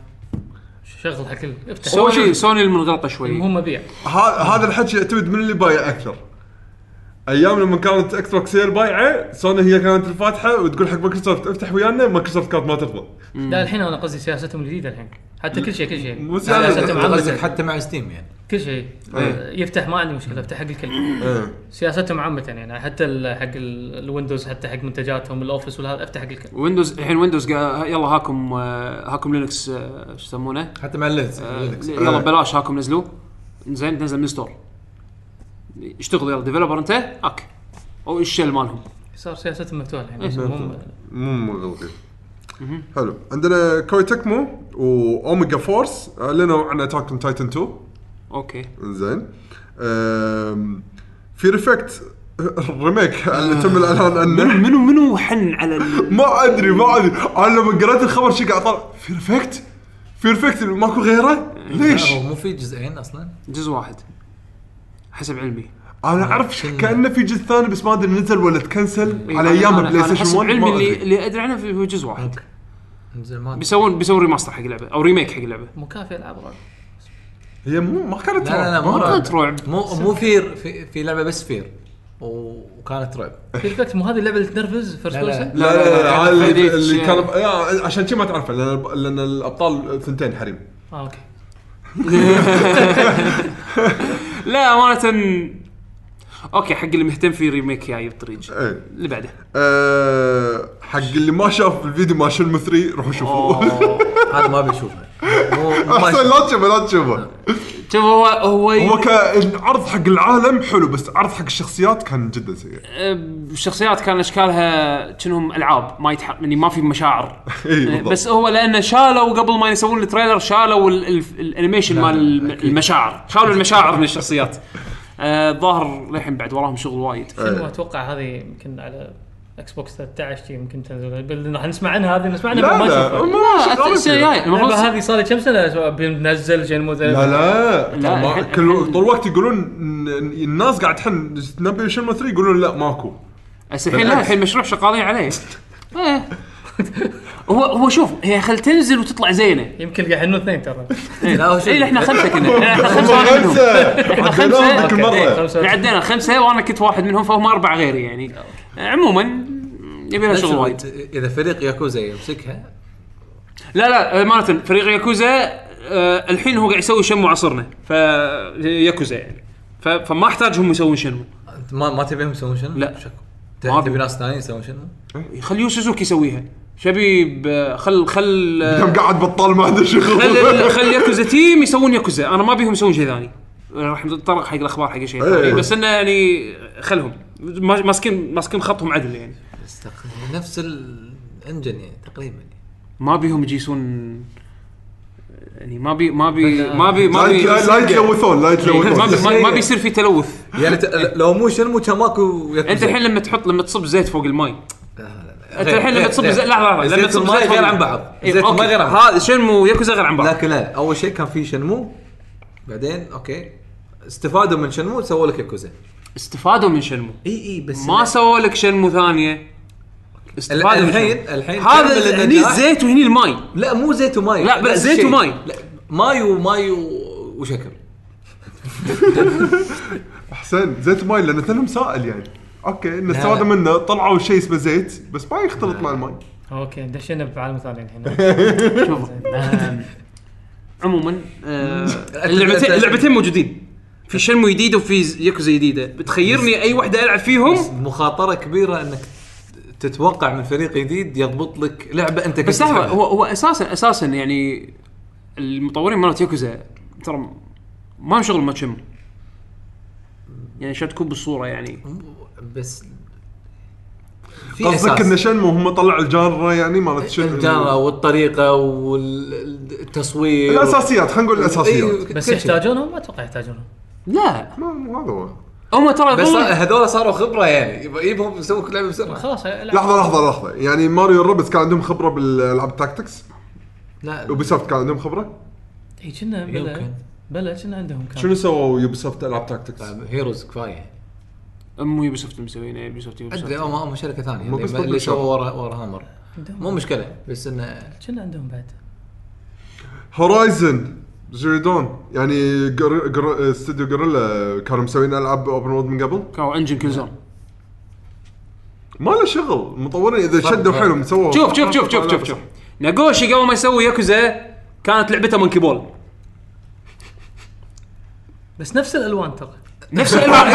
شغل حق افتح سوني سوني المنغلقه شوي مو مبيع. هذا الحكي يعتمد من اللي بايع اكثر. ايام لما كانت اكس بوكس هي البايعه سوني هي كانت الفاتحه وتقول حق مايكروسوفت افتح ويانا مايكروسوفت كانت ما ترضى. لا الحين انا قصدي سياستهم الجديده الحين حتى كل شيء كل شيء مو سياستهم عامه حتى مع ستيم يعني كل شيء يفتح ما عندي مشكله افتح حق الكل. سياستهم عامه يعني حتى حق الويندوز حتى حق منتجاتهم الاوفيس وهذا افتح حق الكل. ويندوز الحين ويندوز يلا هاكم هاكم لينكس شو يسمونه حتى مع لينكس يلا بلاش هاكم نزلوا زين تنزل من ستور اشتغل يلا ديفلوبر انت اك او الشيل مالهم صار سياستهم مفتوحه الحين مو مو مغلقين. حلو عندنا كوي تكمو واوميجا فورس اعلنوا عن اتاك اون تايتن تو. اوكي زين في ريفكت الريميك اللي تم الاعلان عنه. منو منو منو حن على ال... ما ادري ما ادري انا لما قرأت الخبر شي قاعد طالع في ريفكت في ريفكت ماكو غيره ليش؟ هو مو في جزئين اصلا جزء واحد حسب علمي. انا اعرف كانه في جزء ثاني بس ما ادري نزل ولا تكنسل على ايام البلاي ستيشن واحد. علمي اللي اللي ادري عنه هو جزء واحد نزل ما بيسوون بيسوون ريماستر حق اللعبه او ريميك حق اللعبه. مكافئ العاب رعب هي مو ما كانت لا لا ما كانت رعب مو مو فير في, في لعبه بس فير وكانت رعب. في الفكت مو هذه اللعبه اللي تنرفز فيرست بيرسون. لا لا لا اللي كان عشان شي ما تعرفه لان لان الابطال ثنتين حريم. اه اوكي. لا امانه اوكي حق اللي مهتم في ريميك جاي بالطريق ايه. اللي بعده أه حق اللي ما شاف الفيديو مال شنمو ثري روحوا شوفوه. هذا ما بيشوفه. احسن لا تشوفه لا تشوفه. شوف هو هو هو كعرض حق العالم حلو بس عرض حق الشخصيات كان جدا سيء. الشخصيات كان اشكالها كأنهم العاب ما يتحق يعني ما في مشاعر. إيه بس هو لانه شالوا قبل ما يسوون التريلر شالوا الانيميشن مال المشاعر شالوا المشاعر من الشخصيات. الظاهر للحين بعد وراهم شغل وايد. شنو اتوقع هذه يمكن على اكس بوكس ثلاثة عشر يمكن تنزل راح نسمع عنها هذه نسمع عنها ما نشوفها. لا هذه صار كم سنه بننزل شنو لا لا, لا كل طول الوقت يقولون الناس قاعد تحن نبي شنمو ثري يقولون لا ماكو. الحين لا الحين مشروع شغالين عليه. هو هو شوف هي خل تنزل وتطلع زينه يمكن قاعد انه اثنين ترى. اي احنا خمسه كنا احنا خمسه احنا خمسه عدينا خمسه وانا كنت واحد منهم فهم اربعه غيري يعني. عموما يبي لها شغل وايد. اذا فريق ياكوزا يمسكها لا لا امانه فريق ياكوزا أه الحين هو قاعد يسوي شنمو عصرنا فياكوزا يعني فما احتاجهم يسوون شنمو. انت ما ما تبيهم يسوون شنمو؟ لا ما تبي ناس ثانيين يسوون شنمو؟ خلي يو سوزوكي يسويها شبيب. خل خل كم قاعد بطال ما عنده شغل. خل خل ياكوزا تيم يسوون ياكوزا. انا ما بيهم يسوون شيء ثاني راح نتطرق حق الاخبار حق شيء ثاني بس انه يعني خلهم ماسكين ماسكين خطهم عدل يعني نفس الانجن يعني تقريبا. ما بيهم يجيسون يعني ما بي ما بي ما بي ما بي لا يتلوثون لا يتلوثون ما ما بيصير في تلوث يعني لو مو شنمو كان ماكو. انت الحين لما تحط لما تصب زيت فوق الماء انت الحين لما تصب زيت لحظه لحظه لما تصب زيت غير عن بعض زيت ما غير هذا شنمو ياكوزا غير عن بعض. لكن لا اول شيء كان في شنمو بعدين اوكي استفادوا من شنمو سووا لك ياكوزا. استفادوا من شنمو اي اي بس ما سووا لك شنمو ثانيه. استفادوا الحين الحين هذا هني الزيت وهني الماء. لا مو زيت وماء لا بس زيت وماء. لا ماي وماي وشكل. احسن زيت وماء لان ثانهم سائل يعني اوكي نستفاد منه طلعوا شيء اسمه زيت بس ما يختلط مع الماء. اوكي دشينا بعالم ثاني الحين. شوف عموما اللعبتين اللعبتين موجودين في شنمو جديد وفي ياكوزا جديده. بتخيرني اي واحده العب فيهم مخاطره كبيره انك تتوقع من فريق جديد يضبط لك لعبه انت بس هو هو اساسا اساسا يعني المطورين مالت ياكوزا ترى ما شغل ما شنمو يعني عشان تكون بالصوره يعني بس قصدك ان شنمو هم طلع الجانرا يعني مالت شنمو الجانرا والطريقه والتصوير الاساسيات خلينا نقول الاساسيات بس يحتاجونهم ما اتوقع يحتاجونهم. لا ما هذا هو هم ترى بس هذول صاروا خبره يعني يبغوا يسووا كل لعبه بسرعه. خلاص لحظه لحظه لحظه يعني ماريو الرابس كان عندهم خبره بالالعاب التاكتكس. لا يوبيسوفت كان عندهم خبره. اي كنا بلا بلا كنا عندهم كان. شنو سووا يوبيسوفت العاب تاكتكس؟ هيروز كفايه مو يوبيسوفت مسوينه يوبيسوفت يوبيسوفت ادري ما شركه ثانيه اللي, اللي سووا ورا ورا هامر مو مشكله بس انه كنا عندهم بعد هورايزن زيرو دون يعني جر... جر... استوديو غوريلا كانوا مسوين العاب اوبن وورلد من قبل. كانوا انجن كل زون ما له شغل المطورين اذا شدوا حيلهم سووا. شوف شوف شوف شوف شوف شوف ناغوشي قبل ما يسوي ياكوزا كانت لعبته مونكي بول بس نفس الالوان ترى نفس الالوان.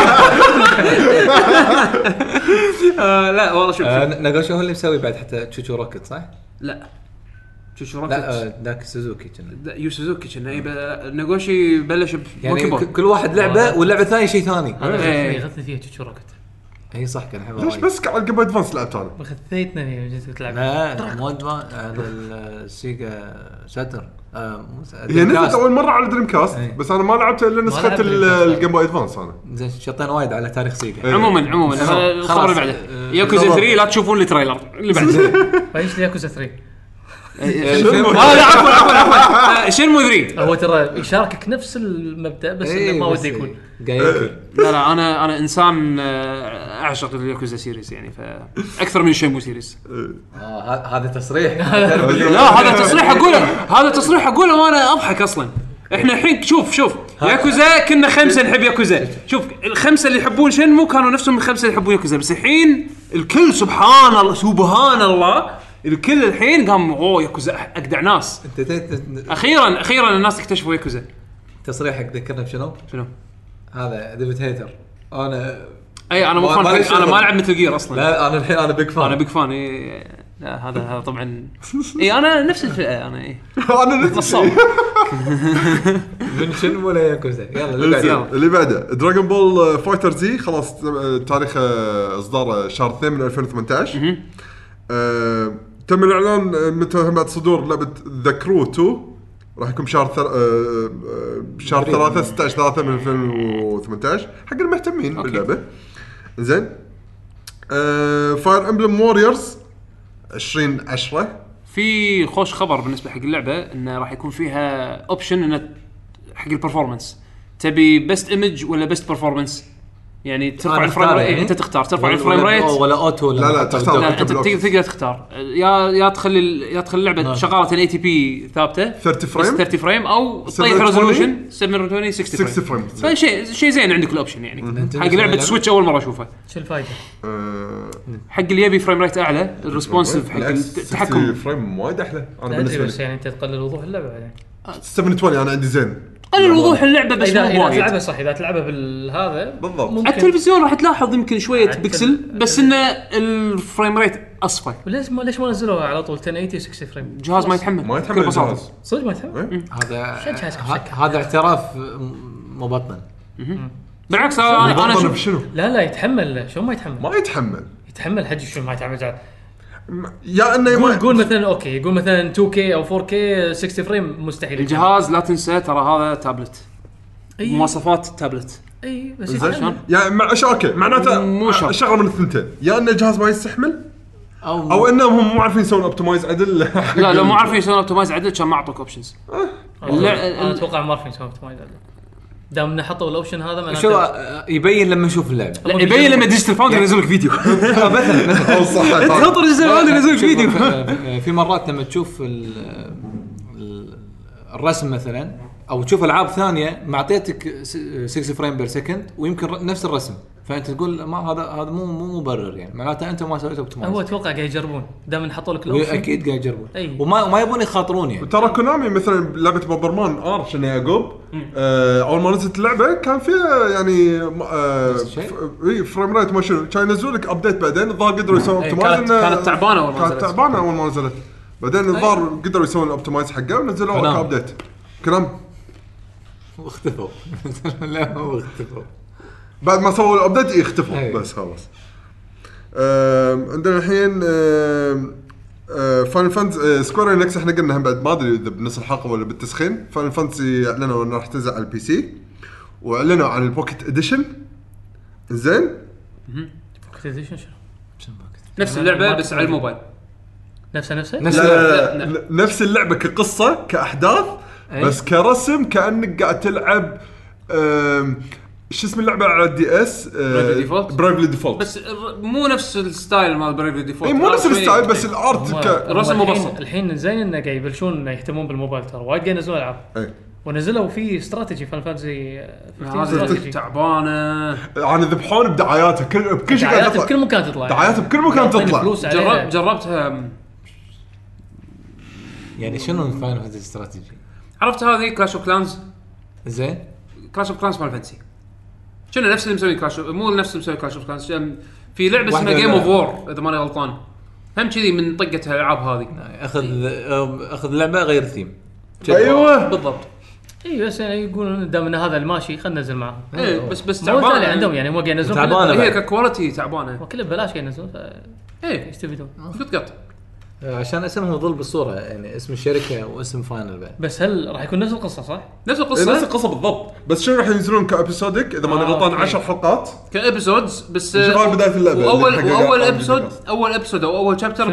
آه لا والله شوف آه ناغوشي هو اللي مسوي بعد حتى تشوتشو روكت صح؟ لا تشوتشو روكت لا ذاك سوزوكي كنا يو سوزوكي كنا اي ناغوشي بلش يعني كل واحد لعبه واللعبه الثانيه شيء ثاني. انا غثني فيها تشوتشو روكت هي صح كان حلوه ليش بس على الجيم ادفانس لعبت انا بخثيتنا هي جيت تلعب لا مو ادفانس على السيجا ساتر هي نزلت اول مره على دريم كاست بس انا ما لعبت الا نسخه الجيم بوي ادفانس. انا زين شطين وايد على تاريخ سيجا. عموما عموما الخبر اللي بعده ياكوزا ثري لا تشوفون لي تريلر اللي بعده. ايش ياكوزا ثري اه لا عفوا عفوا عفوا شنمو ثري هو ترى يشاركك نفس المبدا بس انه ما ودي يكون لا لا انا انا انسان اعشق الياكوزا سيريز يعني فاكثر من شنمو سيريز. اه هذا تصريح. لا هذا تصريح اقوله هذا تصريح اقوله وانا اضحك اصلا. احنا الحين شوف شوف ياكوزا كنا خمسه نحب ياكوزا. شوف الخمسه اللي يحبون شنمو كانوا نفسهم الخمسه اللي يحبون ياكوزا، بس الحين الكل سبحان الله سبحان الله الكل الحين قام اوه ياكوزا اجدع ناس. اخيرا اخيرا الناس اكتشفوا ياكوزا. تصريحك ذكرنا بشنو؟ شنو هذا ديفيد هيتر. انا اي انا مو فان، انا ما العب مثل جير اصلا. لا انا الحين انا بيج فان، انا بيج فان. إيه لا هذا هذا طبعا اي انا نفس الفئه انا اي انا نفس من شنو ولا ياكوزا. يلا اللي بعده اللي بعده دراغون بول فايتر زي خلاص تاريخ اصداره شهر اثنين من ألفين وثمانية عشر. أه تم الاعلان متى بعد صدور لعبه ذا كرو اثنين راح يكون بشهر ثر... أه شهر ثلاثة ستة عشر ثلاثة من ألفين وثمانية عشر حق المهتمين باللعبه. زين أه فاير امبلم ووريرز عشرين عشرة في خوش خبر بالنسبه حق اللعبه انه راح يكون فيها اوبشن انه حق البرفورمانس تبي بيست ايمج ولا بيست برفورمانس، يعني ترفع الفريم ريت. يعني انت تختار ترفع الفريم ريت ولا اوتو ولا لا لا تختار. لا انت تقدر تختار يا يا تخلي يا تخلي اللعبه شغاله الاي تي بي ثابته ثلاثين فريم ثلاثين فريم او تطيح ريزولوشن سبعمية وعشرين ستين فريم. فشيء شيء زين عندك الاوبشن يعني حق لعبه سويتش اول مره اشوفها. شو الفايده حق اللي يبي فريم ريت اعلى الريسبونسيف حق التحكم فريم وايد احلى. انا بالنسبه لي يعني انت تقلل وضوح اللعبه يعني سبعمية وعشرين انا عندي زين قلل وضوح اللعبه بس اذا مو اذا تلعبها صح اذا تلعبها بالهذا بالضبط. على التلفزيون راح تلاحظ يمكن شويه بكسل بس انه الفريم ريت اصفى. ليش ما ليش ما نزلوها على طول ألف وثمانين ستين فريم؟ الجهاز ما يتحمل ما يتحمل الجهاز صدق ما يتحمل. هذا هذا اعتراف مبطن. بالعكس انا انا شوف شنو لا لا يتحمل. شو ما يتحمل؟ ما يتحمل يتحمل حد شو ما يتحمل. يا انه يقول يقول مثلا اوكي يقول مثلا تو كي او فور كي ستين فريم مستحيل. الجهاز لا تنسى ترى هذا تابلت أي مواصفات تابلت. اي بس شلون يعني مع اوكي معناته شغله من الثنتين يا ان الجهاز ما يستحمل او او انهم هم مو عارفين يسوون اوبتمايز عدل. لا لا مو عارفين يسوون اوبتمايز عدل كان ما اعطوك اوبشنز. انا اتوقع ما عارفين يسوون اوبتمايز عدل دام انه حطوا الاوبشن هذا معناته شو يبين لما نشوف اللعبه. لا يبين لما ديجيتال فاوندر ينزل لك فيديو مثلا او صح تخطر ديجيتال فاوندر ينزل لك فيديو. في مرات لما تشوف الرسم مثلا او تشوف العاب ثانيه معطيتك ستين فريم بير سكند ويمكن نفس الرسم فانت تقول ما هذا هذا مو مو مبرر يعني معناته انت ما سويت اوبتمايز. هو اتوقع قاعد يجربون دام نحطوا لك الاوبشن اكيد قاعد يجربون أي. وما ما يبون يخاطرون يعني. ترى كونامي مثلا لعبه بوبرمان ار شنو يعقوب آه اول ما نزلت اللعبه كان فيها يعني آه اي فريم ريت ما شنو كان ينزلوا لك ابديت بعدين الظاهر قدروا يسوون اوبتمايز. كانت تعبانه اول ما نزلت كانت تعبانه اول ما نزلت بعدين الظاهر قدروا يسوون الاوبتمايز حقه ونزلوا لك ابديت. كلام واختفوا لا هو اختفوا بعد ما سووا الابديت يختفوا بس خلاص. عندنا الحين فاينل فانتسي سكوير انكس احنا قلنا هم بعد ما ادري اذا بنص الحلقه ولا بالتسخين. فاينل فانتسي اعلنوا انه راح تنزل على البي سي واعلنوا عن البوكيت اديشن. زين بوكيت اديشن شنو نفس اللعبه بس على الموبايل نفسه نفسه لا لا لا لا نفس اللعبه كقصه كاحداث بس كرسم كانك قاعد تلعب شو اسم اللعبه على الدي اس برايفلي ديفولت بس مو نفس الستايل مال برايفلي ديفولت. اي مو نفس الستايل بس الارت الرسم مبسط. الحين زين انه قاعد يبلشون يهتمون بالموبايل ترى وايد قاعد ينزلون العاب ونزلوا في استراتيجي فان فانتسي هذه تعبانه يعني ذبحون بدعاياتها كل بكل شيء دعايات بكل مكان تطلع دعايات بكل مكان تطلع. جرب جربتها يعني شنو فاين فانتسي استراتيجي عرفت هذه كلاش اوف كلانز زين كلاش اوف كلانز فاين فانتسي شنو نفس اللي مسوي كلاش مو نفس اللي مسوي كلاش اوف كلانز في لعبه اسمها جيم اوف وور اذا ماني غلطان هم كذي من طقه الالعاب هذه اخذ اخذ لعبه غير ثيم. ايوه بالضبط. اي بس يعني يقولون دام ان هذا الماشي خلينا ننزل معه. اي بس بس تعبانه عندهم يعني مو قاعد ينزلون تعبانه هي ككواليتي تعبانه وكله ببلاش قاعد ينزلون ايه يستفيدون قط قط عشان اسمهم يظل بالصوره يعني اسم الشركه واسم فاينل بعد. بس هل راح يكون نفس القصه صح؟ نفس القصه نفس القصه بالضبط بس شنو راح ينزلون كابيسودك اذا ما آه غلطان عشر حلقات كابيسودز بس شغال بدايه اللعبه واول واول ابيسود اول ابيسود او اول شابتر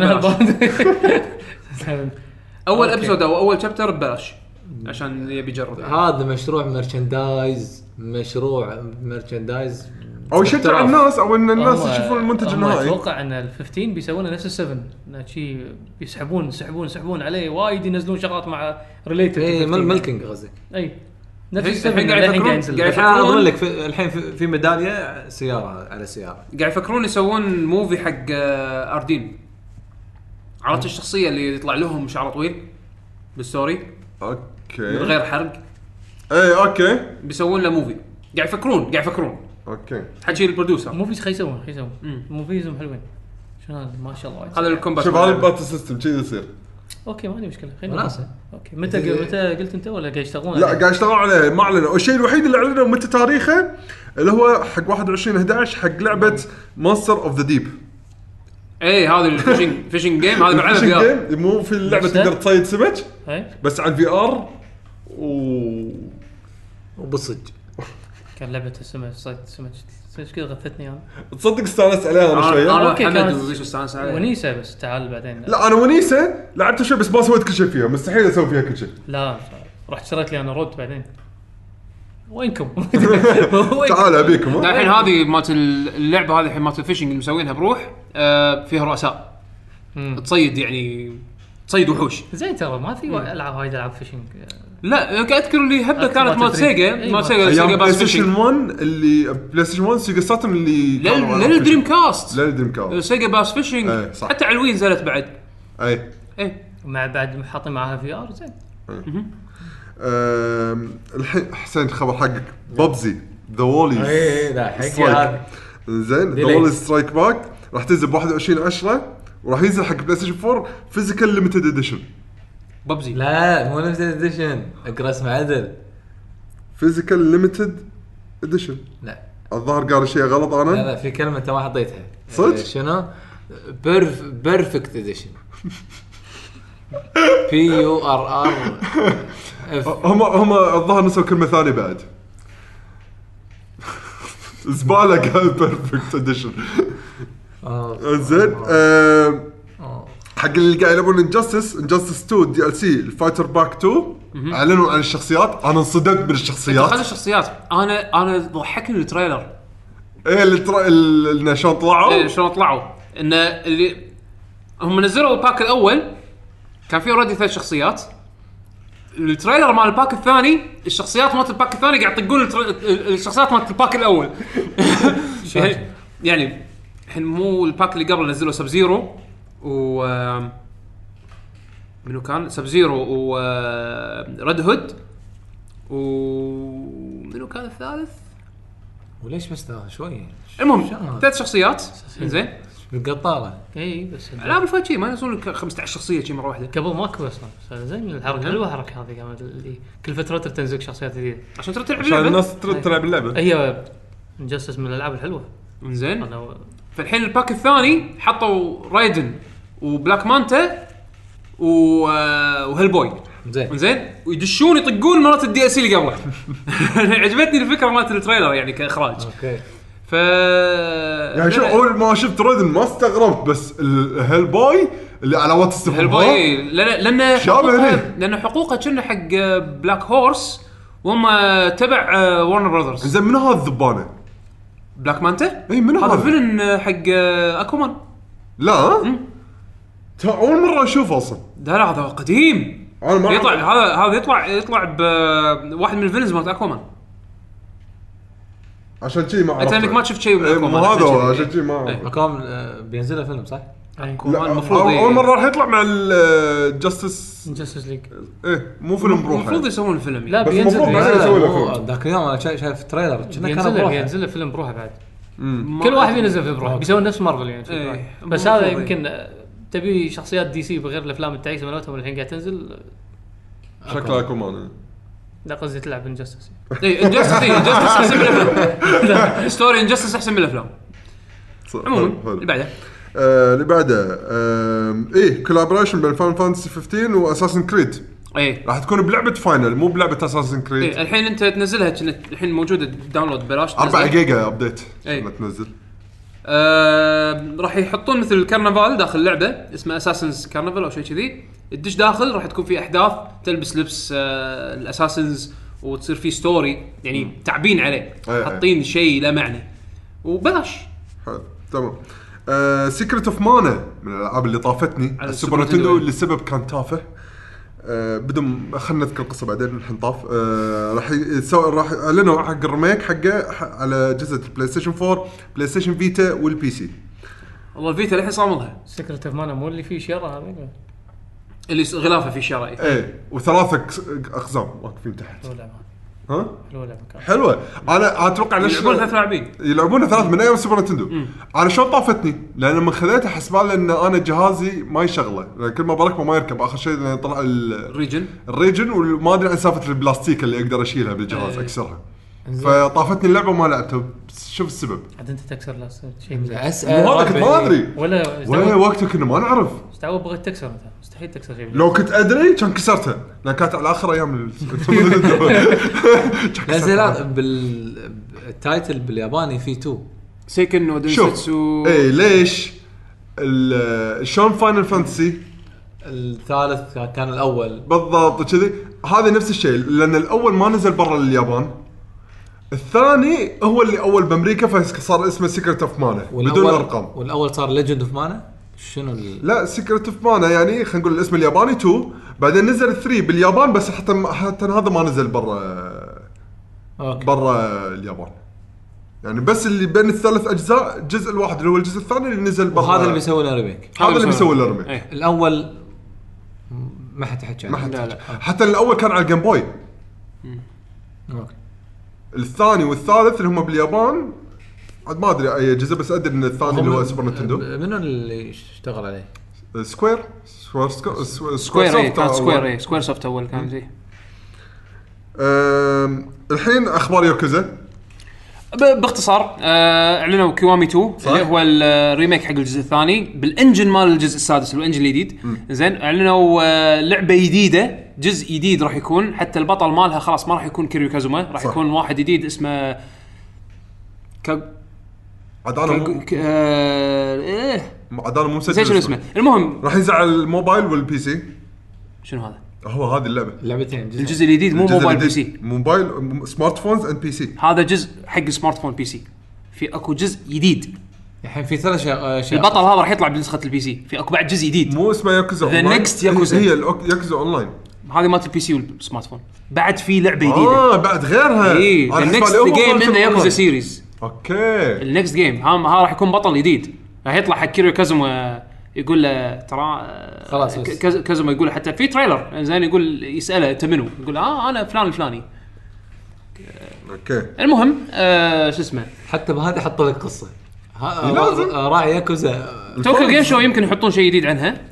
اول ابيسود او اول شابتر ببلاش عشان يبي يجرب. هذا مشروع مرشندايز مشروع مرشندايز او يشجع الناس او ان الناس يشوفون المنتج النهائي. اتوقع ان ال15 بيسوونه نفس السفن شيء يسحبون يسحبون يسحبون عليه وايد ينزلون شغلات مع ريليتد اي ملكينج قصدك. اي نفس السبب الحين قاعد الحين قاعد يفكرون ينزل قاعد الحين اضمن يفكرون لك في الحين في, في ميداليه سياره على سياره. قاعد يفكرون يسوون موفي حق آه، اردين. عرفت الشخصيه اللي يطلع لهم شعره طويل بالستوري اوكي من غير حرق. اي اوكي بيسوون له موفي. قاعد يفكرون قاعد يفكرون اوكي حكي البروديوسر. موفيز خي يسوون خي يسوون موفيزهم حلوين شنو هذا ما شاء الله. هذا الكومبات. شوف هذا الباتل سيستم كذي يصير. اوكي ما عندي مشكله خلينا وناسه. اوكي متى متى قلت انت ولا قاعد يشتغلون لا عليه؟ قاعد يشتغلون عليه ما اعلنوا. الشيء الوحيد اللي اعلنوا متى تاريخه اللي هو حق واحد وعشرين أحد عشر حق لعبه ماستر اوف ذا ديب. ايه هذا الفيشنج فيشنج جيم هذا بعد في ار. مو في اللعبه نفسه؟ تقدر تصيد سمك هاي بس على الفي ار و وبصج كان لعبه السمك صيد سمك ايش كذا غثتني انا. تصدق استانست عليها انا شويه. انا أوكي، حمد كانت ويش استانس عليه. ونيسه بس تعال بعدين. لا انا ونيسه لعبت شوي بس ما سويت كل شيء فيها. مستحيل اسوي فيها كل شيء. لا رحت شريت لي انا رود بعدين. وينكم؟ تعال ابيكم ها؟ الحين هذه مالت اللعبه هذه الحين مالت الفيشنج اللي مسوينها بروح آه فيها رؤساء تصيد يعني تصيد وحوش. زين ترى ما في العاب وايد العاب فيشنج. لا قاعد اذكر اللي هبه أكثر كانت ما مال تدري. سيجا أي مال ما- سيجا ايام سيجا بلاي باس ستيشن فيشنج واحد اللي بلاي ستيشن واحد سيجا ساترن اللي كانوا على للدريم فيشنج. كاست للدريم كاست سيجا باس فيشنج إيه، صح. حتى على الوين نزلت بعد. اي ايه مع بعد حاطين معاها في ار زين. أم، الحين حسين خبر حقك ببزي ذا وولي اي لا حقي هذا زين ذا ديلي. وولي سترايك باك راح تنزل ب واحد وعشرين عشرة وراح ينزل حق بلاي ستيشن فور فيزيكال ليميتد اديشن. ببزي لا مو نفس الاديشن اقرا اسم عدل. فيزيكال ليميتد اديشن لا الظاهر قال شيء غلط لا انا. لا في كلمه انت ما حطيتها. صدق؟ آه، شنو بيرف بيرفكت اديشن بي يو ار ار اف. هم هم الظاهر نسوا كلمه ثانيه بعد. زباله قال بيرفكت اديشن. زين أم، حق اللي قاعد يلعبون انجستس انجستس تو دي ال سي الفايتر باك تو اعلنوا عن الشخصيات. انا انصدمت من هذه الشخصيات. الشخصيات انا انا ضحكني التريلر. ايه اللي ترى اللي شلون طلعوا إيه شلون طلعوا ان اللي هم نزلوا الباك الاول كان فيه اوريدي ثلاث شخصيات. التريلر مال الباك الثاني الشخصيات مالت الباك الثاني قاعد يطقون التر... الشخصيات مالت الباك الاول. يعني يعني الحين مو الباك اللي قبل نزلوا سب زيرو و منو كان سب زيرو وريد هود ومنو كان الثالث. وليش بس ده شوي المهم ثلاث شخصيات زين القطاره. اي بس العاب الفايت شي ما ينزلون لك خمسة عشر شخصيه شي مره واحده. قبل ماكو اصلا زين الحركه حلوه الحركه هذه كانت اللي كل فتره تنزل شخصيات جديده عشان ترى تلعب عشان اللعبه الناس ترد تلعب اللعبه. هي انجستس من الالعاب الحلوه. زين انا فالحين الباك الثاني حطوا رايدن وبلاك مانتا و وهيل بوي زين زين ويدشون يطقون مرات الدي اس سي اللي قبله. عجبتني الفكره مالت التريلر يعني كاخراج. اوكي ف يعني شوف اول ما شفت ريدن ما استغربت بس الهيل بوي اللي علامات هيل استفهام بوي لان لان شابه حقوقها ليه؟ لان حقوقها كنا حق بلاك هورس وهم تبع ورنر براذرز. زين من هذا الذبانه؟ بلاك مانتا اي من هذا هذا؟ فيلن حق اكومان. لا ترى اول مره اشوفه اصلا. ده لا هذا قديم انا ما يطلع هذا هذا يطلع يطلع بواحد من الفيلنز مالت اكومان. عشان شيء ما انت عرفت انك ما شفت شيء من إيه، اكومان مو هذا هو، عشان عشان شيء ما إيه. اكوم بينزل له فيلم صح؟ اكومان لا، المفروض اول ي- أول مره راح يطلع مع الجاستس. انجستس ليج ايه مو فيلم بروحه. المفروض يسوون الفيلم لا بس بينزل المفروض بعدين بينزل يسوي له هو فيلم. ذاك اليوم انا شا- شايف تريلر كنا كان بينزل بروحه. بينزل له فيلم بروحه بعد. ما- كل واحد بينزل في بروحه بيسوون نفس مارفل يعني شوف إيه. واحد. بس المفروض هذا إيه. يمكن آه، تبي شخصيات دي سي بغير الافلام التعيسه مالتهم الحين قاعد تنزل. شكله اكومان. لا قصدي تلعب انجستس. اي انجستس اي انجستس احسن من الافلام. ستوري انجستس احسن من الافلام. عموما اللي بعده آه، اللي بعده آه، ايه كولابوريشن بين فان فانتسي خمسة عشر واساسن كريد. اي راح تكون بلعبه فاينل مو بلعبه اساسن كريد. اي الحين انت تنزلها كأنك الحين موجوده داونلود ببلاش. أربعة جيجا ابديت إيه. لما تنزل. آه، راح يحطون مثل الكرنفال داخل اللعبه اسمه اساسنز كارنفال او شيء كذي. الدش داخل راح تكون في احداث تلبس لبس آه الاساسنز وتصير في ستوري يعني تعبين عليه أي حاطين شيء له معنى وبلاش. حلو تمام. سيكريت اوف مانا من الالعاب اللي طافتني على السوبر السوبر نتندو نتندو. اللي السبب كان تافه. آه بدون خلنا نذكر القصه بعدين الحين طاف. آه راح يسوي راح اعلنوا حق الريميك حقه على اجهزه البلاي ستيشن فور بلاي ستيشن فيتا والبي سي. والله الفيتا الحين صاملها سكرت اوف مانا مو اللي فيه شيره هذا اللي غلافه في شرايط ايه وثلاثه اقزام واقفين تحت. ها حلوه لعبه حلوه. انا اتوقع ليش يلعبون ثلاث لاعبين يلعبون ثلاث من ايام سوبر نتندو. انا شلون طافتني لان لما خذيتها حسبان ان انا جهازي ما يشغله كل ما بركبه ما يركب. اخر شيء طلع الريجن الريجن وما ادري عن سالفه البلاستيك اللي اقدر اشيلها بالجهاز اكسرها. فطافتني اللعبه وما لعبتها. شوف السبب عاد انت تكسر لا شيء اسال ما ادري ولا ولا وقتها كنا ما نعرف استوى بغيت تكسر انت مستحيل تكسر شيء. لو كنت ادري كان كسرتها لان كانت على اخر ايام نزلت بالتايتل بالياباني في تو سيكن ودنسيتسو. اي ليش شلون فاينل فانتسي الثالث كان الاول بالضبط كذي. هذا نفس الشيء لان الاول ما نزل برا اليابان. الثاني هو اللي اول بامريكا فصار اسمه سيكرت اوف مانا بدون ارقام. والاول صار ليجند اوف مانا شنو ال... لا سيكرت اوف مانا يعني خلينا نقول الاسم الياباني تو بعدين نزل ثري باليابان بس حتى حتى هذا ما نزل برا برا اليابان يعني بس اللي بين الثلاث اجزاء الجزء الواحد اللي هو الجزء الثاني اللي نزل برا. وهذا اللي بيسوي له ريميك. هذا اللي بيسوي له ريميك. ايه. الاول ما حد حكى عنه لا لا. حتى الاول كان على الجيم بوي. اوكي الثاني والثالث اللي هم باليابان عاد ما ادري اي جزء بس ادري ان الثاني اللي هو سوبر نينتندو. منو اللي اشتغل عليه؟ سكوير سكوير سكوير سكوير كان سكوير اي سكوير سوفت اول كان زي. الحين اخبار يوكوزا باختصار اعلنوا كيوامي تو اللي هو الريميك حق الجزء الثاني بالانجن مال الجزء السادس الانجن الجديد. زين اعلنوا لعبه جديده جزء جديد راح يكون حتى البطل مالها خلاص ما راح يكون كيريو كازوما راح يكون واحد جديد اسمه ك عداله م... ك... آه... ايه عداله مو مسجل شنو اسمه. المهم راح ينزل على الموبايل والبي سي. شنو هذا هو هذه اللعبه لعبتين الجزء الجديد مو موبايل بي سي موبايل سمارت فونز اند بي سي. هذا جزء حق سمارت فون بي سي. في اكو جزء جديد الحين في ثلاث اشياء. البطل هذا راح يطلع بنسخه البي سي. في اكو بعد جزء جديد مو اسمه ياكوزا ذا نيكست ياكوزا هي ياكوزا اونلاين. هذه مالت البي سي والسمارت فون. بعد في لعبه جديده اه بعد غيرها اي النكست جيم من ياكوزا سيريز. اوكي النكست جيم ها ها راح يكون بطل جديد راح يطلع حق كيريو كازوما يقول له ترى خلاص كازوما يقول حتى في تريلر زين يقول يساله انت منو يقول اه انا فلان الفلاني. اوكي المهم آه شو اسمه حتى بهذه حطوا لك قصه راعي ياكوزا توكل جيم شو يمكن يحطون شيء جديد عنها.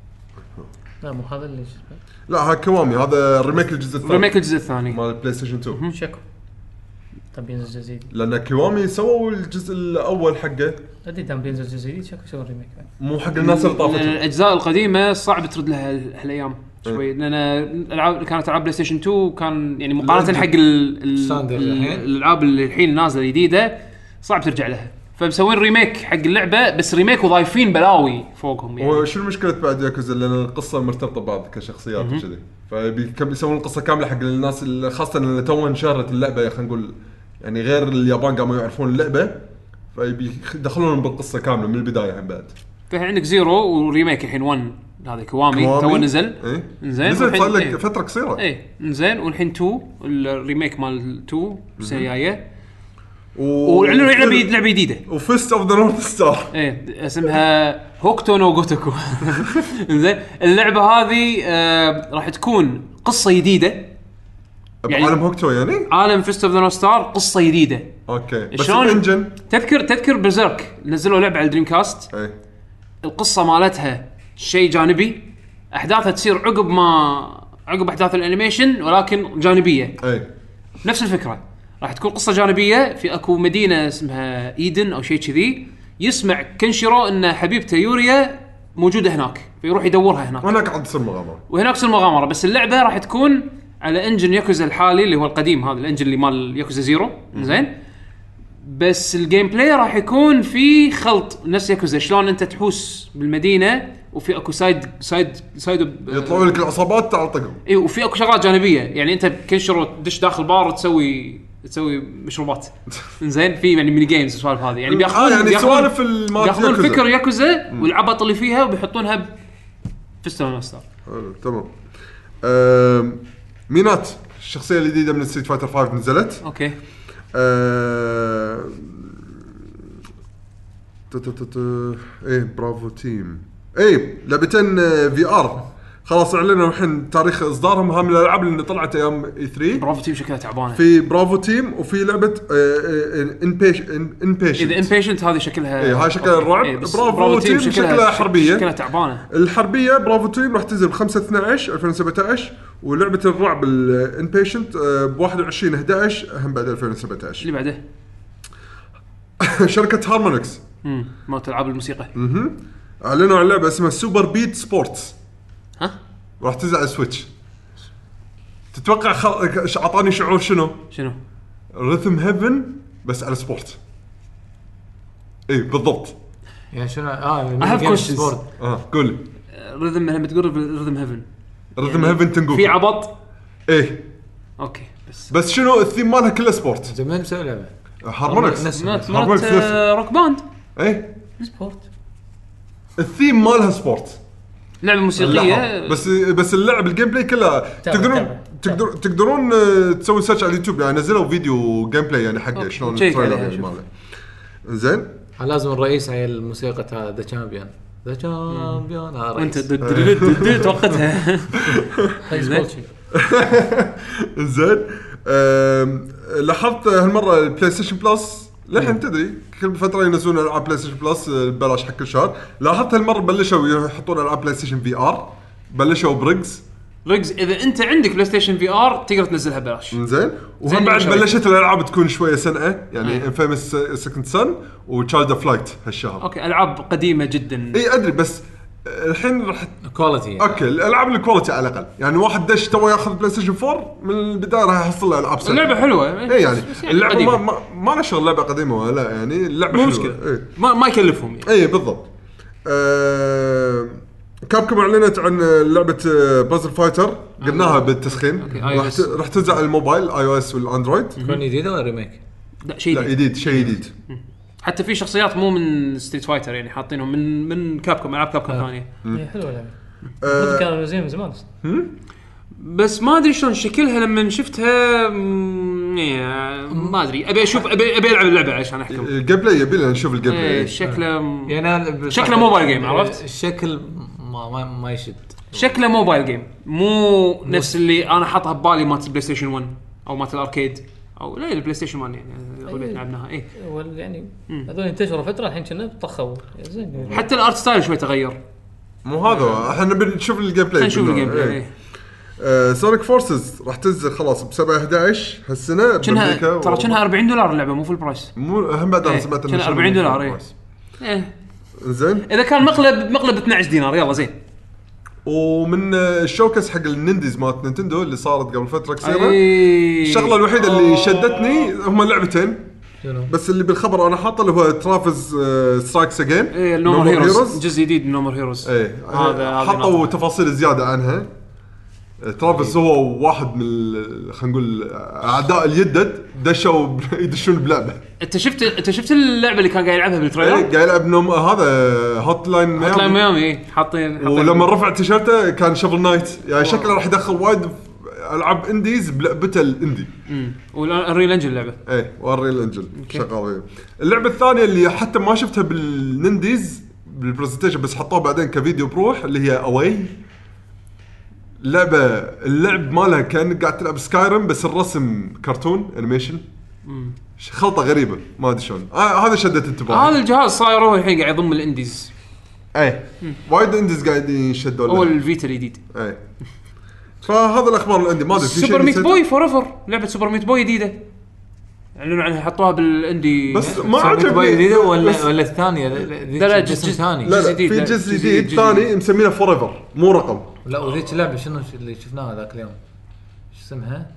لا مو هذا اللي لا ها كوامي هذا ريميك الجزء الثاني ريميك الجزء الثاني مال بلاي ستيشن تو. شكو طب ينزل جديد لان كوامي سووا الجزء الاول حقه ادري دام بينزل جزء جديد شكو سووا ريميك مو حق الناس اللي طافتهم. الاجزاء القديمه صعب ترد لها هالايام شوي لان الالعاب كانت العاب بلاي ستيشن تو كان يعني مقارنه حق الالعاب اللي الحين نازله جديده صعب ترجع لها. فمسوين ريميك حق اللعبه بس ريميك وضايفين بلاوي فوقهم يعني. وشو المشكله بعد ياكوزا لان القصه مرتبطه ببعض كشخصيات وكذي فبيكم يسوون القصه كامله حق الناس خاصه اللي تو انشهرت اللعبه خلينا نقول يعني غير اليابان قاموا يعرفون اللعبه فبيدخلونهم بالقصه كامله من البدايه هم بعد. فعندك زيرو وريميك الحين واحد هذا كوامي تو نزل ايه؟ زين نزل صار لك ايه؟ فتره قصيره ايه زين والحين تو الريميك مال تو السنه الجايه وعلنوا لعبه لعبه جديده وفيست اوف ذا نورث ستار ايه اسمها هوكتو نو غوتوكو. زين اللعبه هذه آه راح تكون قصه جديده يعني عالم هوكتو يعني عالم فيست اوف ذا نورث ستار قصه جديده. اوكي بس الانجن تذكر تذكر برزيرك نزلوا لعبه على الدريم كاست ايه القصه مالتها شيء جانبي احداثها تصير عقب ما عقب احداث الانيميشن ولكن جانبيه. اي نفس الفكره راح تكون قصه جانبيه في اكو مدينه اسمها ايدن او شيء كذي يسمع كنشيرو ان حبيبته يوريا موجوده هناك فيروح يدورها هناك وهناك عاد تصير مغامره وهناك تصير مغامره. بس اللعبه راح تكون على انجن ياكوزا الحالي اللي هو القديم هذا الانجن اللي مال ياكوزا زيرو زين. بس الجيم بلاي راح يكون في خلط نفس ياكوزا شلون انت تحوس بالمدينه وفي اكو سايد سايد سايد يطلعوا لك العصابات تعطقهم اي وفي اكو شغلات جانبيه يعني انت كنشرو تدش داخل بار وتسوي تسوي مشروبات زين في يعني ميني جيمز والسوالف هذه يعني بياخذون آه يعني سوالف بياخذون فكر ياكوزا والعبط اللي فيها وبيحطونها في ستون ستار. تمام آه مينات الشخصيه الجديده من ستريت فايتر خمسة نزلت. اوكي. آه... ايه برافو تيم ايه لعبتين في ار خلاص اعلنوا الحين تاريخ اصدارهم. هام الالعاب اللي طلعت ايام اي ثري. برافو تيم شكلها تعبانه. في برافو تيم وفي لعبه ان بيشنت. اذا ان بيشنت هذه شكلها ايه هاي شكلها الرعب. إيه برافو, برافو تيم تيم شكلها, شكلها حربيه. شكلها تعبانه. الحربيه برافو تيم راح تنزل ب خمسة اثناشر ألفين وسبعطعش ولعبه الرعب الان بيشنت ب واحد وعشرين أحد عشر هم بعد ألفين وسبعطعش. اللي بعده شركه هارمونكس امم مالت العاب الموسيقى. اها اعلنوا عن لعبه اسمها سوبر بيت سبورتس. ها راح تنزل على السويتش. تتوقع خل... اعطاني شعور شنو شنو ريثم هيفن بس على سبورت. ايه بالضبط يا شنو اه جيم سبورت. اه قول ريثم لما تقول ريثم هيفن ريثم هيفن تنقول في عبط. ايه اوكي بس بس شنو الثيم مالها كله سبورت. زمان مسوي لعبه هارمونكس مالت روك باند. ايه سبورت الثيم مالها سبورت لعبه موسيقيه بس بس اللعب الجيم بلاي كله تقدرون تقدر تقدرون تسوي سيرش على اليوتيوب يعني نزلوا فيديو جيم بلاي يعني حقه شلون التريلر ماله. زين لازم الرئيس هاي الموسيقى هذا ذا تشامبيون ذا تشامبيون انت توقتها زين. لاحظت هالمره البلاي ستيشن بلس لحين تدري كل فتره ينزلون العاب بلاي ستيشن بلس ببلاش حق كل شهر. لاحظت هالمره بلشوا يحطون العاب بلاي ستيشن في ار. بلشوا بريجز ريجز اذا انت عندك بلاي ستيشن في ار تقدر تنزلها ببلاش. زين وهم بعد بلشت الالعاب تكون شويه سنه يعني انفيمس سكند سن وتشايلد اوف لايت هالشهر. اوكي العاب قديمه جدا. اي ادري بس الحين راح كواليتي يعني. اوكي الالعاب الكواليتي على الاقل يعني واحد دش تو ياخذ بلاي ستيشن فور من البدايه راح يحصل له العاب اللعبه حلوه. اي يعني اللعبه ما ما, ما له شغل لعبه قديمه ولا يعني اللعبه مو مشكله إيه. ما ما يكلفهم يعني. اي بالضبط. أه... كابكوم اعلنت عن لعبه بازل فايتر قلناها بالتسخين راح ت... راح تنزل على الموبايل اي او اس والاندرويد. تكون جديده ولا ريميك؟ لا شيء جديد. جديد شيء جديد. حتى في شخصيات مو من ستريت فايتر يعني حاطينهم من من كابكوم العاب كابكوم ثانيه. هي حلوه اللعبه. أه كانوا زين من زمان بس ما ادري شلون شكلها لما شفتها ما ادري ابي اشوف ابي ابي العب اللعبه عشان احكم. الجيم بلاي يبي لنا نشوف الجيم بلاي. شكله يعني شكله موبايل جيم عرفت الشكل ما ما, ما يشد. شكله موبايل جيم مو نفس اللي انا حاطها ببالي مالت البلاي ستيشن ون او مالت الاركيد او لا البلاي ستيشن ون يعني اللي لعبناها. اي يعني هذول انتشروا فتره الحين كنا طخوا زين. حتى الارت ستايل شوي تغير. مو هذا احنا بنشوف الجيم بلاي. نشوف الجيم بلاي. آه سونيك فورسز راح تنزل خلاص ب سبعة أحد عشر هالسنه بامريكا. ترى كانها أربعين دولار اللعبه مو في البرايس. مو هم بعد انا سمعت انه أربعين دولار. ايه ايه زين اذا كان مقلب مقلب اثنا عشر دينار يلا زين. ومن الشوكس حق النينديز مالت نينتندو اللي صارت قبل فتره قصيره أي... الشغله الوحيده اللي شدتني هم اللعبتين بس اللي بالخبر انا حاطه اللي هو ترافز سترايكس اجين. ايه نومر هيروز جزء جديد من نومر هيروز. ايه هذا حطوا تفاصيل زياده عنها. ترافز هو واحد من خلينا نقول اعداء اليدد دشوا يدشون بلعبه. انت شفت انت شفت اللعبه اللي كان قاعد يلعبها بالتريلر؟ ايه قاعد يلعب نوم هذا هوت لاين ميامي. هوت لاين ميامي حاطين ولما رفع تيشيرته كان شفل نايت يعني شكله راح يدخل وايد العاب انديز بلعبته الاندي. امم والريل انجل اللعبه. ايه والريل انجل شغال. اللعبه الثانيه اللي حتى ما شفتها بالننديز بالبرزنتيشن بس حطوها بعدين كفيديو بروح اللي هي اواي. لعبه اللعب مالها كان قاعد تلعب سكايرم بس الرسم كرتون انيميشن. امم خلطه غريبه ما ادري شلون. آه هذا شدت انتباهي. هذا الجهاز صاير هو الحين قاعد يضم الانديز. ايه وايد انديز قاعدين يشدون هو الفيتا الجديد. ايه فهذا الاخبار اللي عندي ما ادري في شيء. سوبر ميت بوي فور ايفر لعبه سوبر ميت بوي جديده اعلنوا عنها حطوها بالاندي بس ما عجبني جديده ولا ولا الثانيه. لا لا جزء ثاني. لا لا في جزء جديد ثاني مسمينه فور ايفر مو رقم. لا وذيك اللعبه شنو اللي شفناها ذاك اليوم شو اسمها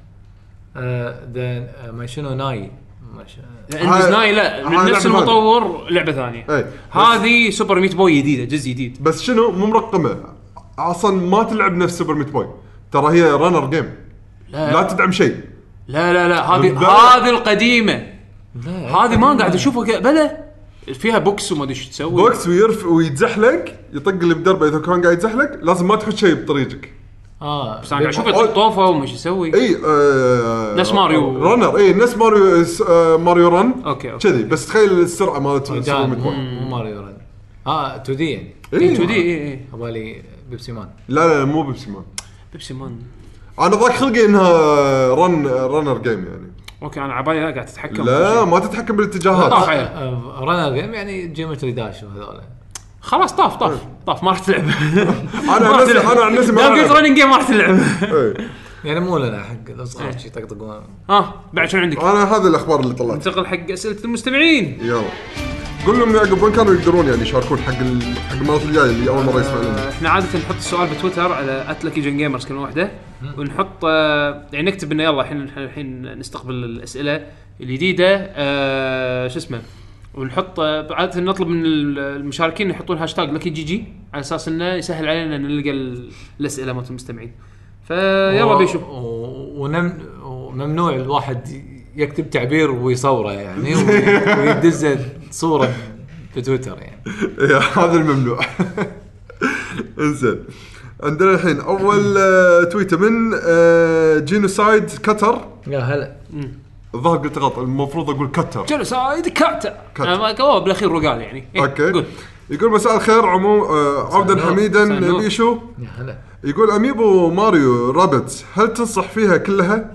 ذا ما شنو ناي انديز ناي لا من نفس المطور لعبه ثانيه. هذه سوبر ميت بوي جديده جزء جديد بس شنو مو مرقمه اصلا ما تلعب نفس سوبر ميت بوي ترى هي رانر جيم لا, لا تدعم شيء. لا لا لا هذه هذه القديمه هذه ما قاعد اشوفها بلا فيها بوكس وما ادري ايش تسوي بوكس ويرف ويتزحلق يطق اللي بدربه اذا كان قاعد يتزحلق لازم ما تحط شيء بطريقك اه بس انا قاعد اشوف طوفه ومش يسوي اي آه نفس ماريو رنر اي نفس ماريو آه ماريو رن اوكي كذي بس تخيل السرعه مالته مو ماريو رن اه تو دي يعني اي تو دي اي اي بالي بيبسي مان لا لا مو بيبسي مان بيبسي مان انا ضاق خلقي انها رن رنر جيم يعني اوكي انا عبالي لا قاعد تتحكم لا ما تتحكم بالاتجاهات رنر جيم يعني جيومتري داش وهذول خلاص طاف طاف طاف ما راح تلعب انا عن نفسي انا عن نفسي ما قلت رننج جيم ما راح تلعب يعني مو لنا حق الاصغر شيء يطقطقون ها بعد شنو عندك انا هذه الاخبار اللي طلعت ننتقل حق اسئله المستمعين يلا قول لهم يعقوب وين كانوا يقدرون يعني يشاركون حق ال... حق المرات الجايه اللي اول مره يسمعون لنا. احنا عاده نحط السؤال بتويتر على @lucky gen gamers كلمه واحده ونحط يعني نكتب انه يلا الحين الحين نستقبل الاسئله الجديده أه شو اسمه ونحط عاده نطلب من المشاركين يحطون هاشتاج lucky جي جي على اساس انه يسهل علينا ان نلقى الاسئله مالت المستمعين فيلا بيشوف وممنوع الواحد يكتب تعبير ويصوره يعني ويدز صوره في تويتر يعني هذا الممنوع. انزين عندنا الحين اول تويته من جينوسايد كتر. يا هلا الظاهر قلت غلط المفروض اقول كتر جينوسايد كتر ما كواب بالاخير رجال يعني اوكي قول. يقول مساء الخير عمو عودا حميدا بيشو. يا هلا يقول اميبو ماريو رابتس هل تنصح فيها كلها؟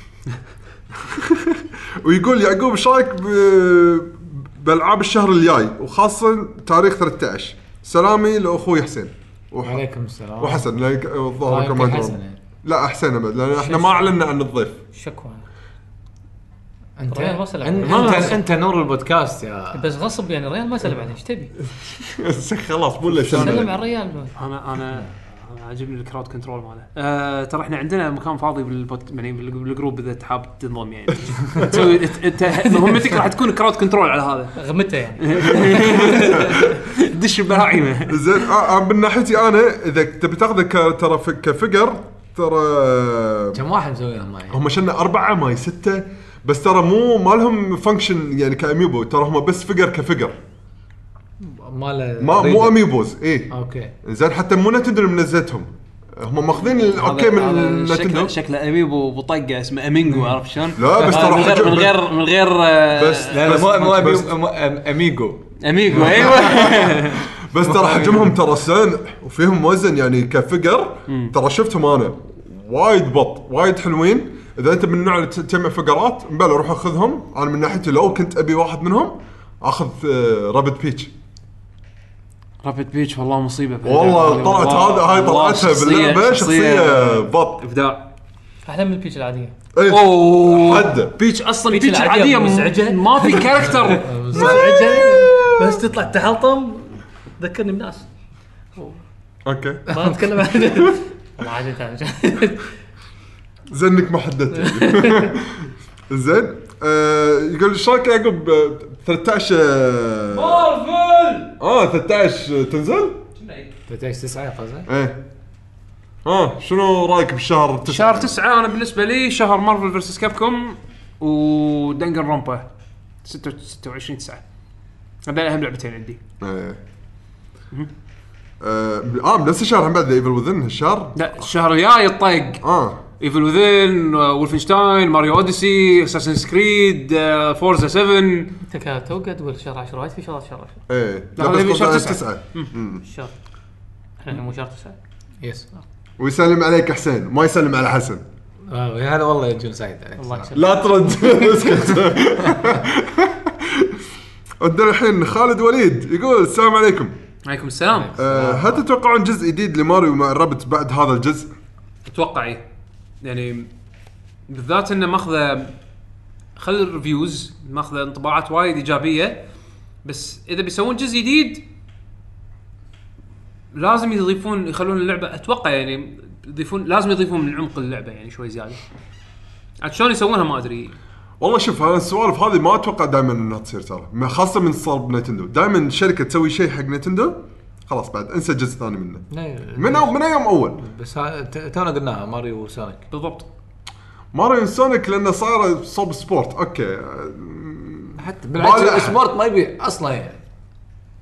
ويقول يعقوب ايش رايك بالالعاب الشهر الجاي وخاصه تاريخ ثلاثة عشر. سلامي لاخوي حسين. وعليكم السلام. وحسن لا الظاهر كمان لا احسن ابد لان احنا ما اعلنا عن الضيف. شكوى انت انت انت نور البودكاست يا بس غصب يعني الريال ما سلم عليه ايش تبي؟ خلاص مو له سلم على الريال. انا انا عجبني الكراود كنترول ماله. آه ترى احنا عندنا مكان فاضي بالبوت يعني بالجروب اذا تحب تنضم يعني تسوي انت مهمتك راح تكون كراود كنترول على هذا غمته يعني دش بهايمه زين. آه من ناحيتي انا اذا تبي تاخذه ترى كفيجر ترى كم واحد مسويها معي هم شلنا أربعة ماي ستة بس ترى مو ما لهم فانكشن يعني كاميبو ترى هم بس فيجر كفيجر مال ما مو اميبوز ايه اوكي زين حتى مو نتندو منزلتهم هم ماخذين اوكي من نتندو شكله اميبو بطقه اسمه امينجو عارف شلون لا بس ترى من غير من غير من غير بس لا مو مو اميجو اميجو ايوه بس ترى حجمهم ترى سن وفيهم وزن يعني كفيجر ترى شفتهم انا وايد بط وايد حلوين. اذا انت من النوع اللي تجمع فقرات مبلا روح اخذهم. انا من ناحيتي لو كنت ابي واحد منهم اخذ رابت بيتش. رابت بيتش والله مصيبه والله طلعت هذا هاي طلعتها باللعبه شخصيه بط ابداع احلى من البيتش العاديه. اوه حد بيتش اصلا بيتش العاديه ما في كاركتر مزعجه بس تطلع تحلطم ذكرني بناس. اوكي ما نتكلم عنه والله عادي ثاني زنك ما حددت. زين آه يقول ايش رايك يعقوب ثلاثة عشر مارفل اه ثلاثة عشر تنزل ثلاثة عشر تسعة قصدي ايه اه شنو رايك بالشهر تسعة شهر تسعة انا بالنسبه لي شهر مارفل فيرسس كابكوم ودنجر رومبا ستة وعشرين تسعة هذول اهم لعبتين عندي. ايه اه بنفس الشهر هم بعد ايفل وذن هالشهر لا الشهر الجاي الطق اه ايفل وذن ولفنشتاين ماريو اوديسي اساسن سكريد فورزا سبعة. انت كانت توقد ولا شهر عشرة وايد في شهر شهر ايه لا بس شهر تسعة الشهر احنا مو شهر تسعة يس. ويسلم عليك حسين ما يسلم على حسن. اه يا هلا والله يا جون سعيد الله لا ترد اسكت. عندنا الحين خالد وليد يقول السلام عليكم. عليكم السلام. أه هل تتوقعون جزء جديد لماريو مع الربط بعد هذا الجزء؟ اتوقع ايه يعني بالذات انه ماخذه خل الريفيوز ماخذه انطباعات وايد ايجابيه بس اذا بيسوون جزء جديد لازم يضيفون يخلون اللعبه اتوقع يعني يضيفون لازم يضيفون من عمق اللعبه يعني شوي زياده. عاد شلون يسوونها ما ادري والله. شوف انا السوالف هذه ما اتوقع دائما انها تصير ترى خاصه من صار نينتندو. دائما شركه تسوي شيء حق نينتندو خلاص بعد انسى جزء ثاني منه من أو من يوم اول. بس تونا قلناها ماريو وسونيك بالضبط. ماريو وسونيك لانه صار صوب سبورت اوكي حتى بالعكس سبورت ما يبي اصلا يعني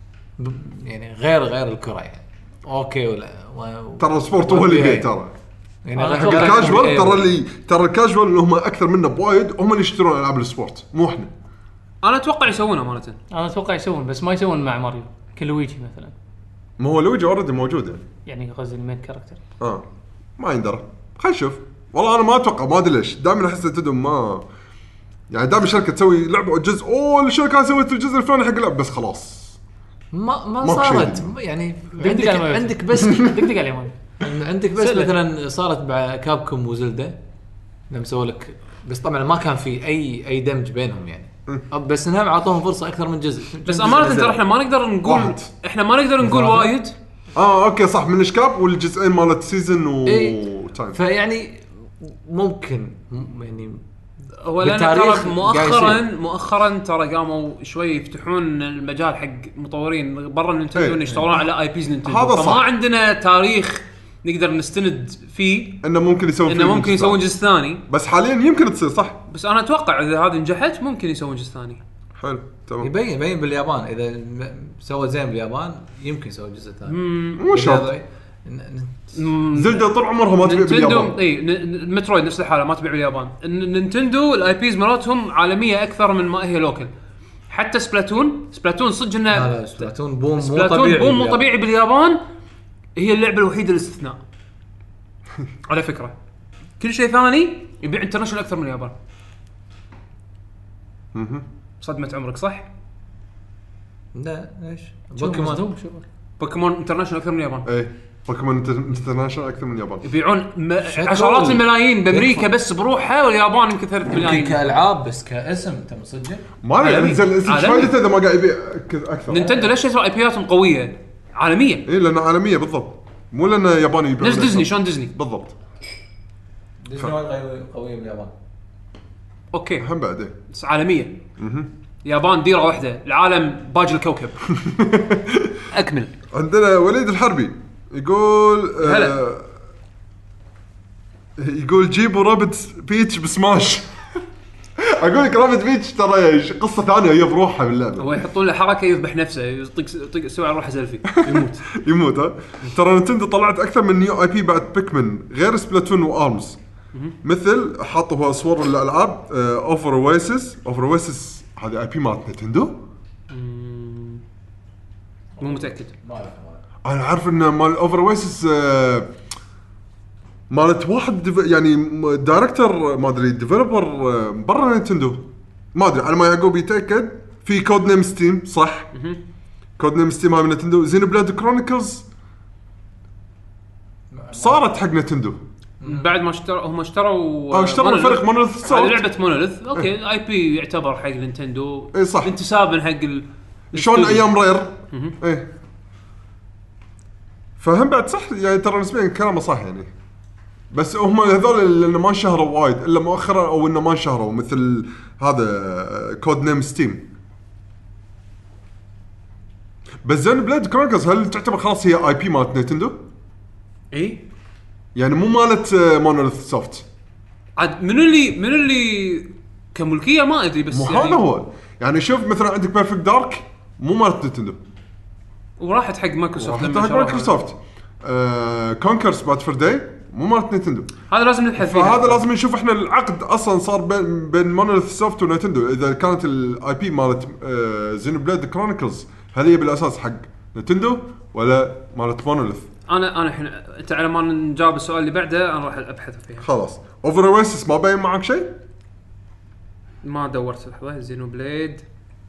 يعني غير غير الكره يعني اوكي ولا ترى السبورت هو اللي يبي ترى يعني أنا غير أتوقع حق الكاجوال ترى اللي ترى الكاجوال اللي هم اكثر منا بوايد هم اللي يشترون العاب السبورت مو احنا. انا اتوقع يسوونها مالتين. انا اتوقع يسوون بس ما يسوون مع ماريو كلويجي مثلا. ما هو لويجي اوريدي موجود يعني. يعني قصدي المين كاركتر. اه ما يندرى خلينا نشوف. والله انا ما اتوقع ما ادري ليش دائما احس تدم ما يعني دائما شركه تسوي لعبه جزء اوه الشركه سوت الجزء الفلاني حق اللعبه بس خلاص ما ما ماكو صارت شيء. يعني دقدق عندك على ما عندك بس دق دق عليه مال. عندك بس سلة. مثلا صارت مع كابكوم وزلدا لما سووا لك بس طبعا ما كان في اي اي دمج بينهم يعني بس انهم عطوهم فرصه اكثر من جزء بس امانه ترى احنا ما نقدر نقول واحد. احنا ما نقدر نقول واحد. وايد. اه اوكي صح من شكاب والجزئين مالت سيزن و إيه. تايم. فيعني ممكن م- يعني هو لأن بالتاريخ ترى مؤخرا قاعد مؤخرا ترى قاموا شوي يفتحون المجال حق مطورين برا نينتندو إيه. انه يشتغلون على اي بيز نينتندو. هذا فما صح. عندنا تاريخ نقدر نستند فيه انه ممكن يسوون انه فيه ممكن جزء يسوون ثاني. جزء ثاني. بس حاليا يمكن تصير صح. بس انا اتوقع اذا هذه نجحت ممكن يسوون جزء ثاني. حلو تمام. يبين يبين باليابان اذا م- سوى زين باليابان يمكن يسوي جزء ثاني مو شرط. إذا- ن- ن- مم. زلدة طول عمرها ما تبيع نينتندو باليابان. اي ن- مترويد نفس الحاله ما تبيع باليابان. ن- نينتندو الاي بيز مالتهم عالميه اكثر من ما هي لوكل. حتى سبلاتون سبلاتون صدق انه لا لا سبلاتون بوم مو سبلاتون طبيعي بوم مو باليابان. طبيعي باليابان. هي اللعبه الوحيده الاستثناء على فكره. كل شيء ثاني يبيع انترناشونال اكثر من اليابان. مهم. صدمه عمرك صح؟ لا ليش بوكيمون بوكيمون بوكيمون انترناشونال اكثر من اليابان. ايه بوكيمون انترناشونال اكثر من اليابان. يبيعون م... شكل. عشرات الملايين بامريكا يكفى. بس بروحها واليابان يمكن ثلاث يمكن ملايين. كالعاب بس كاسم انت مصدق ما ادري عالمي. انزل اسم عالمي. فايدته اذا ما قاعد يبيع ك- اكثر. نينتندو ليش يسوي اي بياتهم قويه عالميه ايه لانه عالميه بالضبط مو لانه ياباني يبيع نفس ديزني. شلون ديزني؟ بالضبط. ديزني وايد قوي- قويه باليابان اوكي هم بعدين بس عالميه. يابان ديره واحده العالم باقي الكوكب. اكمل. عندنا وليد الحربي يقول هلا. آه يقول جيبوا رابط بيتش بسماش. اقول لك رابط بيتش ترى قصه ثانيه هي بروحها باللعبه. هو يحطون له حركه يذبح نفسه يطق يطق يسوي على روحه سيلفي يموت. يموت ها. ترى نينتندو طلعت اكثر من نيو اي بي بعد بيكمن غير سبلاتون وارمز. مثل حطوا هو صور الالعاب اوفر اويسس اوفر اويسس هذه اي بي مالت نينتندو. مو متاكد. ما اعرف انا عارف ان مال اوفر اويسس مالت واحد ديف- يعني م- دايركتور ما ادري ديفلوبر برا نينتندو ما ادري على ما يعقوب يتاكد. في كود نيم ستيم صح. كود نيم ستيم هاي من نينتندو. زينو بلاد كرونيكلز صارت حق نينتندو. بعد ما اشتروا هم اشتروا او اشتروا Monolith. فرق مونوليث هذه سوفت. لعبه مونوليث اوكي اي بي يعتبر حق نينتندو. إي صح. انتسابا حق ال شلون الاستوديو. ايام رير. ايه فهم بعد صح يعني ترى نسبيا كلامه صح يعني. بس هم هذول اللي ما انشهروا وايد الا مؤخرا او انه ما انشهروا مثل هذا كود نيم ستيم. بس زين بلاد كرونيكلز هل تعتبر خلاص هي اي بي مالت نينتندو؟ اي يعني مو مالت مونوليث سوفت. عاد منو اللي منو اللي كملكيه ما ادري بس مو يعني هذا هو يعني. شوف مثلا عندك بيرفكت دارك مو مالت نينتندو وراحت حق مايكروسوفت حتى لما حق شروها. مايكروسوفت. آه كونكرز بات فور داي مو مالت نينتندو. هذا لازم نبحث فيه. فهذا لازم نشوف احنا العقد اصلا صار بين بين مونوليث سوفت ونينتندو. اذا كانت الاي بي مالت آه زينو بلاد كرونيكلز هل هي بالاساس حق نينتندو ولا مالت مونوليث؟ انا انا الحين انت على ما نجاوب السؤال اللي بعده انا راح ابحث فيها. خلاص اوفر اويسس ما باين معك شيء. ما دورت لحظه. زينو بليد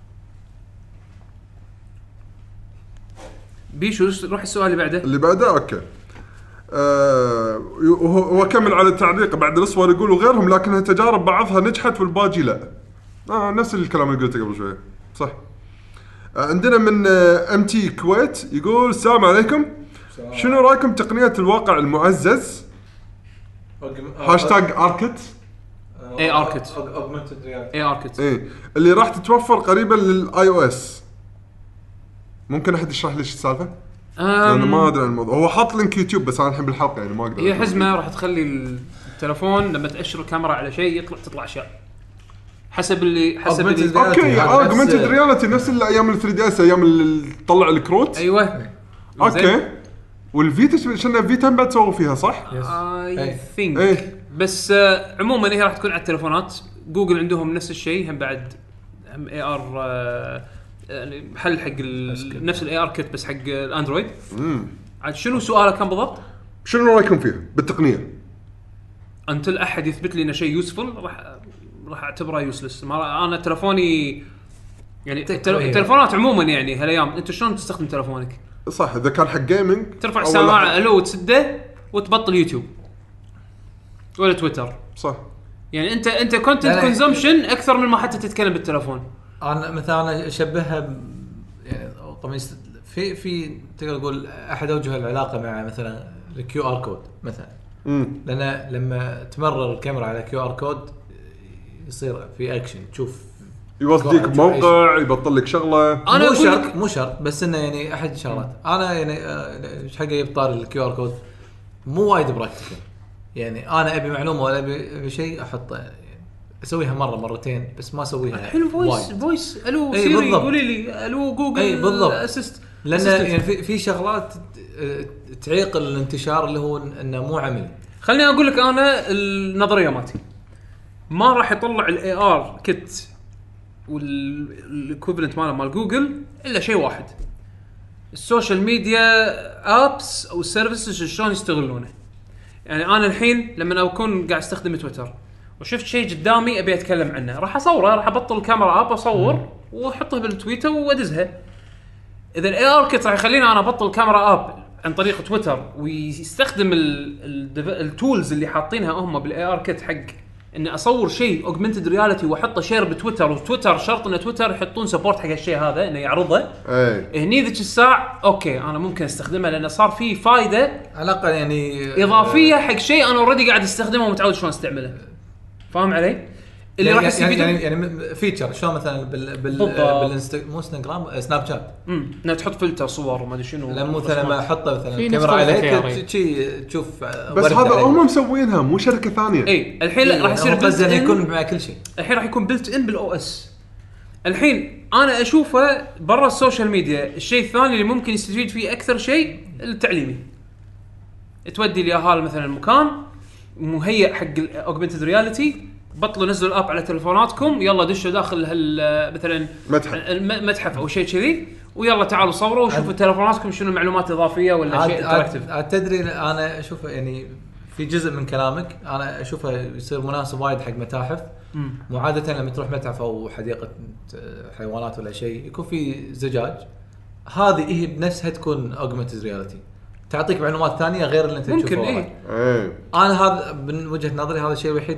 بيشو روح السؤال اللي بعده. اللي بعده اوكي. آه هو هو كمل على التعليق بعد الاسوار يقول وغيرهم لكنها تجارب بعضها نجحت والباقي لا. آه نفس الكلام اللي قلته قبل شويه صح. آه عندنا من آه ام تي كويت يقول السلام عليكم. شنو رايكم تقنيه الواقع المعزز هاشتاج اركت اي اركت اوجمنتد رياليتي اي اركت ايه اللي راح تتوفر قريبا للاي او اس؟ ممكن احد يشرح لي ايش السالفه؟ انا ما ادري عن الموضوع. هو حاط لينك يوتيوب بس انا الحين بالحلقه يعني ما اقدر. هي حزمه راح تخلي التلفون لما تاشر الكاميرا على شيء يطلع تطلع اشياء حسب اللي حسب Augmented اللي reality. اوكي هذا اوجمنتد نفس- رياليتي نفس الايام ال ثري دي اس ايام اللي تطلع الكروت. ايوه اوكي والفيتا شنو فيتا بعد سووا فيها صح؟ اي ثينك بس آه عموما هي راح تكون على التليفونات. جوجل عندهم نفس الشيء هم بعد هم اي ار آه حل حق نفس الاي ار كيت بس حق الاندرويد. امم عاد شنو سؤالك كان بالضبط؟ شنو رايكم فيها بالتقنيه؟ انت الاحد يثبت لي انه شيء يوسفل راح راح اعتبره يوسلس. ما انا تلفوني يعني التلفونات عموما يعني هالايام انت شلون تستخدم تلفونك؟ صح اذا كان حق جيمنج ترفع سماعه الو وتسده وتبطل يوتيوب ولا تويتر. صح يعني انت انت كونتنت كونسومشن اكثر من ما حتى تتكلم بالتلفون. انا مثلا اشبهها يعني طبعا في في تقدر تقول احد اوجه العلاقه مع مثلا الكيو ار كود مثلا. امم لان لما تمرر الكاميرا على كيو ار كود يصير في اكشن تشوف يوصديك بموقع يبطل لك شغله. انا مو شرط مو شرط بس انه يعني احد الشغلات انا يعني ايش حقه يبطل الكيو ار كود مو وايد براكتيكال. يعني انا ابي معلومه ولا ابي شيء احطه يعني اسويها مره مرتين بس ما اسويها حلو فويس فويس الو سيري قولي لي الو جوجل اي بالضبط اسيست. لان يعني في في شغلات تعيق الانتشار اللي هو انه مو عملي. خليني اقول لك انا النظريه مالتي ما راح يطلع الاي ار كيت والايكوفالنت ماله مال جوجل الا شيء واحد: السوشيال ميديا ابس او السيرفيسز شلون يستغلونه. يعني انا الحين لما اكون قاعد استخدم تويتر وشفت شيء قدامي ابي اتكلم عنه راح اصوره راح ابطل الكاميرا اب اصور واحطه بالتويتر وادزها. اذا الاي ار كيت راح يخليني انا ابطل الكاميرا اب عن طريق تويتر ويستخدم التولز اللي حاطينها هم بالاي ار كيت حق اني اصور شيء اوجمنتد رياليتي واحطه شير بتويتر. وتويتر شرط ان تويتر يحطون سبورت حق الشيء هذا انه يعرضه. اي هني ذيك الساعه اوكي انا ممكن استخدمها لانه صار في فايده علاقه يعني اضافيه حق شيء انا اوريدي قاعد استخدمه ومتعود شلون استعمله. فاهم علي؟ اللي يعني راح يستفيد يعني, يعني يعني فيتشر شلون مثلا بال بال بالانستغرام مو انستغرام سناب شات امم انك تحط فلتر صور وما ادري شنو لما مثلا ما احطه مثلا الكاميرا عليك شيء تشوف بس هذا هم مسوينها مو شركه ثانيه. اي الحين راح يصير بلت ان يكون مع كل شيء. الحين راح يكون بلت ان بالاو اس. الحين انا اشوفه برا السوشيال ميديا. الشيء الثاني اللي ممكن يستفيد فيه اكثر شيء التعليمي. تودي لي اهال مثلا المكان مهيئ حق الاوجمنتد رياليتي بطلوا نزلوا الاب على تلفوناتكم يلا دشوا داخل هال مثلا متحف متحف او شيء كذي ويلا تعالوا صوروا وشوفوا تلفوناتكم شنو معلومات اضافيه ولا شيء انتراكتيف. تدري انا اشوفه يعني في جزء من كلامك انا اشوفه يصير مناسب وايد حق متاحف. مو عاده لما تروح متحف او حديقه حيوانات ولا شيء يكون في زجاج. هذه هي بنفسها تكون augmented reality تعطيك معلومات ثانيه غير اللي انت تشوفها. ايه انا هذا من وجهه نظري هذا الشيء الوحيد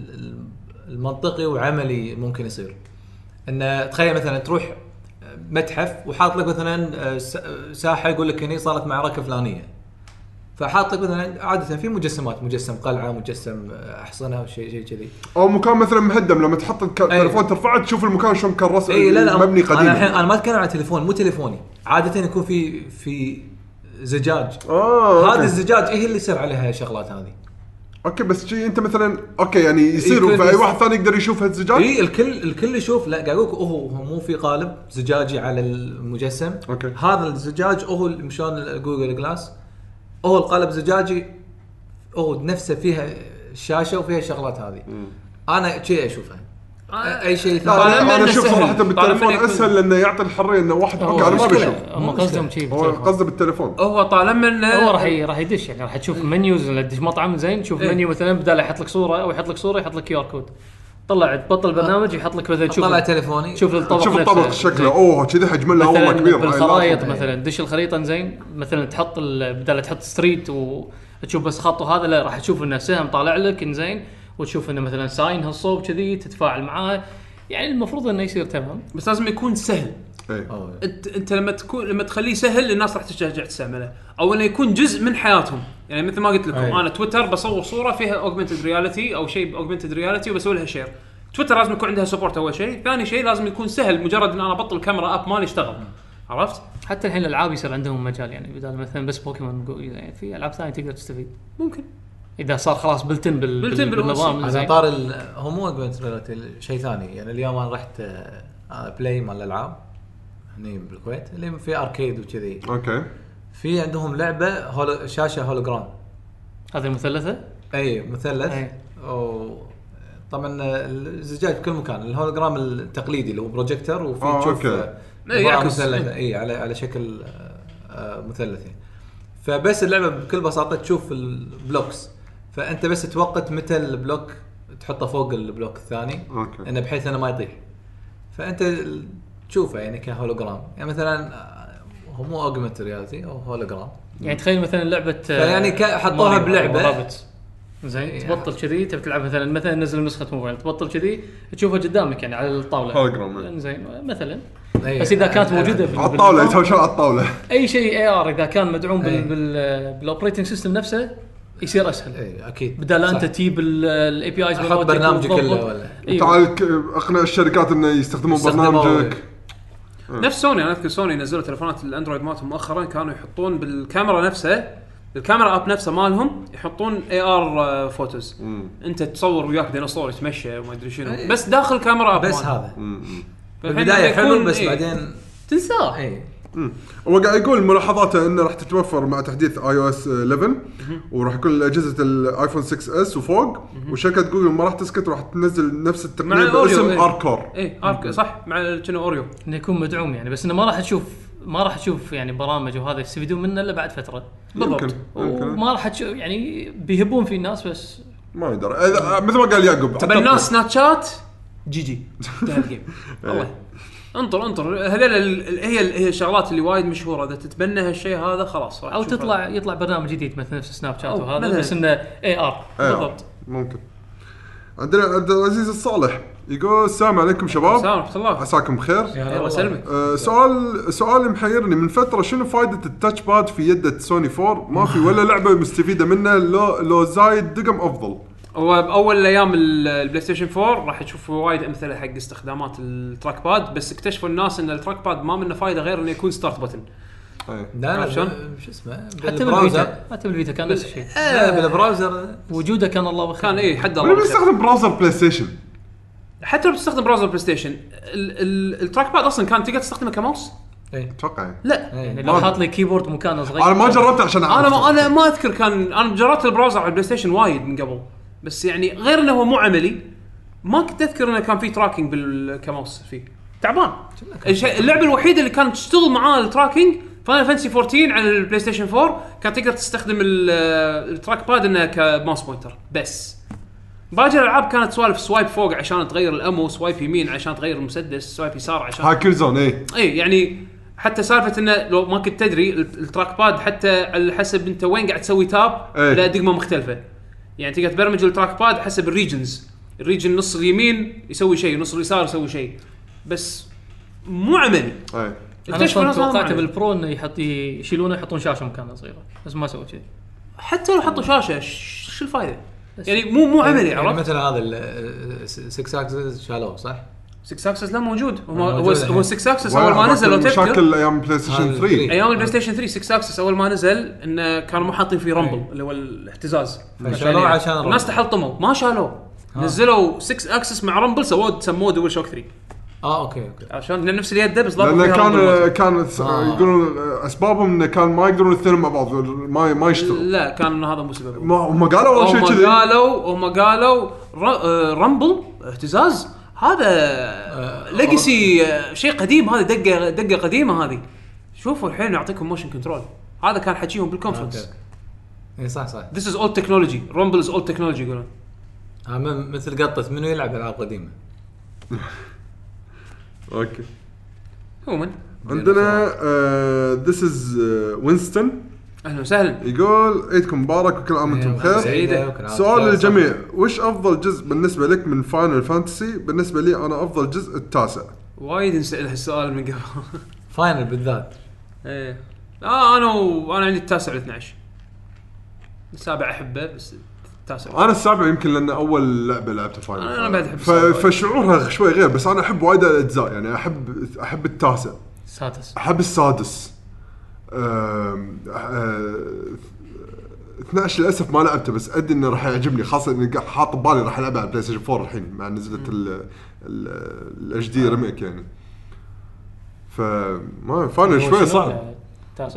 المنطقي وعملي ممكن يصير. ان تخيل مثلا تروح متحف وحاط لك مثلا ساحه يقول لك هني صارت معركه فلانيه فحاط لك مثلا عاده في مجسمات مجسم قلعه مجسم احصنه شيء شيء كذي او مكان مثلا مهدم لما تحط التليفون ترفعه تشوف المكان شلون كان رسم أي لا لا مبني قديم. انا الحين انا ما اتكلم عن تليفون مو تليفوني عاده يكون في في زجاج. آه، هذا الزجاج ايه اللي يصير عليها شغلات هذه. اوكي بس شيء انت مثلا اوكي يعني يصيروا في اي واحد ثاني يقدر يشوف هالزجاج. اي الكل الكل يشوف. لا قاعد اقول لك هو مو في قالب زجاجي على المجسم. أوكي. هذا الزجاج هو مشان جوجل جلاس هو القالب زجاجي هو نفسه فيها شاشه وفيها الشغلات هذه. م. انا شيء اشوفها اي شيء ثاني. انا, أنا اشوف صراحه بالتليفون اسهل لانه يعطي الحريه انه واحد اوكي انا ما بشوف هم قصدهم شيء هو قصده بالتليفون. هو طالما انه هو راح راح يدش يعني راح تشوف منيوز ولا تدش مطعم زين تشوف إيه؟ منيو مثلا بدال يحط لك صوره او يحط لك صوره يحط لك كيو ار كود طلع تبطل برنامج يحط لك مثلا تشوف طلع تليفوني شوف الطبق شوف الطبق شكله اوه كذا حجم له والله كبير. بالخرائط مثلا دش الخريطه زين مثلا تحط بدال تحط ستريت وتشوف بس خطه هذا لا راح تشوف انه سهم طالع لك زين وتشوف انه مثلا ساين هالصوب كذي تتفاعل معاه. يعني المفروض انه يصير تمام بس لازم يكون سهل. ايه انت انت لما تكون لما تخليه سهل الناس راح تشجع تستعمله او انه يكون جزء من حياتهم. يعني مثل ما قلت لكم أيه. انا تويتر بصور صوره فيها اوجمنتد رياليتي او شيء اوجمنتد رياليتي وبسوي لها شير. تويتر لازم يكون عندها سبورت اول شيء. ثاني شيء لازم يكون سهل مجرد ان انا ابطل الكاميرا اب مالي يشتغل. عرفت؟ حتى الحين الالعاب يصير عندهم مجال يعني بدال مثلا بس بوكيمون جو يعني في العاب ثانيه تقدر تستفيد ممكن اذا صار خلاص بلتن بال... بلتن بالنظام. على طار هو مو اوجمنتد رياليتي شيء ثاني. يعني اليوم انا رحت بلاي مال الالعاب هني بالكويت اللي في اركيد وكذي. اوكي في عندهم لعبه هولو شاشه هولوجرام. هذه المثلثه اي مثلث أي. او طبعا الزجاج بكل مكان. الهولوجرام التقليدي اللي هو بروجيكتور وفي آه، تشوف أوكي. مثلث اي على على شكل آه، مثلثي. فبس اللعبه بكل بساطه تشوف البلوكس، فانت بس توقت متى البلوك تحطه فوق البلوك الثاني أوكي. انه بحيث انه ما يطيح. فانت تشوفه يعني كهولوجرام، يعني مثلا هو مو اوجمنت رياليتي او هولوجرام. يعني تخيل مثلا لعبه يعني ك- حطوها بلعبة. زين إيه. تبطل كذي تبي تلعب مثلا مثلا نزل نسخه موبايل تبطل كذي تشوفها قدامك يعني على الطاوله هولوجرام. زين مثلا. أي. بس اذا كانت موجوده على الطاوله يسوي شغل على الطاوله. اي شيء اي ار اذا كان مدعوم أي. بال بال بالاوبريتنج سيستم نفسه يصير اسهل. اي اكيد بدل صح. انت تجيب الاي بي ايز احط برنامجك كله ولا تعال ك- اقنع الشركات انه يستخدمون يستخدموا- برنامجك. نفس سوني. انا اذكر سوني نزلوا تلفونات الاندرويد مالتهم مؤخرا كانوا يحطون بالكاميرا نفسها، الكاميرا اب نفسه مالهم يحطون اي ار فوتوز. مم. انت تصور وياك ديناصور يتمشى وما ادري شنو أي. بس داخل كاميرا اب بس مالهم. هذا مم. فالحين بالبدايه لما حلو يكون بس إيه بعدين تنساه. اي مم. هو قاعد يقول ملاحظاته انه راح تتوفر مع تحديث اي او اس إحدى عشر وراح يكون اجهزه الايفون ستة اس وفوق، وشركه جوجل ما راح تسكت وراح تنزل نفس مع التقنيه الأوريو، باسم إيه. اركور. اي ارك صح مع كأنه اوريو. انه يكون مدعوم يعني، بس انه ما راح تشوف ما راح تشوف يعني برامج وهذا يستفيدون منه الا بعد فتره. يمكن يمكن وما راح تشوف يعني بيهبون في الناس بس ما يدري إذا- مثل ما قال يعقوب تبى الناس سناب شات جي جي انتهى الجيم. والله انطر انطر هذول ال- ال- هي ال- هي الشغلات اللي وايد مشهوره اذا تتبنى هالشيء هذا خلاص راح او تشوف تطلع هذا. يطلع برنامج جديد مثل نفس سناب شات أو وهذا مثلاً. بس انه اي ار. إيه، بالضبط. ممكن. عندنا عبد العزيز الصالح يقول السلام عليكم شباب، السلام ورحمه الله. عساكم بخير. الله يسلمك. أه سؤال سؤال محيرني من فتره، شنو فائده التاتش باد في يده سوني فور؟ ما في ولا لعبه مستفيده منه، لو لو زايد دقم افضل. هو باول ايام ال- البلاي ستيشن فور راح تشوف وايد امثله حق استخدامات التراك باد، بس اكتشفوا الناس ان التراك باد ما منه فايده غير انه يكون ستارت بutton. أي. لا لا عرفت شلون؟ ب- شو اسمه حتى بالبراوزر. بالفيتا حتى بالفيتا كان نفس الشيء. لا بالبراوزر وجوده كان الله بخير. كان اي حد ولا الله بالخير. بيستخدم براوزر بلاي ستيشن؟ حتى لو بتستخدم براوزر بلاي ستيشن ال- ال- التراك باد اصلا كان تقدر تستخدمه كماوس. اي اتوقع يعني. لا يعني إي. لو حاط لي كيبورد مكانه صغير انا ما جربته عشان اعرف. انا ما انا ما اذكر كان انا جربت البراوزر على البلاي ستيشن وايد من قبل، بس يعني غير انه هو مو عملي ما كنت اذكر انه كان في تراكنج بالكماوس فيه تعبان. الشيء اللعبه الوحيده اللي كانت تشتغل معاه التراكنج فاينل فانتسي فورتين على البلاي ستيشن فور، كانت تقدر تستخدم ال- التراك باد انه كماوس بوينتر بس. باقي الالعاب كانت سوالف سوايب فوق عشان تغير الامو، سوايب يمين عشان تغير المسدس، سوايب يسار عشان هاي كل زون. اي اي يعني حتى سالفه انه لو ما كنت تدري التراك باد حتى على حسب انت وين قاعد تسوي تاب إيه. لا دقمه مختلفه، يعني تقدر تبرمج التراك باد حسب الريجنز، الريجن نص اليمين يسوي شيء نص اليسار يسوي شيء، بس مو عملي. اي انا اكتشفوا كنت الناس هذا مو توقعت عملي. بالبرو انه يحط يشيلونه يحطون شاشه مكانها صغيره بس ما سووا كذي. حتى لو حطوا شاشه ش- شو الفائده؟ يعني مو مو عملي. يعني عرفت؟ مثلا هذا ستة اكسس شالوه صح؟ ستة اكسس لا موجود، هو موجود هو الحين. هو ستة اكسس اول ما نزل لو تذكر مشاكل ايام بلاي ستيشن هذا ثري. الثري. ايام البلاي ستيشن ثري ستة اكسس اول ما نزل انه كانوا مو حاطين فيه رامبل اللي هو الاهتزاز، شالوه عشان الناس تحلطموا ما شالوه، نزلوا ستة اكسس مع رامبل سووه سموه دول شوك ثري اه اوكي اوكي عشان لأن نفس اليد بس ضافوا لانه فيها كان رامبل. كان آه. يقولون اسبابهم انه كان ما يقدرون الاثنين مع بعض، ما ما يشتغلوا. لا كان هذا مو سبب. ما هم قالوا اول شيء هم كذي. قالوا هم قالوا ر- آه، رامبل اهتزاز هذا ليجسي شيء قديم، هذا دقه دقه قديمه هذه. شوفوا الحين يعطيكم موشن كنترول، هذا كان حكيهم بالكونفرنس. اي صح صح. This is old technology. Rumble is old technology يقولون. ها من- مثل قطة منو يلعب العاب قديمه. اوكي عموما عندنا ذيس از وينستون اهلا وسهلا. يقول عيدكم مبارك وكل عام وانتم بخير. سعيدة. وكل عام سؤال وانتم بخير. للجميع، وش افضل جزء بالنسبه لك من فاينل فانتسي؟ بالنسبه لي انا افضل جزء التاسع. وايد نسأل هالسؤال من قبل. فاينل بالذات. ايه اه انا و... انا عندي التاسع والاثنى عشر. السابع احبه بس التاسع. انا السابع يمكن لان اول لعبه لعبتها فاينل. أنا بعد أحب ف... السابع وايد. فشعورها شوي غير، بس انا احب وايد الاجزاء، يعني احب احب التاسع، سادس احب السادس. أم... أه... اثني عشر للاسف ما لعبته، بس ادري انه راح يعجبني، خاصه اني قاعد حاط ببالي راح العبها على بلاي ستيشن فور الحين مع نزلت ال الاتش دي ريميك يعني. فما فاينل شوي صعب. تاسع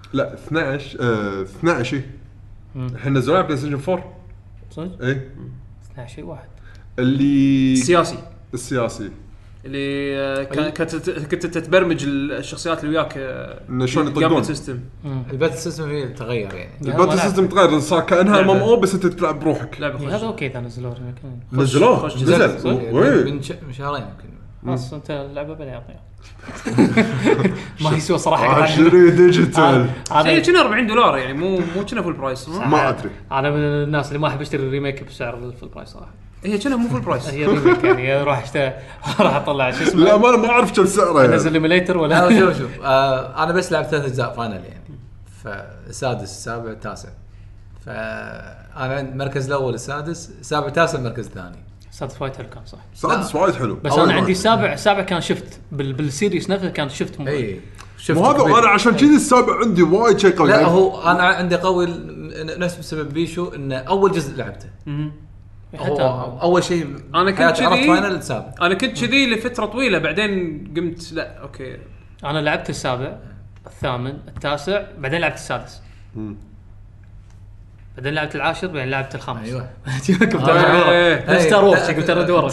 لا اثنعش آه اثنعش احنا نزلنا على بلاي ستيشن فور صدق اي اثنعش شيء واحد اللي السياسي السياسي اللي آه، كان- كنت كنت تتبرمج الشخصيات اللي وياك إنه شلون يطقون. سيستم. الباتل سيستم فيه تغير يعني الباتل سيستم تغير صار كانها ام لعبة. ام او بس انت تلعب بروحك لعبه هذا خوش. اوكي اذا نزلوه كان نزلوه خوش نزل من وي. من ش- من شهرين يمكن خلاص انت اللعبه بلا يعطيها ما يسوى صراحه عشري ديجيتال شيء انا كنا أربعين دولار يعني مو مو كنا فول برايس. ما ادري انا من الناس اللي ما احب اشتري الريميك بسعر الفول برايس صراحه هي كنا مو فول برايس. هي ريميك يعني اروح اشتري راح اطلع شو اسمه لا ما انا ما اعرف كم سعره انزل يعني. ايميليتر لا ولا شوف شوف آه انا بس لعبت ثلاث اجزاء فاينل يعني فالسادس السابع التاسع فانا عند المركز الاول السادس السابع التاسع المركز الثاني سادس وايد حلو كان صح سادس وايد حلو بس أول انا واحد. عندي السابع السابع كان شفت بال بالسيريس نفسه كان شفت مو اي شفت مو هذا كبير. انا عشان كذي السابع عندي وايد شيء قوي لا يعني. هو انا عندي قوي ل- نفس بسبب بيشو انه اول جزء لعبته هو حتى اول شيء أنا كنت حياتي عرفت كذي- فاينل السابع انا كنت كذي لفتره طويله بعدين قمت لا اوكي انا لعبت السابع الثامن التاسع بعدين لعبت السادس مم. بعدين لعبت العاشر بعدين لعبت الخامس ايوه كنت آه. ارجع نفس ستار وورز قلت ارد ورا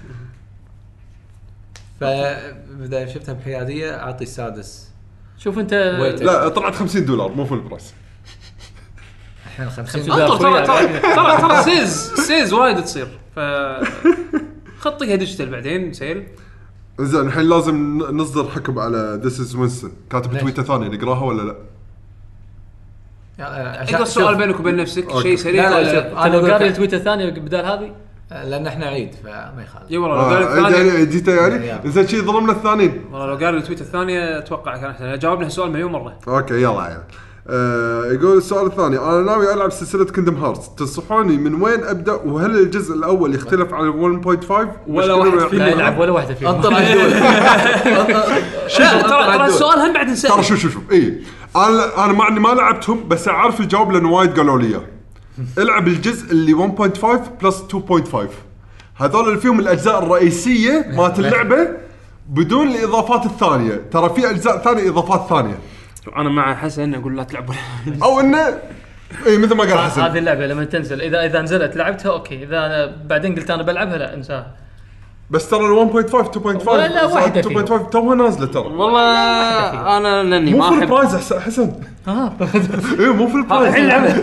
فبدا شفتها بحياديه اعطي السادس شوف انت ويت. لا طلعت خمسين دولار مو فول برايس الحين خمسين خمسين انطر دولار. ترى ترى ترى ترى سيز سيز وايد تصير ف خطيها ديجيتال بعدين سيل. زين الحين لازم نصدر حكم على ذيس از وينستون كاتب ليش؟ تويتر ثانيه نقراها ولا لا عشان اقرا السؤال بينك وبين نفسك أوكي. شيء سريع لا، لا، ولا شوف. انت أنا لو أقول قاري لك- التويتر الثاني بدال هذه لان احنا عيد فما يخالف اي والله لو آه، قال الثاني يعني جيت يعني يعني. زين شي ظلمنا الثانيين والله لو قال التويتر الثانيه اتوقع كان احسن جاوبنا السؤال مليون مره. اوكي يلا عيال آه يقول السؤال الثاني انا ناوي العب سلسله كيندم هارتس تنصحوني من وين ابدا وهل الجزء الاول يختلف عن واحد فاصلة خمسة ولا مشكلة واحد فيه. لا يلعب ولا واحده فيهم انطر على الدول لا ترى ترى السؤال هم بعد نسال. ترى شوف شوف شوف اي انا انا مع اني ما لعبتهم بس اعرف الجواب لان وايد قالوا لي اياه العب الجزء اللي واحد فاصلة خمسة بلس اثنين فاصلة خمسة هذول اللي فيهم الاجزاء الرئيسيه مالت اللعبه بدون الاضافات الثانيه ترى في اجزاء ثانيه اضافات ثانيه انا مع حسن اقول لا تلعب او انه اي مثل ما قال حسن هذه اللعبه لما تنزل اذا اذا نزلت لعبتها اوكي اذا أنا بعدين قلت انا بلعبها لا انساها بس ترى ال واحد فاصلة خمسة اثنين فاصلة خمسة ولا واحدة اثنين فاصلة خمسة توها نازله ترى والله انا لاني مو ما في احب البرايز أحس- حسن ها ايه مو في البرايز الحين لعبها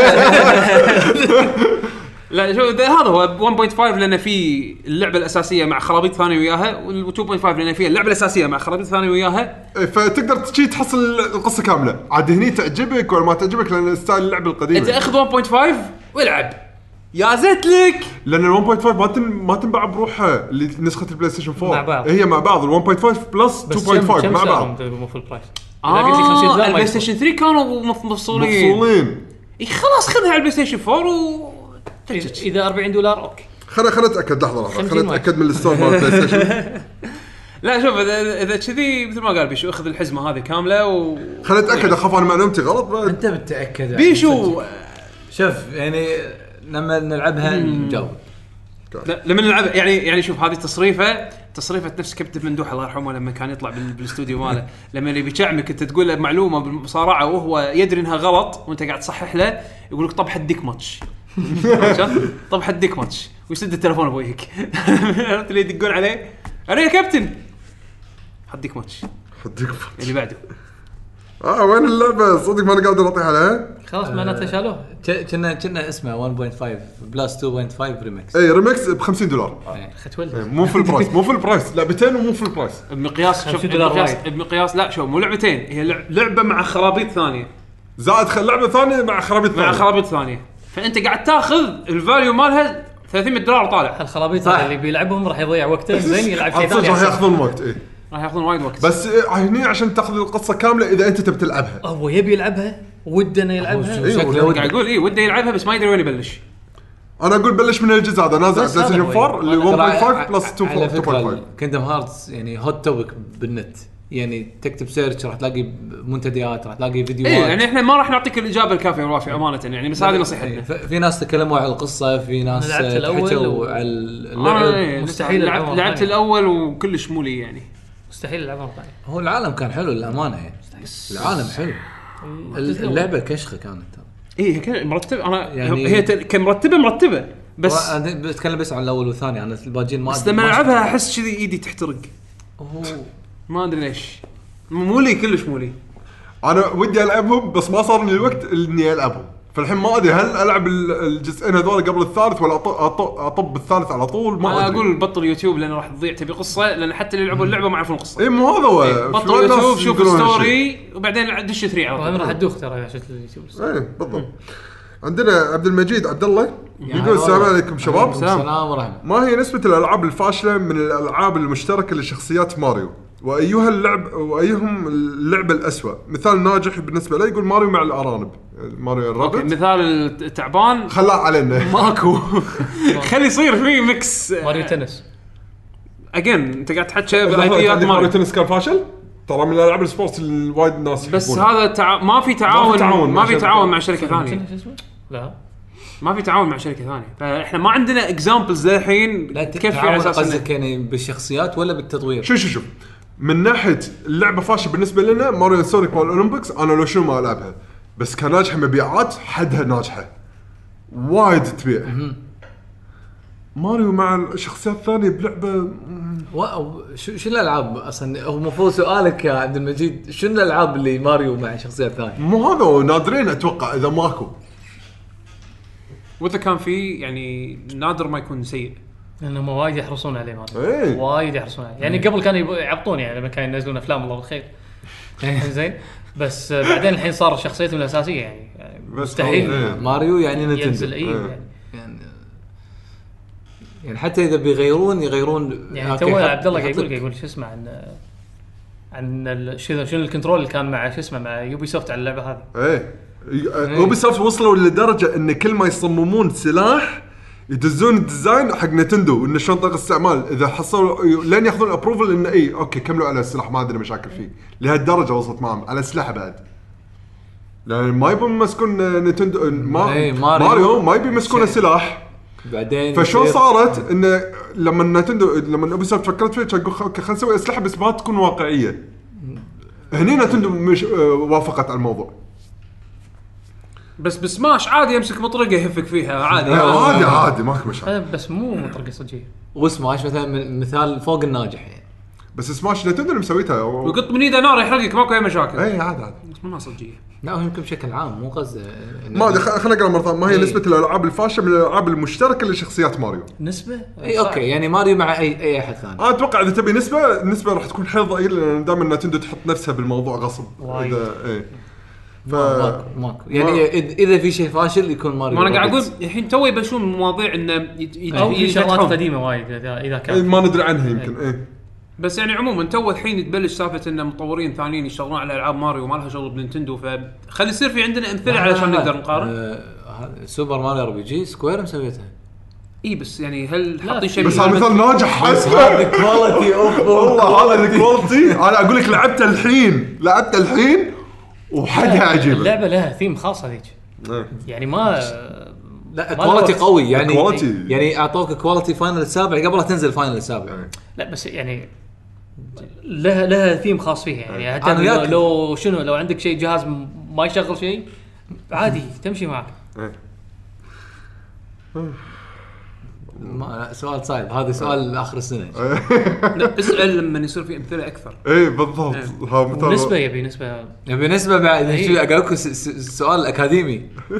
لا شوف ده هذا هو واحد فاصلة خمسة لان في اللعبه الاساسيه مع خرابيط ثانيه وياها وال اثنين فاصلة خمسة لان فيها اللعبه الاساسيه مع خرابيط ثانيه وياها. إيه، فتقدر تشي تحصل القصه كامله عاد هني تعجبك ولا ما تعجبك لان ستايل اللعبه القديمه انت اخذ واحد فاصلة خمسة والعب يا زيت لك. لان ال واحد فاصلة خمسة ما تن... ما تنباع بروحها اللي نسخه البلاي ستيشن فور مع بعض. هي مع بعض ال واحد فاصلة خمسة بلس بس اثنين فاصلة خمسة كم مع كم بعض سعرهم مو فول برايس اذا قلت لي خمسين اه دولار ما البلاي يصير. ستيشن ثلاثة كانوا مف- مفصولين. مفصولين اي خلاص خذها على البلاي ستيشن أربعة و اذا أربعين دولار اوكي خلينا خلينا نتاكد لحظه لحظه خمسين خلينا واحد. نتاكد من الستور مال البلاي ستيشن لا شوف اذا اذا كذي مثل ما قال بيشو اخذ الحزمه هذه كامله و خلينا نتاكد اخاف انا معلومتي غلط بعد. انت متاكد يعني بيشو شوف يعني لما نلعبها نجاوب لا لما نلعب يعني يعني شوف هذه تصريفه تصريفه نفس كابتن مندوح الله يرحمه لما كان يطلع بال- بالاستوديو ماله لما اللي بيشعمك انت تقول له معلومه بالمصارعه وهو يدري انها غلط وانت قاعد تصحح له يقول لك طب حديك ماتش شوف طب حديك ماتش ويسد التليفون بوجهك عرفت اللي يدقون عليه انا يا كابتن حديك ماتش حديك اللي بعده اه وين اللعبه صدق ما انا قادر اطيح عليها خلاص معناته شالوه كنا كنا اسمه واحد فاصلة خمسة بلس اثنين فاصلة خمسة ريمكس اي ريمكس ب خمسين دولار اخت ولد إيه، مو في البرايس مو في البرايس لعبتين ومو في البرايس بمقياس شوف خمسين دولار بمقياس, وايد. بمقياس لا شوف مو لعبتين هي لع- لعبه مع خرابيط ثانيه زائد خل لعبه ثانيه مع خرابيط مع ثانيه خرابيط ثانيه فانت قاعد تاخذ الفاليو مالها ثلاثمية دولار طالع الخرابيط صح. اللي بيلعبهم راح يضيع وقته زين يلعب شيء عاد صدق ثاني راح أحسن. ياخذون وقت ايه راح ياخذون وايد وقت بس إيه، هني عشان تاخذ القصه كامله اذا انت تبي تلعبها هو يبي يلعبها ودنا يلعبها إيه، شكله ولا- ودي. قاعد يقول ايه وده يلعبها بس ما يدري وين يبلش انا اقول بلش من الجزء هذا نازل على بس بلاي هذا ستيشن هو فور اللي ترى واحد فاصلة ع- خمسة بلس على اثنين فاصلة فكره خمسة كيندم هارتس يعني هوت توبك بالنت يعني تكتب سيرش راح تلاقي منتديات راح تلاقي فيديوهات ايه يعني احنا ما راح نعطيك الاجابه الكافيه والوافيه امانه يعني بس هذه نصيحتنا ف- في ناس تكلموا على القصه في ناس أنا لعبت الأول حكوا و- على أنا اللعب إيه، مستحيل لعبت ألعبها لعبت ثانية. الاول وكلش مولي يعني مستحيل يلعبها ثاني هو العالم كان حلو للامانه يعني العالم حلو اللعبه كشخه كانت اي هي كانت مرتبه انا يعني هي كان مرتبه مرتبه بس انا بتكلم بس عن الاول والثاني انا الباجين ما بس لما العبها احس كذي ايدي تحترق اوه ما ادري ليش مو لي كلش مو لي انا ودي العبهم بس ما صار لي الوقت اني العبهم فالحين ما ادري هل العب الجزئين هذول قبل الثالث ولا اطب الثالث على طول ما ادري اقول بطل يوتيوب لان راح تضيع تبي قصه لان حتى اللي يلعبون اللعبه ما يعرفون القصه اي مو هذا هو إيه بطل يوتيوب شوف الستوري وبعدين دش ثري على طول راح ادوخ ترى عشان اليوتيوب اي بالضبط. عندنا عبد المجيد عبد الله يقول السلام عليكم شباب. السلام ورحمه. ما هي نسبة الالعاب الفاشلة من الالعاب المشتركة لشخصيات ماريو وايها اللعب وايهم اللعبة الأسوأ؟ مثال ناجح بالنسبة لي يقول ماريو مع الارانب ماريو الرابط. مثال التعبان خلاه علينا ماكو خلي يصير فيه ميكس ماريو تنس اجين انت قاعد تحكي بايديات ماريو تنس كان فاشل ترى من الالعاب السبورت الوايد الناس بس هذا تع... ما في تعاون ما في, ما في تعاون مع شركه ثانيه لا ما في تعاون مع شركه ثانيه فاحنا ما عندنا اكزامبلز للحين كيف على اساس قصدك يعني بالشخصيات ولا بالتطوير؟ شوف شوف شوف من ناحيه اللعبه فاشله بالنسبه لنا ماريو سونيك مال الاولمبيكس انا لو شنو ما العبها بس كناجحه مبيعات حدها ناجحه وايد تبيع. ماريو مع الشخصيات الثانيه بلعبه واو شو شو الالعاب اصلا هو المفروض سؤالك يا عبد المجيد شنو الالعاب اللي ماريو مع شخصيات ثانيه؟ مو هذا نادرين اتوقع اذا ماكو واذا كان في يعني نادر ما يكون سيء لانهم وايد يحرصون عليه ماريو ايه. وايد يحرصون عليه يعني قبل كانوا يعبطون يعني لما كانوا ينزلون افلام الله بالخير زين بس بعدين الحين صار شخصيتهم الاساسيه يعني مستحيل ايه. ماريو يعني نتندو ينزل ايه ايه. يعني يعني حتى اذا بيغيرون يغيرون يعني تو عبد الله يقول يقول شو اسمه عن عن شنو شنو الكنترول اللي كان مع شو اسمه مع يوبي سوفت على اللعبه هذه. ايه يوبي سوفت وصلوا لدرجه ان كل ما يصممون سلاح يدزون الديزاين حق نتندو انه شلون طريقه استعمال اذا حصلوا لين ياخذون ابروفل انه اي اوكي كملوا على السلاح ما عندنا مشاكل فيه لهالدرجه وصلت معهم على السلاح بعد لان ما يبون يمسكون نتندو ما ايه ماريو, ماريو ما يبي يمسكون السلاح بعدين فشو صارت انه لما نتندو لما اوبي سوفت فكرت فيه كان اوكي خلينا نسوي اسلحه بس ما تكون واقعيه هني نتندو مش وافقت على الموضوع بس بسماش عادي يمسك مطرقه يهفك فيها عادي عادي عادي ماكو مشكله بس مو مطرقه صجيه وسماش مثلا مثال فوق الناجح يعني بس سماش نتندو اللي مسويتها وقط من ايده نار يحرقك ماكو اي مشاكل اي عادي عادي بس مو صجيه لا هو يمكن بشكل عام مو قصده ما ادري خلينا نقرا مره ثانيه ما هي نسبه الالعاب الفاشله من الالعاب المشتركه لشخصيات ماريو نسبه اي اوكي يعني ماريو مع اي اي احد ثاني انا اتوقع اذا تبي نسبه النسبه راح تكون حيل ضئيله لان دائما نتندو تحط نفسها بالموضوع غصب اذا اي ف ماكو ماكو يعني اذا في شيء فاشل يكون ماريو. ما انا قاعد اقول الحين توي بشوف مواضيع انه يجي شغلات قديمه وايد اذا كان ما ندري عنها يمكن اي بس يعني عموما تو الحين تبلش سالفه ان مطورين ثانيين يشتغلون على العاب ماريو ما لها شغل بنينتندو فخلي يصير في عندنا امثله علشان نقدر نقارن. آه سوبر ماريو ار بي جي سكوير مسويتها اي بس يعني هل حاطين شيء بس هذا مثال ناجح هذا كواليتي اوف والله هذا الكواليتي انا اقول لك لعبته الحين لعبته الحين وحدها عجيبه اللعبه لها ثيم خاص هذيك يعني ما لا كواليتي قوي يعني كواليتي. يعني اعطوك كواليتي فاينل السابع قبل لا تنزل فاينل السابع لا بس يعني لها لها ثيم خاص فيها يعني حتى لو, لو شنو لو عندك شيء جهاز ما يشغل شيء عادي تمشي معك. ما سؤال صعب هذا سؤال اخر السنه. لا اسال لما يصير في امثله اكثر. اي بالضبط ها مثلا نسبه يبي نسبه يبي نسبه بعد شو اقول لكم سؤال اكاديمي.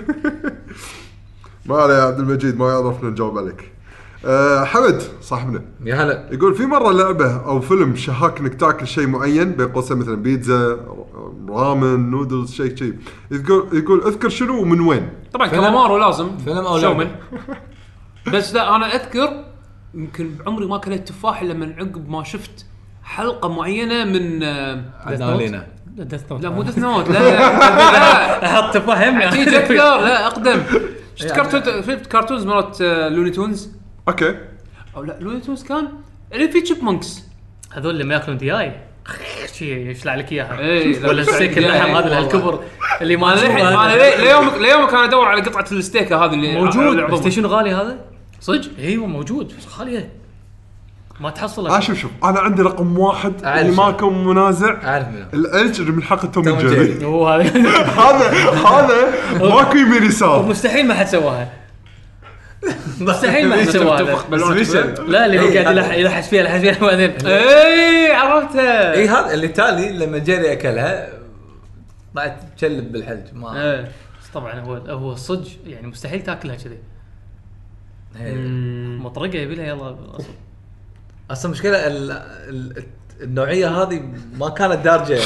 ما عليه يا عبد المجيد ما يعرفنا نجاوب عليك. أه حمد صاحبنا يا هلا يقول في مره لعبه او فيلم شهاك انك تاكل شيء معين بين قوسين مثلا بيتزا رامن نودلز شيء شيء يقول يقول اذكر شنو ومن وين. طبعا كلامارو لازم فيلم او شومن بس لا انا اذكر يمكن بعمري ما كلت تفاح الا من عقب ما شفت حلقه معينه من عدنالينا ديث نوت. لا مو ديث نوت لا احط تفاح هم تيجي اكثر لا اقدم شفت كرتون شفت كرتونز مالت لوني تونز اوكي او لا لوني تونز كان اللي في تشيبمونكس هذول اللي ما ياكلون دياي شيء يشلع لك اياها ايه ولا الستيك اللحم هذا الكبر اللي ما انا اليوم اليوم كان ادور على قطعه الستيك هذه اللي موجود ستيشن غالي هذا صدق ايوه موجود غاليه ما تحصل. آه شوف شوف انا عندي رقم واحد اللي ماكم منازع، عارف منه الالج اللي من حلقه توم جيري. هو هذا هذا هذا ماكو يمين يسار، مستحيل ما حد سواها. مستحيل ما حد سواها. لا اللي هو قاعد يلحس فيها يلحس فيها بعدين اي عرفتها. اي هذا اللي تالي لما جيري اكلها طلعت تشلب بالحلج ما ايه طبعا هو هو صدق يعني مستحيل تاكلها كذي مطرقه يبي لها يلا اصلا. اصلا مشكله ال... ال... النوعيه هذه ما كانت دارجه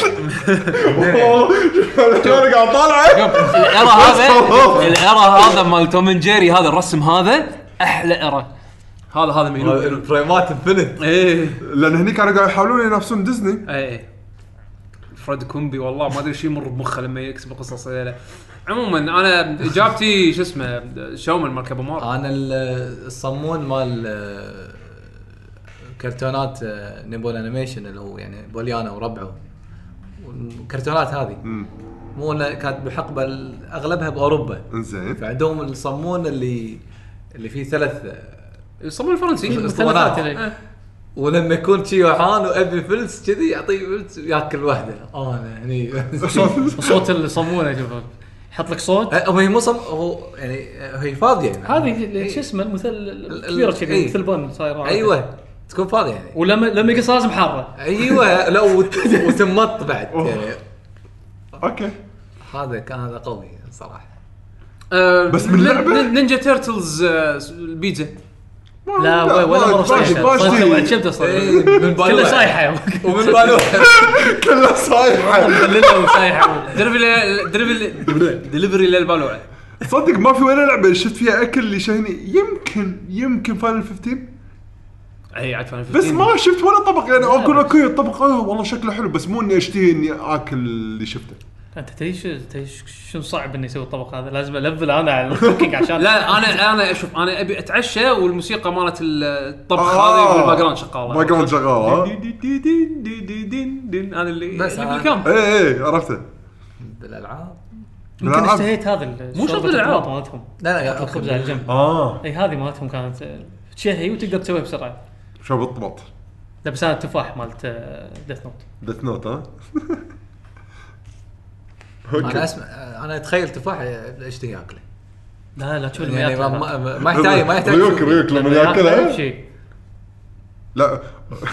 انا قاعد طالع الارا هذا الارا هذا مال توم اند جيري، هذا الرسم هذا احلى ارا. هذا هذا منو الفريمات انفنت. ايه لان هني كانوا قاعد يحاولون ينافسون ديزني. ايه فريد كومبي والله ما ادري شو يمر بمخه لما يكتب القصص هذه. عموما انا اجابتي شو اسمه شومن مال كابومار. انا الصمون مال كرتونات نيبول انيميشن اللي هو يعني بوليانا وربعه والكرتونات هذه مو كانت بحقبه اغلبها باوروبا. انزين فعندهم الصمون اللي اللي فيه ثلاث الصمون الفرنسي مثلثات، ولما يكون شي وحان وابي فلس كذي يعطيه فلس ياكل واحده. انا هني صوت الصمونه شوف يحط لك صوت. هو مو صم هو يعني هي فاضيه يعني. هذه شو اسمه المثل الكبيره كذي مثل بن صايره. ايوه تكون فاضيه يعني. ولما لما يقص لازم حاره. ايوه لا وتمط بعد يعني. اوكي هذا كان هذا قوي صراحه. أه بس من اللعبه نينجا تيرتلز البيتزا لا ولا مره صايحه صايحه شفت اصلا كلها صايحه ومن بالوح كلها صايحه كلها صايحه دليفري دليفري للبالوعه. صدق ما في ولا لعبه شفت فيها اكل اللي شهني. يمكن يمكن فاينل خمستاشر اي عاد فاينل خمستاشر بس ما شفت ولا طبق يعني اقول اوكي الطبق اه والله شكله حلو بس مو اني اشتهي اني اكل اللي شفته. انت تيش تيش شنو صعب اني اسوي الطبق هذا لازم الفل انا على الكوكينج عشان لا انا انا اشوف انا ابي اتعشى والموسيقى مالت الطبخ هذه بالباك جراوند شغاله باك جراوند شغاله هذا اللي بس بالكام. اي اي عرفته بالالعاب. يمكن اشتهيت هذا مو شرط الالعاب مالتهم. لا لا الخبز على الجنب. اه اي هذه مالتهم كانت تشهي وتقدر تسويها بسرعه. شو بالضبط لبس انا التفاح مالت ديث نوت. ديث نوت ها انا اسمع انا اتخيل تفاح اشتهي اكله. لا لا شو يعني ما, ما, ما يحتاج ما يحتاج ريوك ريوك لما ياكلها شيء. لا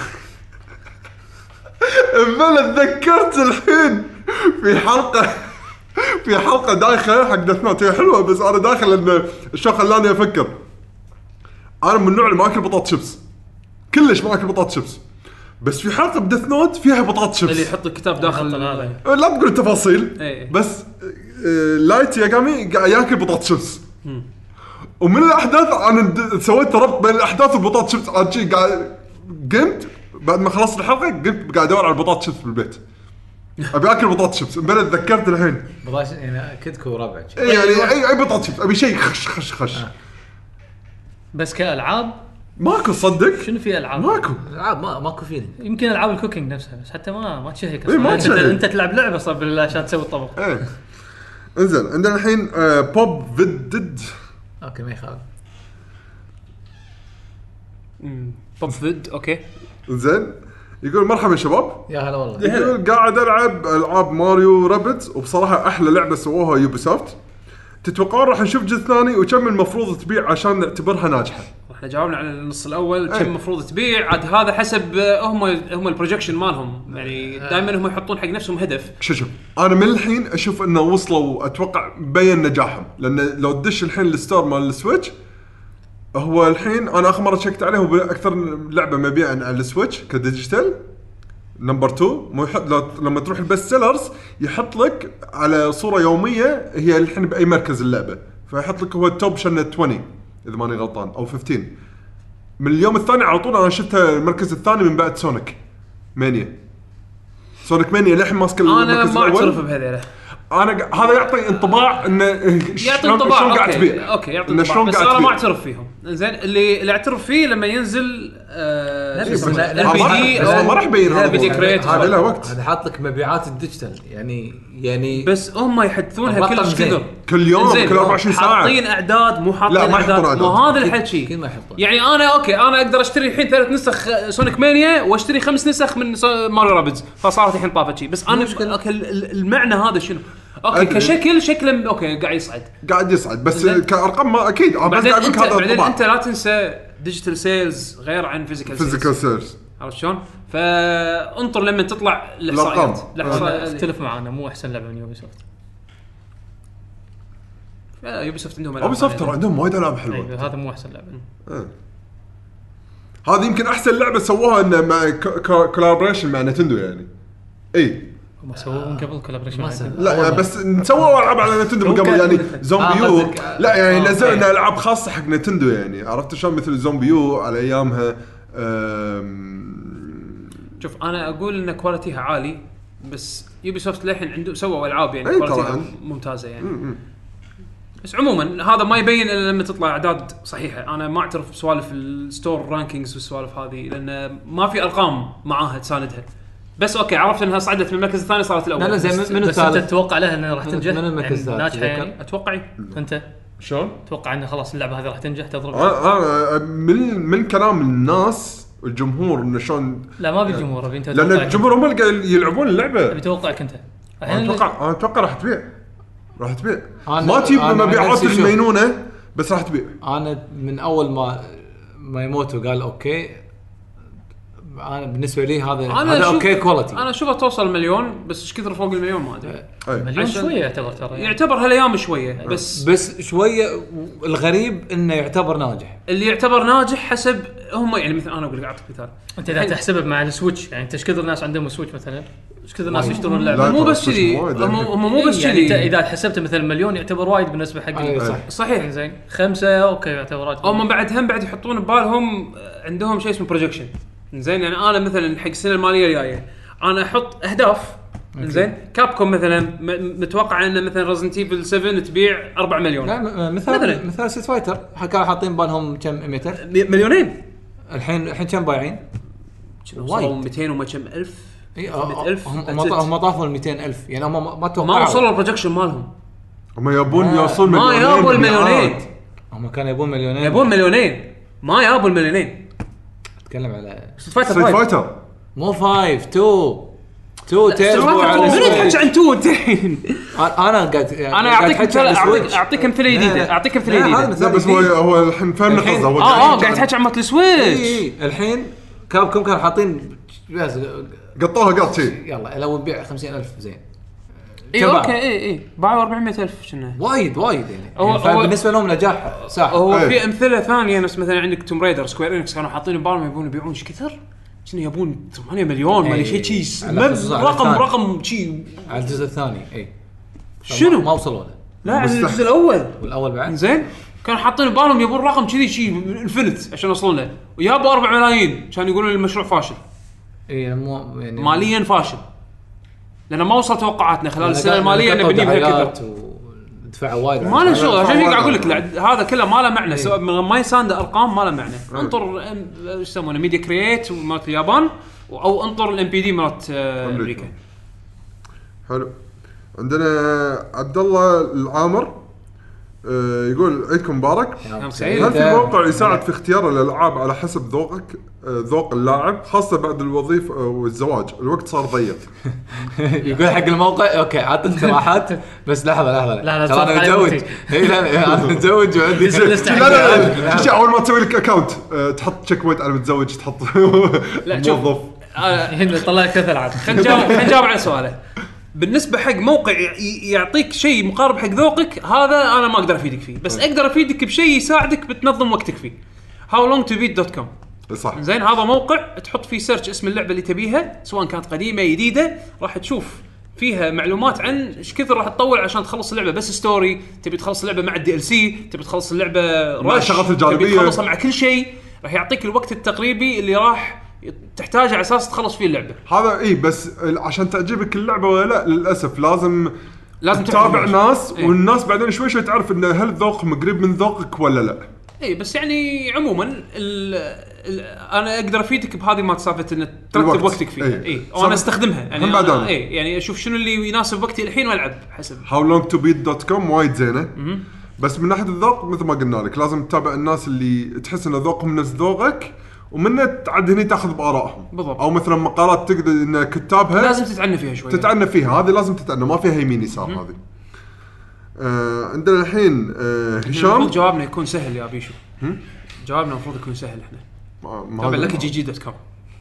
اما تذكرت الحين في حلقه في حلقه داخل حق ديث نوت هي حلوه بس انا داخل ان الشو خلاني افكر. انا من النوع اللي ما اكل بطاطا شيبس كلش ما اكل بطاطا شيبس بس في حلقه بديث نوت فيها بطاطا شيبس اللي يحط الكتاب داخل لا تقول التفاصيل ايه. بس لايت ياغامي قاعد ياكل بطاطا شيبس ومن الاحداث انا سويت ربط بين الاحداث والبطاطا شيبس. انا شي قاعد قمت بعد ما خلصت الحلقه قمت قاعد ادور على البطاطا شيبس بالبيت ابي اكل بطاطا شيبس امبارح تذكرت الحين بطاطا يعني كدكو وربعك اي يعني اي اي بطاطا شيبس ابي شيء خش خش خش آه. بس كالعاب ماكو صدق شنو في العاب ماكو العاب ما ماكو فيني. يمكن العاب الكوكينج نفسها بس حتى ما ما تشهيك إيه اصلا. انت, انت تلعب لعبه صار بالله عشان تسوي الطبق. ايه انزين عندنا الحين آه بوب فيدد. اوكي ما يخالف. امم بوب فيد اوكي انزين يقول مرحبا شباب. يا هلا والله. يقول قاعد العب العاب ماريو رابيدز وبصراحه احلى لعبه سووها يوبيسوفت. تتوقعون راح نشوف جزء ثاني وكم المفروض تبيع عشان نعتبرها ناجحه؟ احنا جاوبنا على النص الاول كم المفروض تبيع عاد هذا حسب هم هم البروجكشن مالهم يعني دائما هم يحطون حق نفسهم هدف. شو شوف انا من الحين اشوف انه وصلوا اتوقع بين نجاحهم لان لو تدش الحين الستور مال السويتش هو الحين انا اخر مره شكت عليه هو اكثر لعبه مبيعا على السويتش كديجيتال نمبر اثنين. مو يحط لما تروح البست سيلرز يحط لك على صوره يوميه هي الحين باي مركز اللعبه فيحط لك هو التوب شن عشرين اذا ماني غلطان او خمستاشر. من اليوم الثاني على طول انا شفتها المركز الثاني من بعد سونيك مانيا. سونيك مانيا للحين ماسك المركز انا ما الاول. اعترف بهذيله. انا هذا يعطي انطباع انه يعطي انطباع شلون قاعد تبيع اوكي يعطي انطباع بس انا ما اعترف فيهم. زين اللي اللي اعترف فيه لما ينزل البي دي ما راح يبين هذا البي دي كريت هذا له وقت. هذا حاط لك مبيعات الديجيتال يعني يعني بس هم يحدثونها كلش كثر كل يوم كل أربعة وعشرين ساعه حاطين اعداد مو حاطين لا، ما اعداد يحطون مو أعداد. هذا الحكي كل ما يحطون. يعني انا اوكي انا اقدر اشتري الحين ثلاث نسخ سونيك مانيا واشتري خمس نسخ من سو- ماريو رابيدز فصارت الحين طافت شيء بس انا اوكي ال- ال- المعنى هذا شنو اوكي أدري. كشكل شكله اوكي قاعد يصعد قاعد يصعد بس زين. كارقام ما اكيد انا بس بعدين قاعد اقول انت لك هذا بعدين الطبع انت لا تنسى ديجيتال سيلز غير عن فيزيكال فيزيكال سيلز سيرز عرفت شلون فانطر لما تطلع الاحصائيات الأرقام. أنا اختلف معانا مو احسن لعبه من يوبي سوفت. يوبي سوفت عندهم اوبي سوفت ترى عندهم وايد العاب حلوه أيوة، هذا مو احسن لعبه. إيه. هذه يمكن احسن لعبه سووها انه مع كولابريشن مع نتندو يعني اي هم سووه من قبل كولابريشن ما مع سووا. نتندو. لا يعني بس سووا العاب على نتندو من هو قبل كان- يعني آه، زومبي يو قصدك- لا يعني آه، نزلوا أوكي. لنا العاب خاصه حق نتندو يعني عرفت شلون مثل زومبي يو على ايامها أم... شوف انا اقول ان كواليتيها عالي بس يوبي سوفت للحين عنده سووا العاب يعني أي كواليتيها طبعاً. ممتازه يعني م- م. بس عموما هذا ما يبين الا لما تطلع اعداد صحيحه انا ما اعترف بسوالف الستور رانكينجز والسوالف هذه لان ما في ارقام معاها تساندها بس اوكي عرفت انها صعدت من المركز الثاني صارت الاول لا لا زين بس, من بس انت الثالث تتوقع لها انها راح من- تنجح من المركز يعني الثالث؟ ناجحه يعني اتوقع انت شلون؟ تتوقع انه خلاص اللعبه هذه راح تنجح تضرب؟ انا أنا من من كلام الناس والجمهور انه شلون لا ما بالجمهور ابي انت لان تتوقع. الجمهور هم اللي قاعد يلعبون اللعبه ابي توقعك انت انا الحين اتوقع انا اتوقع راح تبيع راح تبيع أنا- ما تجيب أنا مبيعات نفسي شوف. المينونه بس راح تبيع انا من اول ما ما يموت وقال اوكي انا بالنسبه لي هذا أنا هذا أشوف- اوكي كواليتي انا اشوفها توصل مليون بس ايش كثر فوق المليون ما ادري أي. مليون عشان- شويه يعتبر ترى يعني. يعتبر هالايام شويه بس بس شويه الغريب انه يعتبر ناجح اللي يعتبر ناجح حسب هم يعني مثلا انا اقول لك اعطيك مثال انت اذا الحين- تحسبها مع السويتش يعني انت ايش كثر ناس عندهم سويتش مثلا ايش كثر ناس وايد. يشترون لا، اللعبه مو ترى بس السويتش كذي وايد هم يعني. هم مو بس يعني انت كذي اذا حسبت مثلا مليون يعتبر وايد بالنسبه حق أي صح. صحيح زين خمسه اوكي يعتبر وايد. هم بعد هم بعد يحطون ببالهم عندهم شيء اسمه بروجكشن زين يعني انا مثلا حق السنه الماليه الجايه انا احط اهداف زين كابكوم مثلا م- متوقع ان مثلا ريزنت ايفل سبعة تبيع أربعة مليون لا م- مثال مثلاً. مثال ستريت فايتر كانوا حاطين بالهم كم مئة ألف م- مليونين الحين الحين كم بايعين؟ وصلوا مئتين وما كم الف اي مئة ألف هم that's هم it. هم طافوا ال مئتين ألف يعني هم ما- ما توقعوا ما وصلوا البروجكشن مالهم هم يبون ما- يوصلون ما يابوا المليونين هم كانوا يبون مليونين يبون مليونين ما يابوا المليونين اتكلم على ستريت فايتر ستريت فايف فايتر مو فايف تو تو تيربو على من السويتش. تحكي عن تو الحين انا قاعد انا اعطيك مثال اعطيك اعطيك امثله جديده اعطيك امثله لا، هذا جديده مثال لا بس هو جديد. هو الحين فهمنا الحين- قصده هو اه اه قاعد تحكي عن مالت السويتش اي الحين كابكم كانوا حاطين بس قطوها قط شي يلا لو نبيع خمسين ألف زين اي كم اوكي باعوا؟ اي اي باعوا أربعمية ألف كنا وايد وايد يعني, هو- يعني هو- فبالنسبه لهم نجاح ساحق هو إيه. في امثله ثانيه نفس مثلا عندك توم رايدر سكوير انكس كانوا حاطين ببالهم يبون يبيعون ايش كثر؟ كنا يبون ثمانية مليون إيه. ما شيء شيء على خصوص على رقم الثاني. رقم شيء على الجزء الثاني اي شنو؟ ما وصلوا له لا على مستحيل. الجزء الاول والاول بعد زين كانوا حاطين ببالهم يبون رقم كذي شيء انفنت عشان يوصلون له ويابوا أربعة ملايين كانوا يقولون المشروع فاشل اي مو يعني ماليا فاشل لان ما وصل توقعاتنا خلال السنه الماليه ان قطعوا بنجيب هالكثر دعايات ودفعوا وايد ما له شغل عشان هيك وايد. اقول لك لا، هذا كله ما له معنى سواء من ما يساند ارقام ما له معنى انطر أم- ايش يسمونه ميديا كرييت مالت اليابان او انطر الام بي دي مالت آه، امريكا حلو عندنا عبد الله العامر آه، يقول عيدكم مبارك يوم سعيد. هل في موقع يساعد في اختيار الالعاب على حسب ذوقك آه، ذوق اللاعب خاصه بعد الوظيفه آه، والزواج الوقت صار ضيق يقول حق الموقع اوكي عط اقتراحات بس لحظه لحظه لا، لا، ترى انا تصفح متزوج أي اي لا لا، انا متزوج وعندي لست لا لا لا شي اول ما تسوي لك اكونت تحط تشيك بوينت على متزوج تحط لا، شوف. موظف آه، هنا طلع لك ثلاث العاب خلينا نجاوب خلينا نجاوب على سؤاله بالنسبه حق موقع ي- يعطيك شيء مقارب حق ذوقك هذا انا ما اقدر افيدك فيه بس اقدر افيدك بشيء يساعدك بتنظم وقتك فيه هاو لونج تو بيت دوت كوم صح زين هذا موقع تحط فيه سيرش اسم اللعبه اللي تبيها سواء كانت قديمه جديده راح تشوف فيها معلومات عن ايش كثر راح تطول عشان تخلص اللعبه بس ستوري تبي تخلص اللعبه مع الدي ال سي تبي تخلص اللعبه مع رش الشغلات الجانبية. تبي تخلصها مع كل شيء راح يعطيك الوقت التقريبي اللي راح تحتاجه على اساس تخلص فيه اللعبه هذا اي بس عشان تعجبك اللعبه ولا لا للاسف لازم لازم تتابع تعرف ناس إيه. والناس بعدين شوي شوي تعرف ان هل ذوقهم قريب من ذوقك ولا لا اي بس يعني عموما ال ال انا اقدر افيدك بهذه ما تسافه ان ترتب وقتك فيها. اي إيه. وانا استخدمها يعني انا اي يعني اشوف شنو اللي يناسب وقتي الحين والعب حسب. how long to beat دوت كوم وايد زينه. بس من ناحيه الذوق مثل ما قلنا لك لازم تتابع الناس اللي تحس ان ذوقهم نفس ذوقك ومنه تعد هني تاخذ بارائهم. بالضبط. او مثلا مقالات تقدر ان كتابها لازم تتعنى فيها شوي تتعنى فيها هذه لازم تتعنى ما فيها يمين يسار هذه. آه عندنا الحين آه هشام جوابنا يكون سهل يا بيشو. جوابنا المفروض يكون سهل احنا تابع لك جي جي دوت كوم.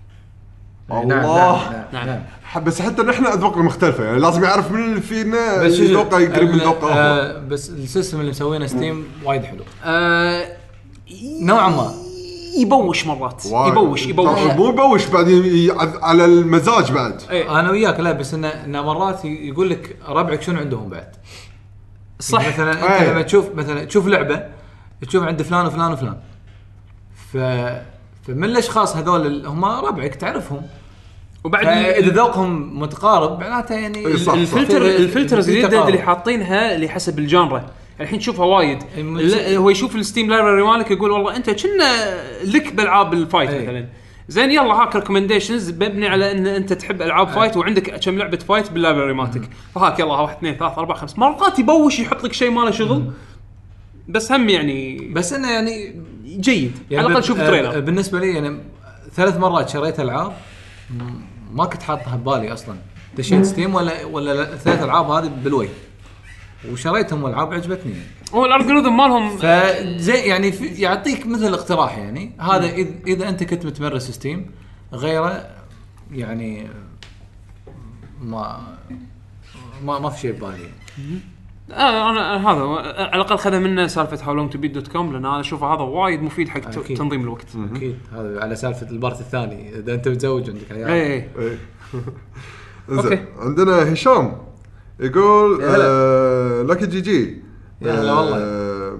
الله نعم, نعم, نعم. بس حتى نحن اذواقنا مختلفه يعني لازم يعرف من اللي فينا ذوقه يقرب من ذوقه. آه بس السيستم اللي مسوينه ستيم وايد حلو آه نوعا ما يبوش مرات يبوش يبوش مو يبوش بعد على المزاج بعد. ايه. انا وياك لا بس انه إن مرات يقول لك ربعك شنو عندهم بعد صح. يعني مثلا انت أيه. لما تشوف مثلا تشوف لعبه تشوف عند فلان وفلان وفلان ف فمن الاشخاص هذول هم ربعك تعرفهم وبعد اذا ذوقهم متقارب معناته يعني الفلتر الفلترز الجديده اللي حاطينها اللي حسب الجانرا الحين تشوفها وايد. هو يشوف الستيم لايبراري مالك يقول والله انت كنا لك بالعاب الفايت أي. مثلا زين يلا هاك ريكومنديشنز مبني على ان انت تحب العاب فايت وعندك كم لعبه فايت باللايبراري مالتك فهاك يلا واحد اثنين ثلاثة أربعة خمس مرات يبوش يحط لك شيء ما له شغل بس هم يعني بس انه يعني جيد يعني على الاقل شوف تريلر. بالنسبه لي يعني ثلاث مرات شريت العاب ما كنت حاطها ببالي اصلا دشيت ستيم ولا ولا ثلاث العاب هذه بالوي وشريتهم والعاب عجبتني. هو الالجوريثم مالهم فزي يعني يعطيك مثل اقتراح يعني هذا اذا اذا انت كنت متمرس ستيم غيره يعني ما ما ما في شيء ببالي. آه انا هذا على الاقل خذ منه سالفه how long to beat دوت كوم لان انا اشوفه هذا وايد مفيد حق أكيد. تنظيم الوقت اكيد. هذا على سالفه البارت الثاني اذا انت متزوج عندك عيال. اي اوكي. عندنا هشام يقول آه لك جي جي يلا آه والله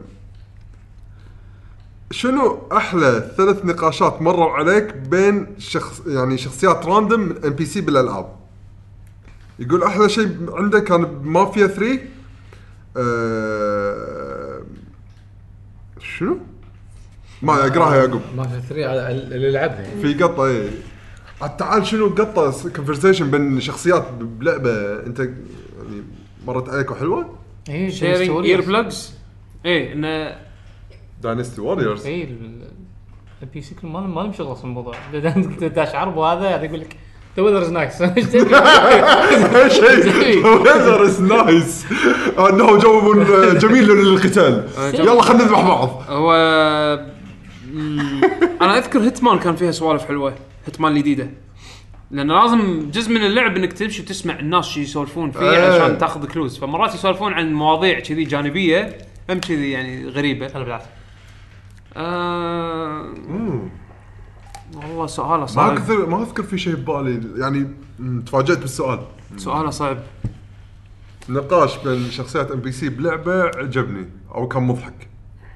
شنو احلى ثلاث نقاشات مروا عليك بين شخص يعني شخصيات راندوم من ام بي سي بالالعاب. يقول احلى شيء عنده كان بمافيا ثري أه... شنو ما اقراها يا يعقوب مافيا ثري اللي لعبها يعني. في قطه ايه تعال شنو قطه كونفرسيشن بين شخصيات بلعبه انت يعني مرت عليك وحلوه. ايه شيرينج اير بلجز ايه انه داينستي واريورز. ايه البي سي كل ما ما له شغل اصلا الموضوع داش عرب وهذا يقول لك The weather is nice. شيء The weather is nice. إنه جو جميل للقتال. يلا خلنا نذبح بعض. هو أنا أذكر هيتمان كان فيها سوالف حلوة. هيتمان الجديدة. لأن لازم جزء من اللعب إنك تمشي وتسمع الناس شو يسولفون فيه عشان تأخذ كلوز. فمرات يسولفون عن مواضيع كذي جانبية هم كذي يعني غريبة. هلا بالعافية. آه والله سؤاله صعب. ما أذكر ما أذكر في شيء ببالي يعني تفاجأت بالسؤال. سؤاله صعب. نقاش بين شخصيات ام بي سي بلعبة عجبني أو كان مضحك.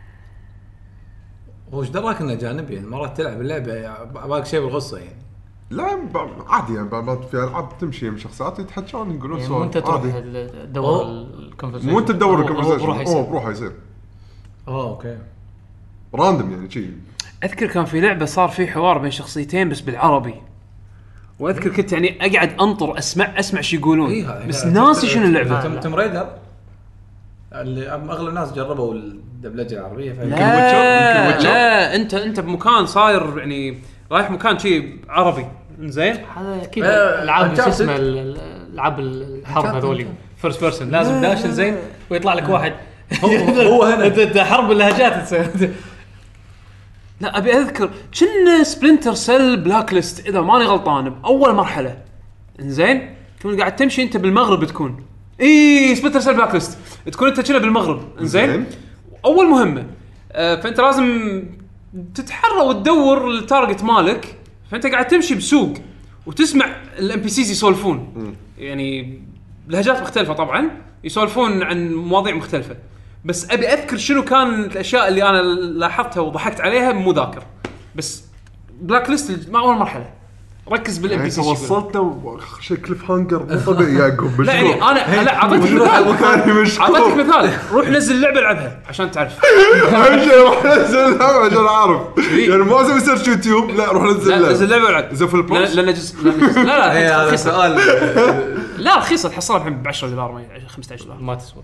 هو ايش دراك انه جانبي يعني مرات تلعب اللعبة باقي شيء بالقصة يعني. لا عادي يعني بعض في ألعاب تمشي من شخصيات يتحكون يقولون يعني سؤال. مو انت تروح تدور الكونفرسيشن. مو انت تدور الكونفرسيشن. أوه بروحه يصير. أوه أوكي. راندم يعني شيء. أذكر كان في لعبة صار في حوار بين شخصيتين بس بالعربي. واذكر كنت يعني اقعد انطر اسمع اسمع شو يقولون إيه بس ناسي شنو اللعبه. تم تم ريدر اللي اغلب الناس جربوا الدبلجه العربيه لا, لا, لا انت انت بمكان صاير يعني رايح مكان شيء عربي زين. هذا اكيد العاب شو اسمه العاب الحرب هذولي فيرست بيرسون لازم داش زين ويطلع لك واحد هو هنا حرب اللهجات تصير. لا ابي اذكر كنا سبلنتر سيل بلاك ليست اذا ماني غلطان باول مرحله انزين تكون قاعد تمشي انت بالمغرب تكون اي سبلنتر سيل بلاك ليست تكون انت كنا بالمغرب انزين اول مهمه آه فانت لازم تتحرى وتدور التارجت مالك فانت قاعد تمشي بسوق وتسمع الام بي سيز يسولفون يعني لهجات مختلفه طبعا يسولفون عن مواضيع مختلفه بس ابي اذكر شنو كان الاشياء اللي انا لاحظتها وضحكت عليها مو ذاكر بس بلاك ليست مع اول مرحله ركز بالام سي. وصلته شيء كليف هانجر مو طبيعي يعقوب. لا يعني انا لا اعطيتك مثال اعطيتك مثال روح نزل اللعبه العبها عشان تعرف. روح نزل اللعبه عشان اعرف يعني ما اسوي سيرش يوتيوب. لا روح نزل اللعبه نزل اللعبه العب اذا في البروس لا جزء لا لا هذا سؤال. لا رخيصه تحصلها الحين ب عشرة دولار ما خمسة عشر دولار ما تسوى.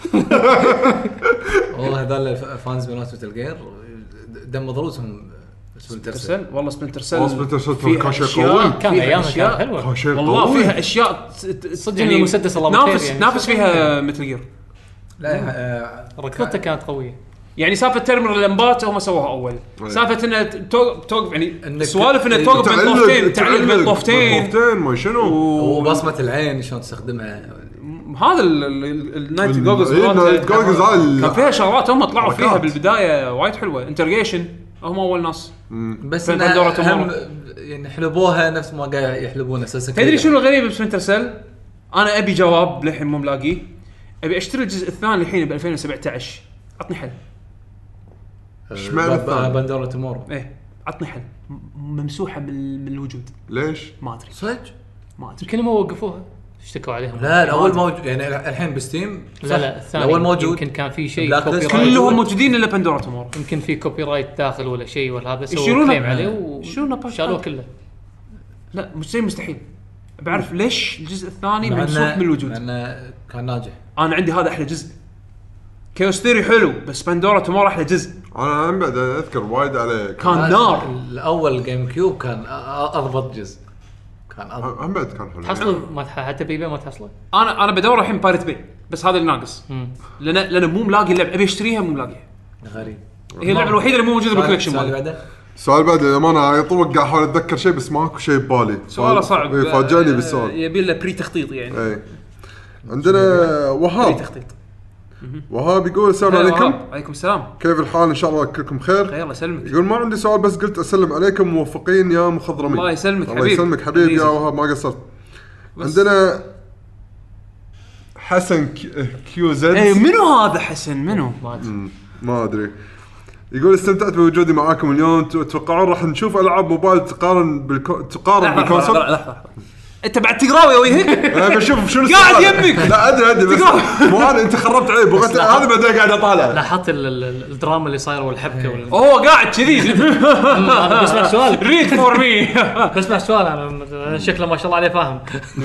والله هذول الفانز بنات متل جير دم ضروسهم. سبلنتر سيل والله سبلنتر سيل سبلنتر سيل كان شيء قوي كان ايامها كان حلوه والله فيها اشياء صدق يعني المسدس الله خير نافس يعني نافس فيها متل جير. لا ركضته كانت قويه يعني سالفه ترمينال الانبات هم سووها اول سالفه انه توقف يعني سوالف انه توقف بين طوفتين تعلق بين طوفتين ما شنو وبصمه العين شلون تستخدمها. هذا النايت جوجلز كان فيها شغلات هم طلعوا فيها بالبدايه وايد حلوه. انترجيشن هم اول ناس بس هم يعني حلبوها نفس ما قاعد يحلبون اساسا. تدري شنو الغريب بسبلنتر سيل؟ انا ابي جواب للحين مو ملاقيه. ابي اشتري الجزء الثاني الحين ب ألفين وسبعة عشر عطني حل. ايش معنى باندورا تومورو؟ ايه عطني حل ممسوحه من الوجود. ليش؟ ما ادري صدق ما ادري يمكن ما وقفوها اشتكوا عليهم. لا الاول موجود يعني الحين بستيم. لا لا الثاني الاول موجود يمكن كان في شيء كوبي رايت كلهم موجودين الا باندورا تومورو. يمكن في كوبي رايت داخل ولا شيء ولا هذا سووا يشيلونه كليم عليه وشالوه كله. لا مش شيء مستحيل. بعرف ليش الجزء الثاني ممسوح من الوجود لانه كان ناجح. انا عندي هذا احلى جزء. كيوس ثيري حلو بس باندورا تومورو احلى جزء. انا هم بعد اذكر وايد عليه كان نار. الاول جيم كيوب كان اضبط جزء كان اضبط. هم بعد كان حلو. تحصل ما حتى بيبي ما تحصله. انا انا بدور الحين بايرت بي بس هذا اللي ناقص. لان لان مو ملاقي اللعبه ابي اشتريها مو ملاقيها. غريب. هي اللعبه الوحيده اللي مو موجوده بالكولكشن مالي. السؤال بعد للأمانة يطول قاعد أحاول أتذكر شيء بس ماكو شيء ببالي. سؤال صعب. إيه فاجأني بالسؤال. يبي له بري تخطيط يعني. إيه. عندنا وهاب. بري تخطيط. وهاب يقول السلام عليكم. عليكم السلام. كيف الحال إن شاء الله كلكم خير. خير الله يسلمك. يقول ما عندي سؤال بس قلت أسلم عليكم موفقين يا مخضرمين. الله يسلمك حبيبي. الله يسلمك حبيبي يا وهاب ما قصرت. عندنا حسن كيو زد. إيه منو هذا حسن منو؟ ما أدري. يقول استمتعت بوجودي معاكم اليوم. تتوقعون راح نشوف العاب موبايل تقارن بالكو... تقارن بالكونسول؟ لحظه لحظه انت بعد تقراوي ويهك. انا بشوف شنو قاعد يمك. لا ادري ادري بس مو انا انت خربت عليه بغيت هذا بعدين قاعد اطالع. لاحظت الدراما اللي صايره والحبكه وال... هو قاعد كذي. بسمع سؤال ريد فور مي. بسمع سؤال انا شكله ما شاء الله عليه فاهم.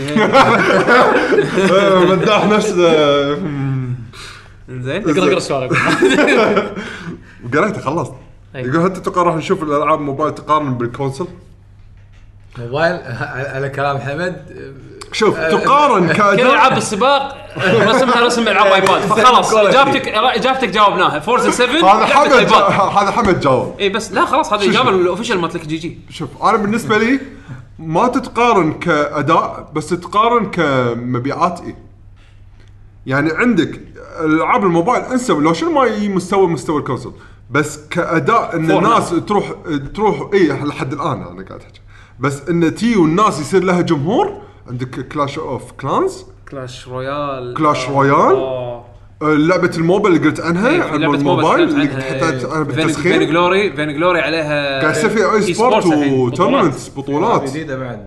مداح نفسه. زين اقرا اقرا السؤال. قريته خلصت. يقول هل تتوقع راح نشوف الالعاب موبايل تقارن بالكونسول؟ موبايل على كلام حمد. شوف تقارن كأداء كل العاب السباق رسمها رسم العاب ايباد فخلاص اجابتك اجابتك جاوبناها. فورزا سبعة هذا حمد هذا حمد جاوب. اي بس لا خلاص هذا الاجابه الاوفيشال مالتك جي جي. شوف انا بالنسبه لي ما تتقارن كأداء بس تقارن كمبيعات. اي يعني عندك العاب الموبايل انسى لو شنو ما مستوى مستوى الكونسول بس كأداء ان الناس تروح تروح اي لحد الان انا قاعد احكي بس ان تي والناس يصير لها جمهور. عندك كلاش اوف كلانز كلاش رويال كلاش رويال لعبه الموبايل اللي قلت عنها إيه الموبايل اللي حطيت انا بالتسخين فين جلوري فين جلوري عليها قاعد يصير فيها اي سبورت وتورنمنتس بطولات جديده بعد.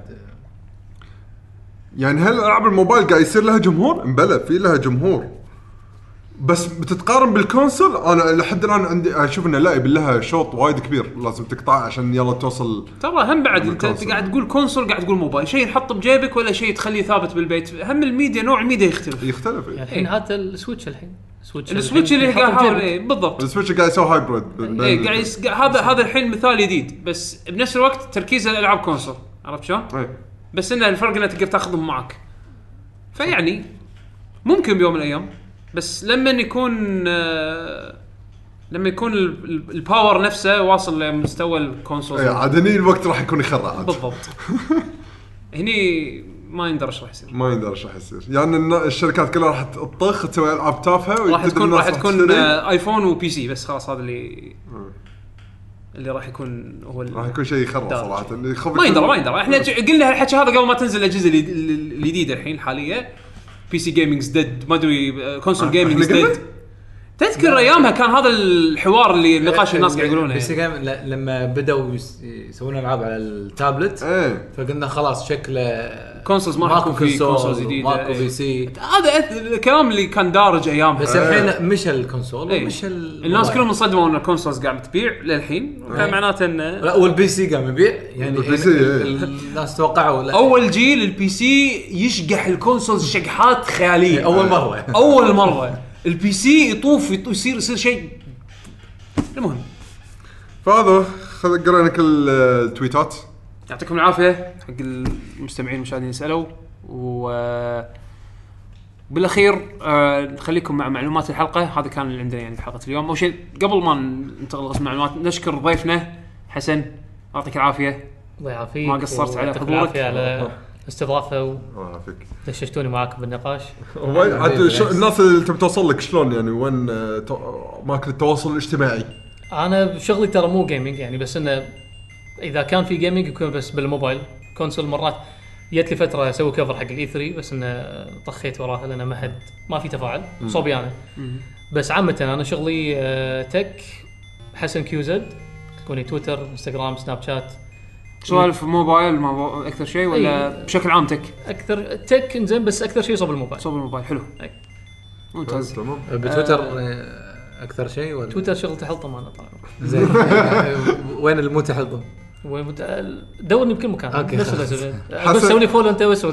يعني هل العاب الموبايل قاعد يصير لها جمهور؟ مبلى في لها جمهور بس بتتقارن بالكونسول. انا لحد الان عندي اشوف انه لا بالله شوط وايد كبير لازم تقطع عشان يلا توصل. ترى هم بعد انت قاعد تقول كونسول قاعد تقول موبايل شيء نحطه بجيبك ولا شيء تخليه ثابت بالبيت. هم الميديا نوع الميديا يختلف يختلف يعني الحين هذا السويتش الحين سويتش السويتش اللي قاعد يحاول ايه بالضبط السويتش قاعد يسوي هايبريد ايه قاعد يس... هذا هذا الحين مثال جديد بس بنفس الوقت تركيز على العاب كونسول. عرفت شلون؟ ايه بس ان الفرق انك تقدر تاخذهم معك. فيعني ممكن بيوم من الايام بس لما يكون آه لما يكون الباور نفسه واصل لمستوى الكونسول ايه عادني الوقت راح يكون يخرع بالضبط. هني ما يندر ايش راح يصير ما يندر ايش راح يصير يعني الشركات كلها راح تطخ تسوي العاب تافهه راح تكون راح تكون آه ايفون وبي سي بس خلاص هذا اللي م. اللي راح يكون هو راح يكون شيء يخرع صراحه اللي ما يندر ما يندر احنا قلنا الحكي هذا قبل ما تنزل الاجهزه الجديده الحين حاليا. بي سي جيمينج ديد ما ادري كونسول جيمينج ديد تذكر ايامها كان هذا الحوار اللي نقاش الناس قاعد يقولونه بس يعني. لما بدأوا يسوون العاب على التابلت ايه. فقلنا خلاص شكله كونسولز ما راح يكون في كونسولز جديده ماكو بي سي. هذا الكلام اللي كان دارج ايامها بس الحين مش الكونسول ايه. ومش الناس كلهم انصدموا ان الكونسولز قاعد تبيع للحين وكان معناته انه لا والبي سي قام يبيع يعني البي سي ايه. الناس توقعوا اول جيل البي سي يشقح الكونسولز شقحات خياليه اول مره اول مره البي سي يطوف يصير يصير شيء. المهم فهذا خذ قرينا كل التويتات. يعطيكم العافيه حق المستمعين المشاهدين يسالوا و بالاخير آه نخليكم مع معلومات الحلقه. هذا كان اللي عندنا يعني في حلقه اليوم. اول شيء قبل ما ننتقل لقسم المعلومات نشكر ضيفنا حسن يعطيك العافيه. الله يعافيك ما قصرت على حضورك على الاستضافه الله يعافيك دششتوني معاكم بالنقاش. عاد الناس اللي تبي توصل لك شلون يعني وين اماكن التواصل الاجتماعي؟ انا شغلي ترى مو جيمنج يعني بس انه اذا كان في جيمنج يكون بس بالموبايل. كونسول مرات جت لي فتره اسوي كفر حق الاي ثري بس انه طخيت وراها لان ما حد ما في تفاعل صوبي انا. بس عامه انا شغلي تك حسن كيو زد. تكوني تويتر انستغرام سناب شات سوالف موبايل ما اكثر شيء ولا أي. بشكل عام تك اكثر تك انزين بس اكثر شيء صوب الموبايل. صوب الموبايل حلو ممتاز. تمام. بتويتر آه اكثر شيء ولا تويتر شغل تحلطه ما انا طالع زين. وين المو تحلطه؟ وين مت... دورني بكل مكان اوكي بس بس سوي فولو انت بس.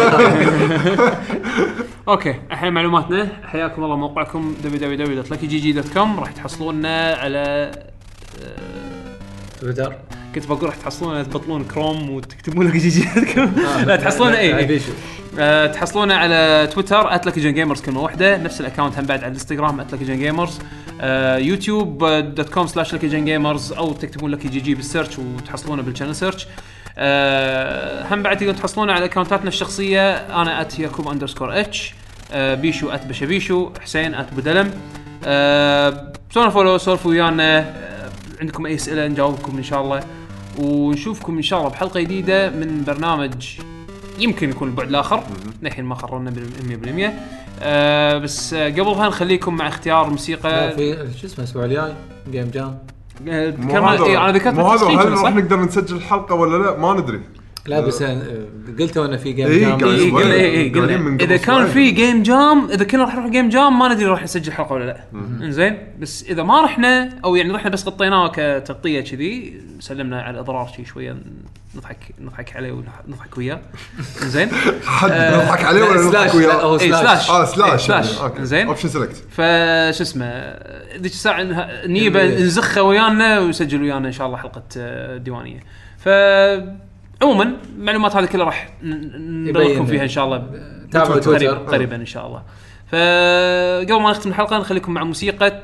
اوكي احنا معلوماتنا حياكم الله. موقعكم دبليو دبليو دبليو دوت لاكي جي جي دوت كوم راح تحصلوننا على تويتر. كنت بقول راح تحصلونه تبطلون كروم وتكتبون لك جي جي لا تحصلونه اي أه تحصلونه على تويتر @luckygen gamers كلمه واحده. نفس الاكونت هم بعد على الانستغرام @luckygen gamers. أه يوتيوب دوت كوم سلاش luckygen gamers او تكتبون لك جي جي بالسيرش وتحصلونه بالشانل سيرش. أه هم بعد تقدرون تحصلونه على اكونتاتنا الشخصيه. انا @يعقوب اندرسكور اتش أه بيشو @بشبيشو حسين @بدلم. أه سونا فولو سولفوا ويانا. أه عندكم اي اسئله نجاوبكم ان شاء الله ونشوفكم ان شاء الله بحلقه جديده من برنامج يمكن يكون البعد الاخر. الحين ما قررنا مية بالمية. أه بس قبلها نخليكم مع اختيار موسيقى في شو اسمه الاسبوع الجاي جيم جام. أه إيه انا ذكرت مو هذا هل راح نقدر نسجل الحلقه ولا لا ما ندري. لا بس قلت وانا في جيم إيه جام إيه قلنا إيه قلنا اذا كان في جيم جام اذا كنا راح نروح جيم جام ما ندري راح نسجل حلقه ولا لا. انزين بس اذا ما رحنا او يعني رحنا بس غطيناه كتغطيه كذي سلمنا على الاضرار شيء شويه نضحك نضحك عليه ونضحك وياه. انزين حد نضحك عليه ولا نضحك وياه؟ سلاش اه سلاش سلاش انزين اوبشن سيلكت. فش اسمه ذيك الساعه نيبه نزخه ويانا ويسجل ويانا ان شاء الله حلقه ديوانيه. ف عموما المعلومات هذه كلها راح نبلغكم فيها ان شاء الله. تابعوا تويتر قريبا ان شاء الله. فقبل ما نختم الحلقه نخليكم مع موسيقى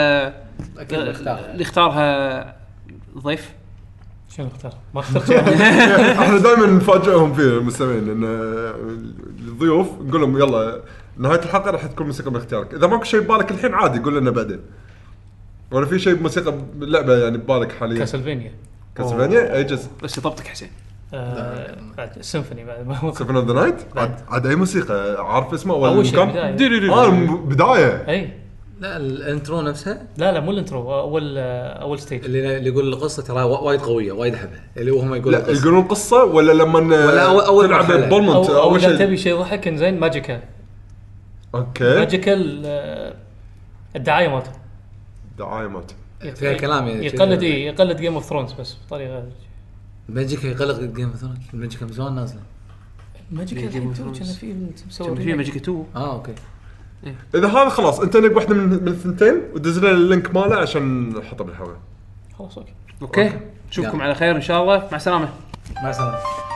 اللي اختارها ضيف. شنو اختار؟ ما اخترت شيء. احنا دائما نفاجئهم فيه المستمعين ان الضيوف نقول لهم يلا نهايه الحلقه راح تكون موسيقى من اختيارك. اذا ماكو شيء ببالك الحين عادي قول لنا بعدين. ولا في شيء موسيقى باللعبه يعني ببالك حاليا؟ كاسلفينيا. كاسلفينيا اي جزء بس ضبطك حسين. آه بعد سيمفوني بعد سيمفوني اوف ذا نايت. عاد اي موسيقى عارف اسمه ولا اول شيء بدايه؟ اه بدايه. اي لا الانترو نفسها. لا لا مو الانترو اول اول ستيج اللي اللي يقول القصه ترى وايد قويه وايد احبها اللي هم يقولوا لا يقولون قصه ولا لما ولا اول تلعب بالمونت أو اول شيء تبي شيء ضحك زين ماجيكال. اوكي ماجيكال الدعايه مالته دعايه مالته فيها كلام يعني يقلد ايه يقلد جيم اوف ثرونز بس بطريقه ماجيكال يقلد جيم اوف ثرونز. الماجيكال من زمان نازله. ماجيكال كان في مسوي في ماجيكال تو. اه اوكي إيه؟ اذا هذا خلاص انت نق واحده من من الثنتين ودز لنا اللينك ماله عشان نحطه بالحلقه. خلاص اوكي اوكي نشوفكم على خير ان شاء الله. مع السلامه. مع السلامه.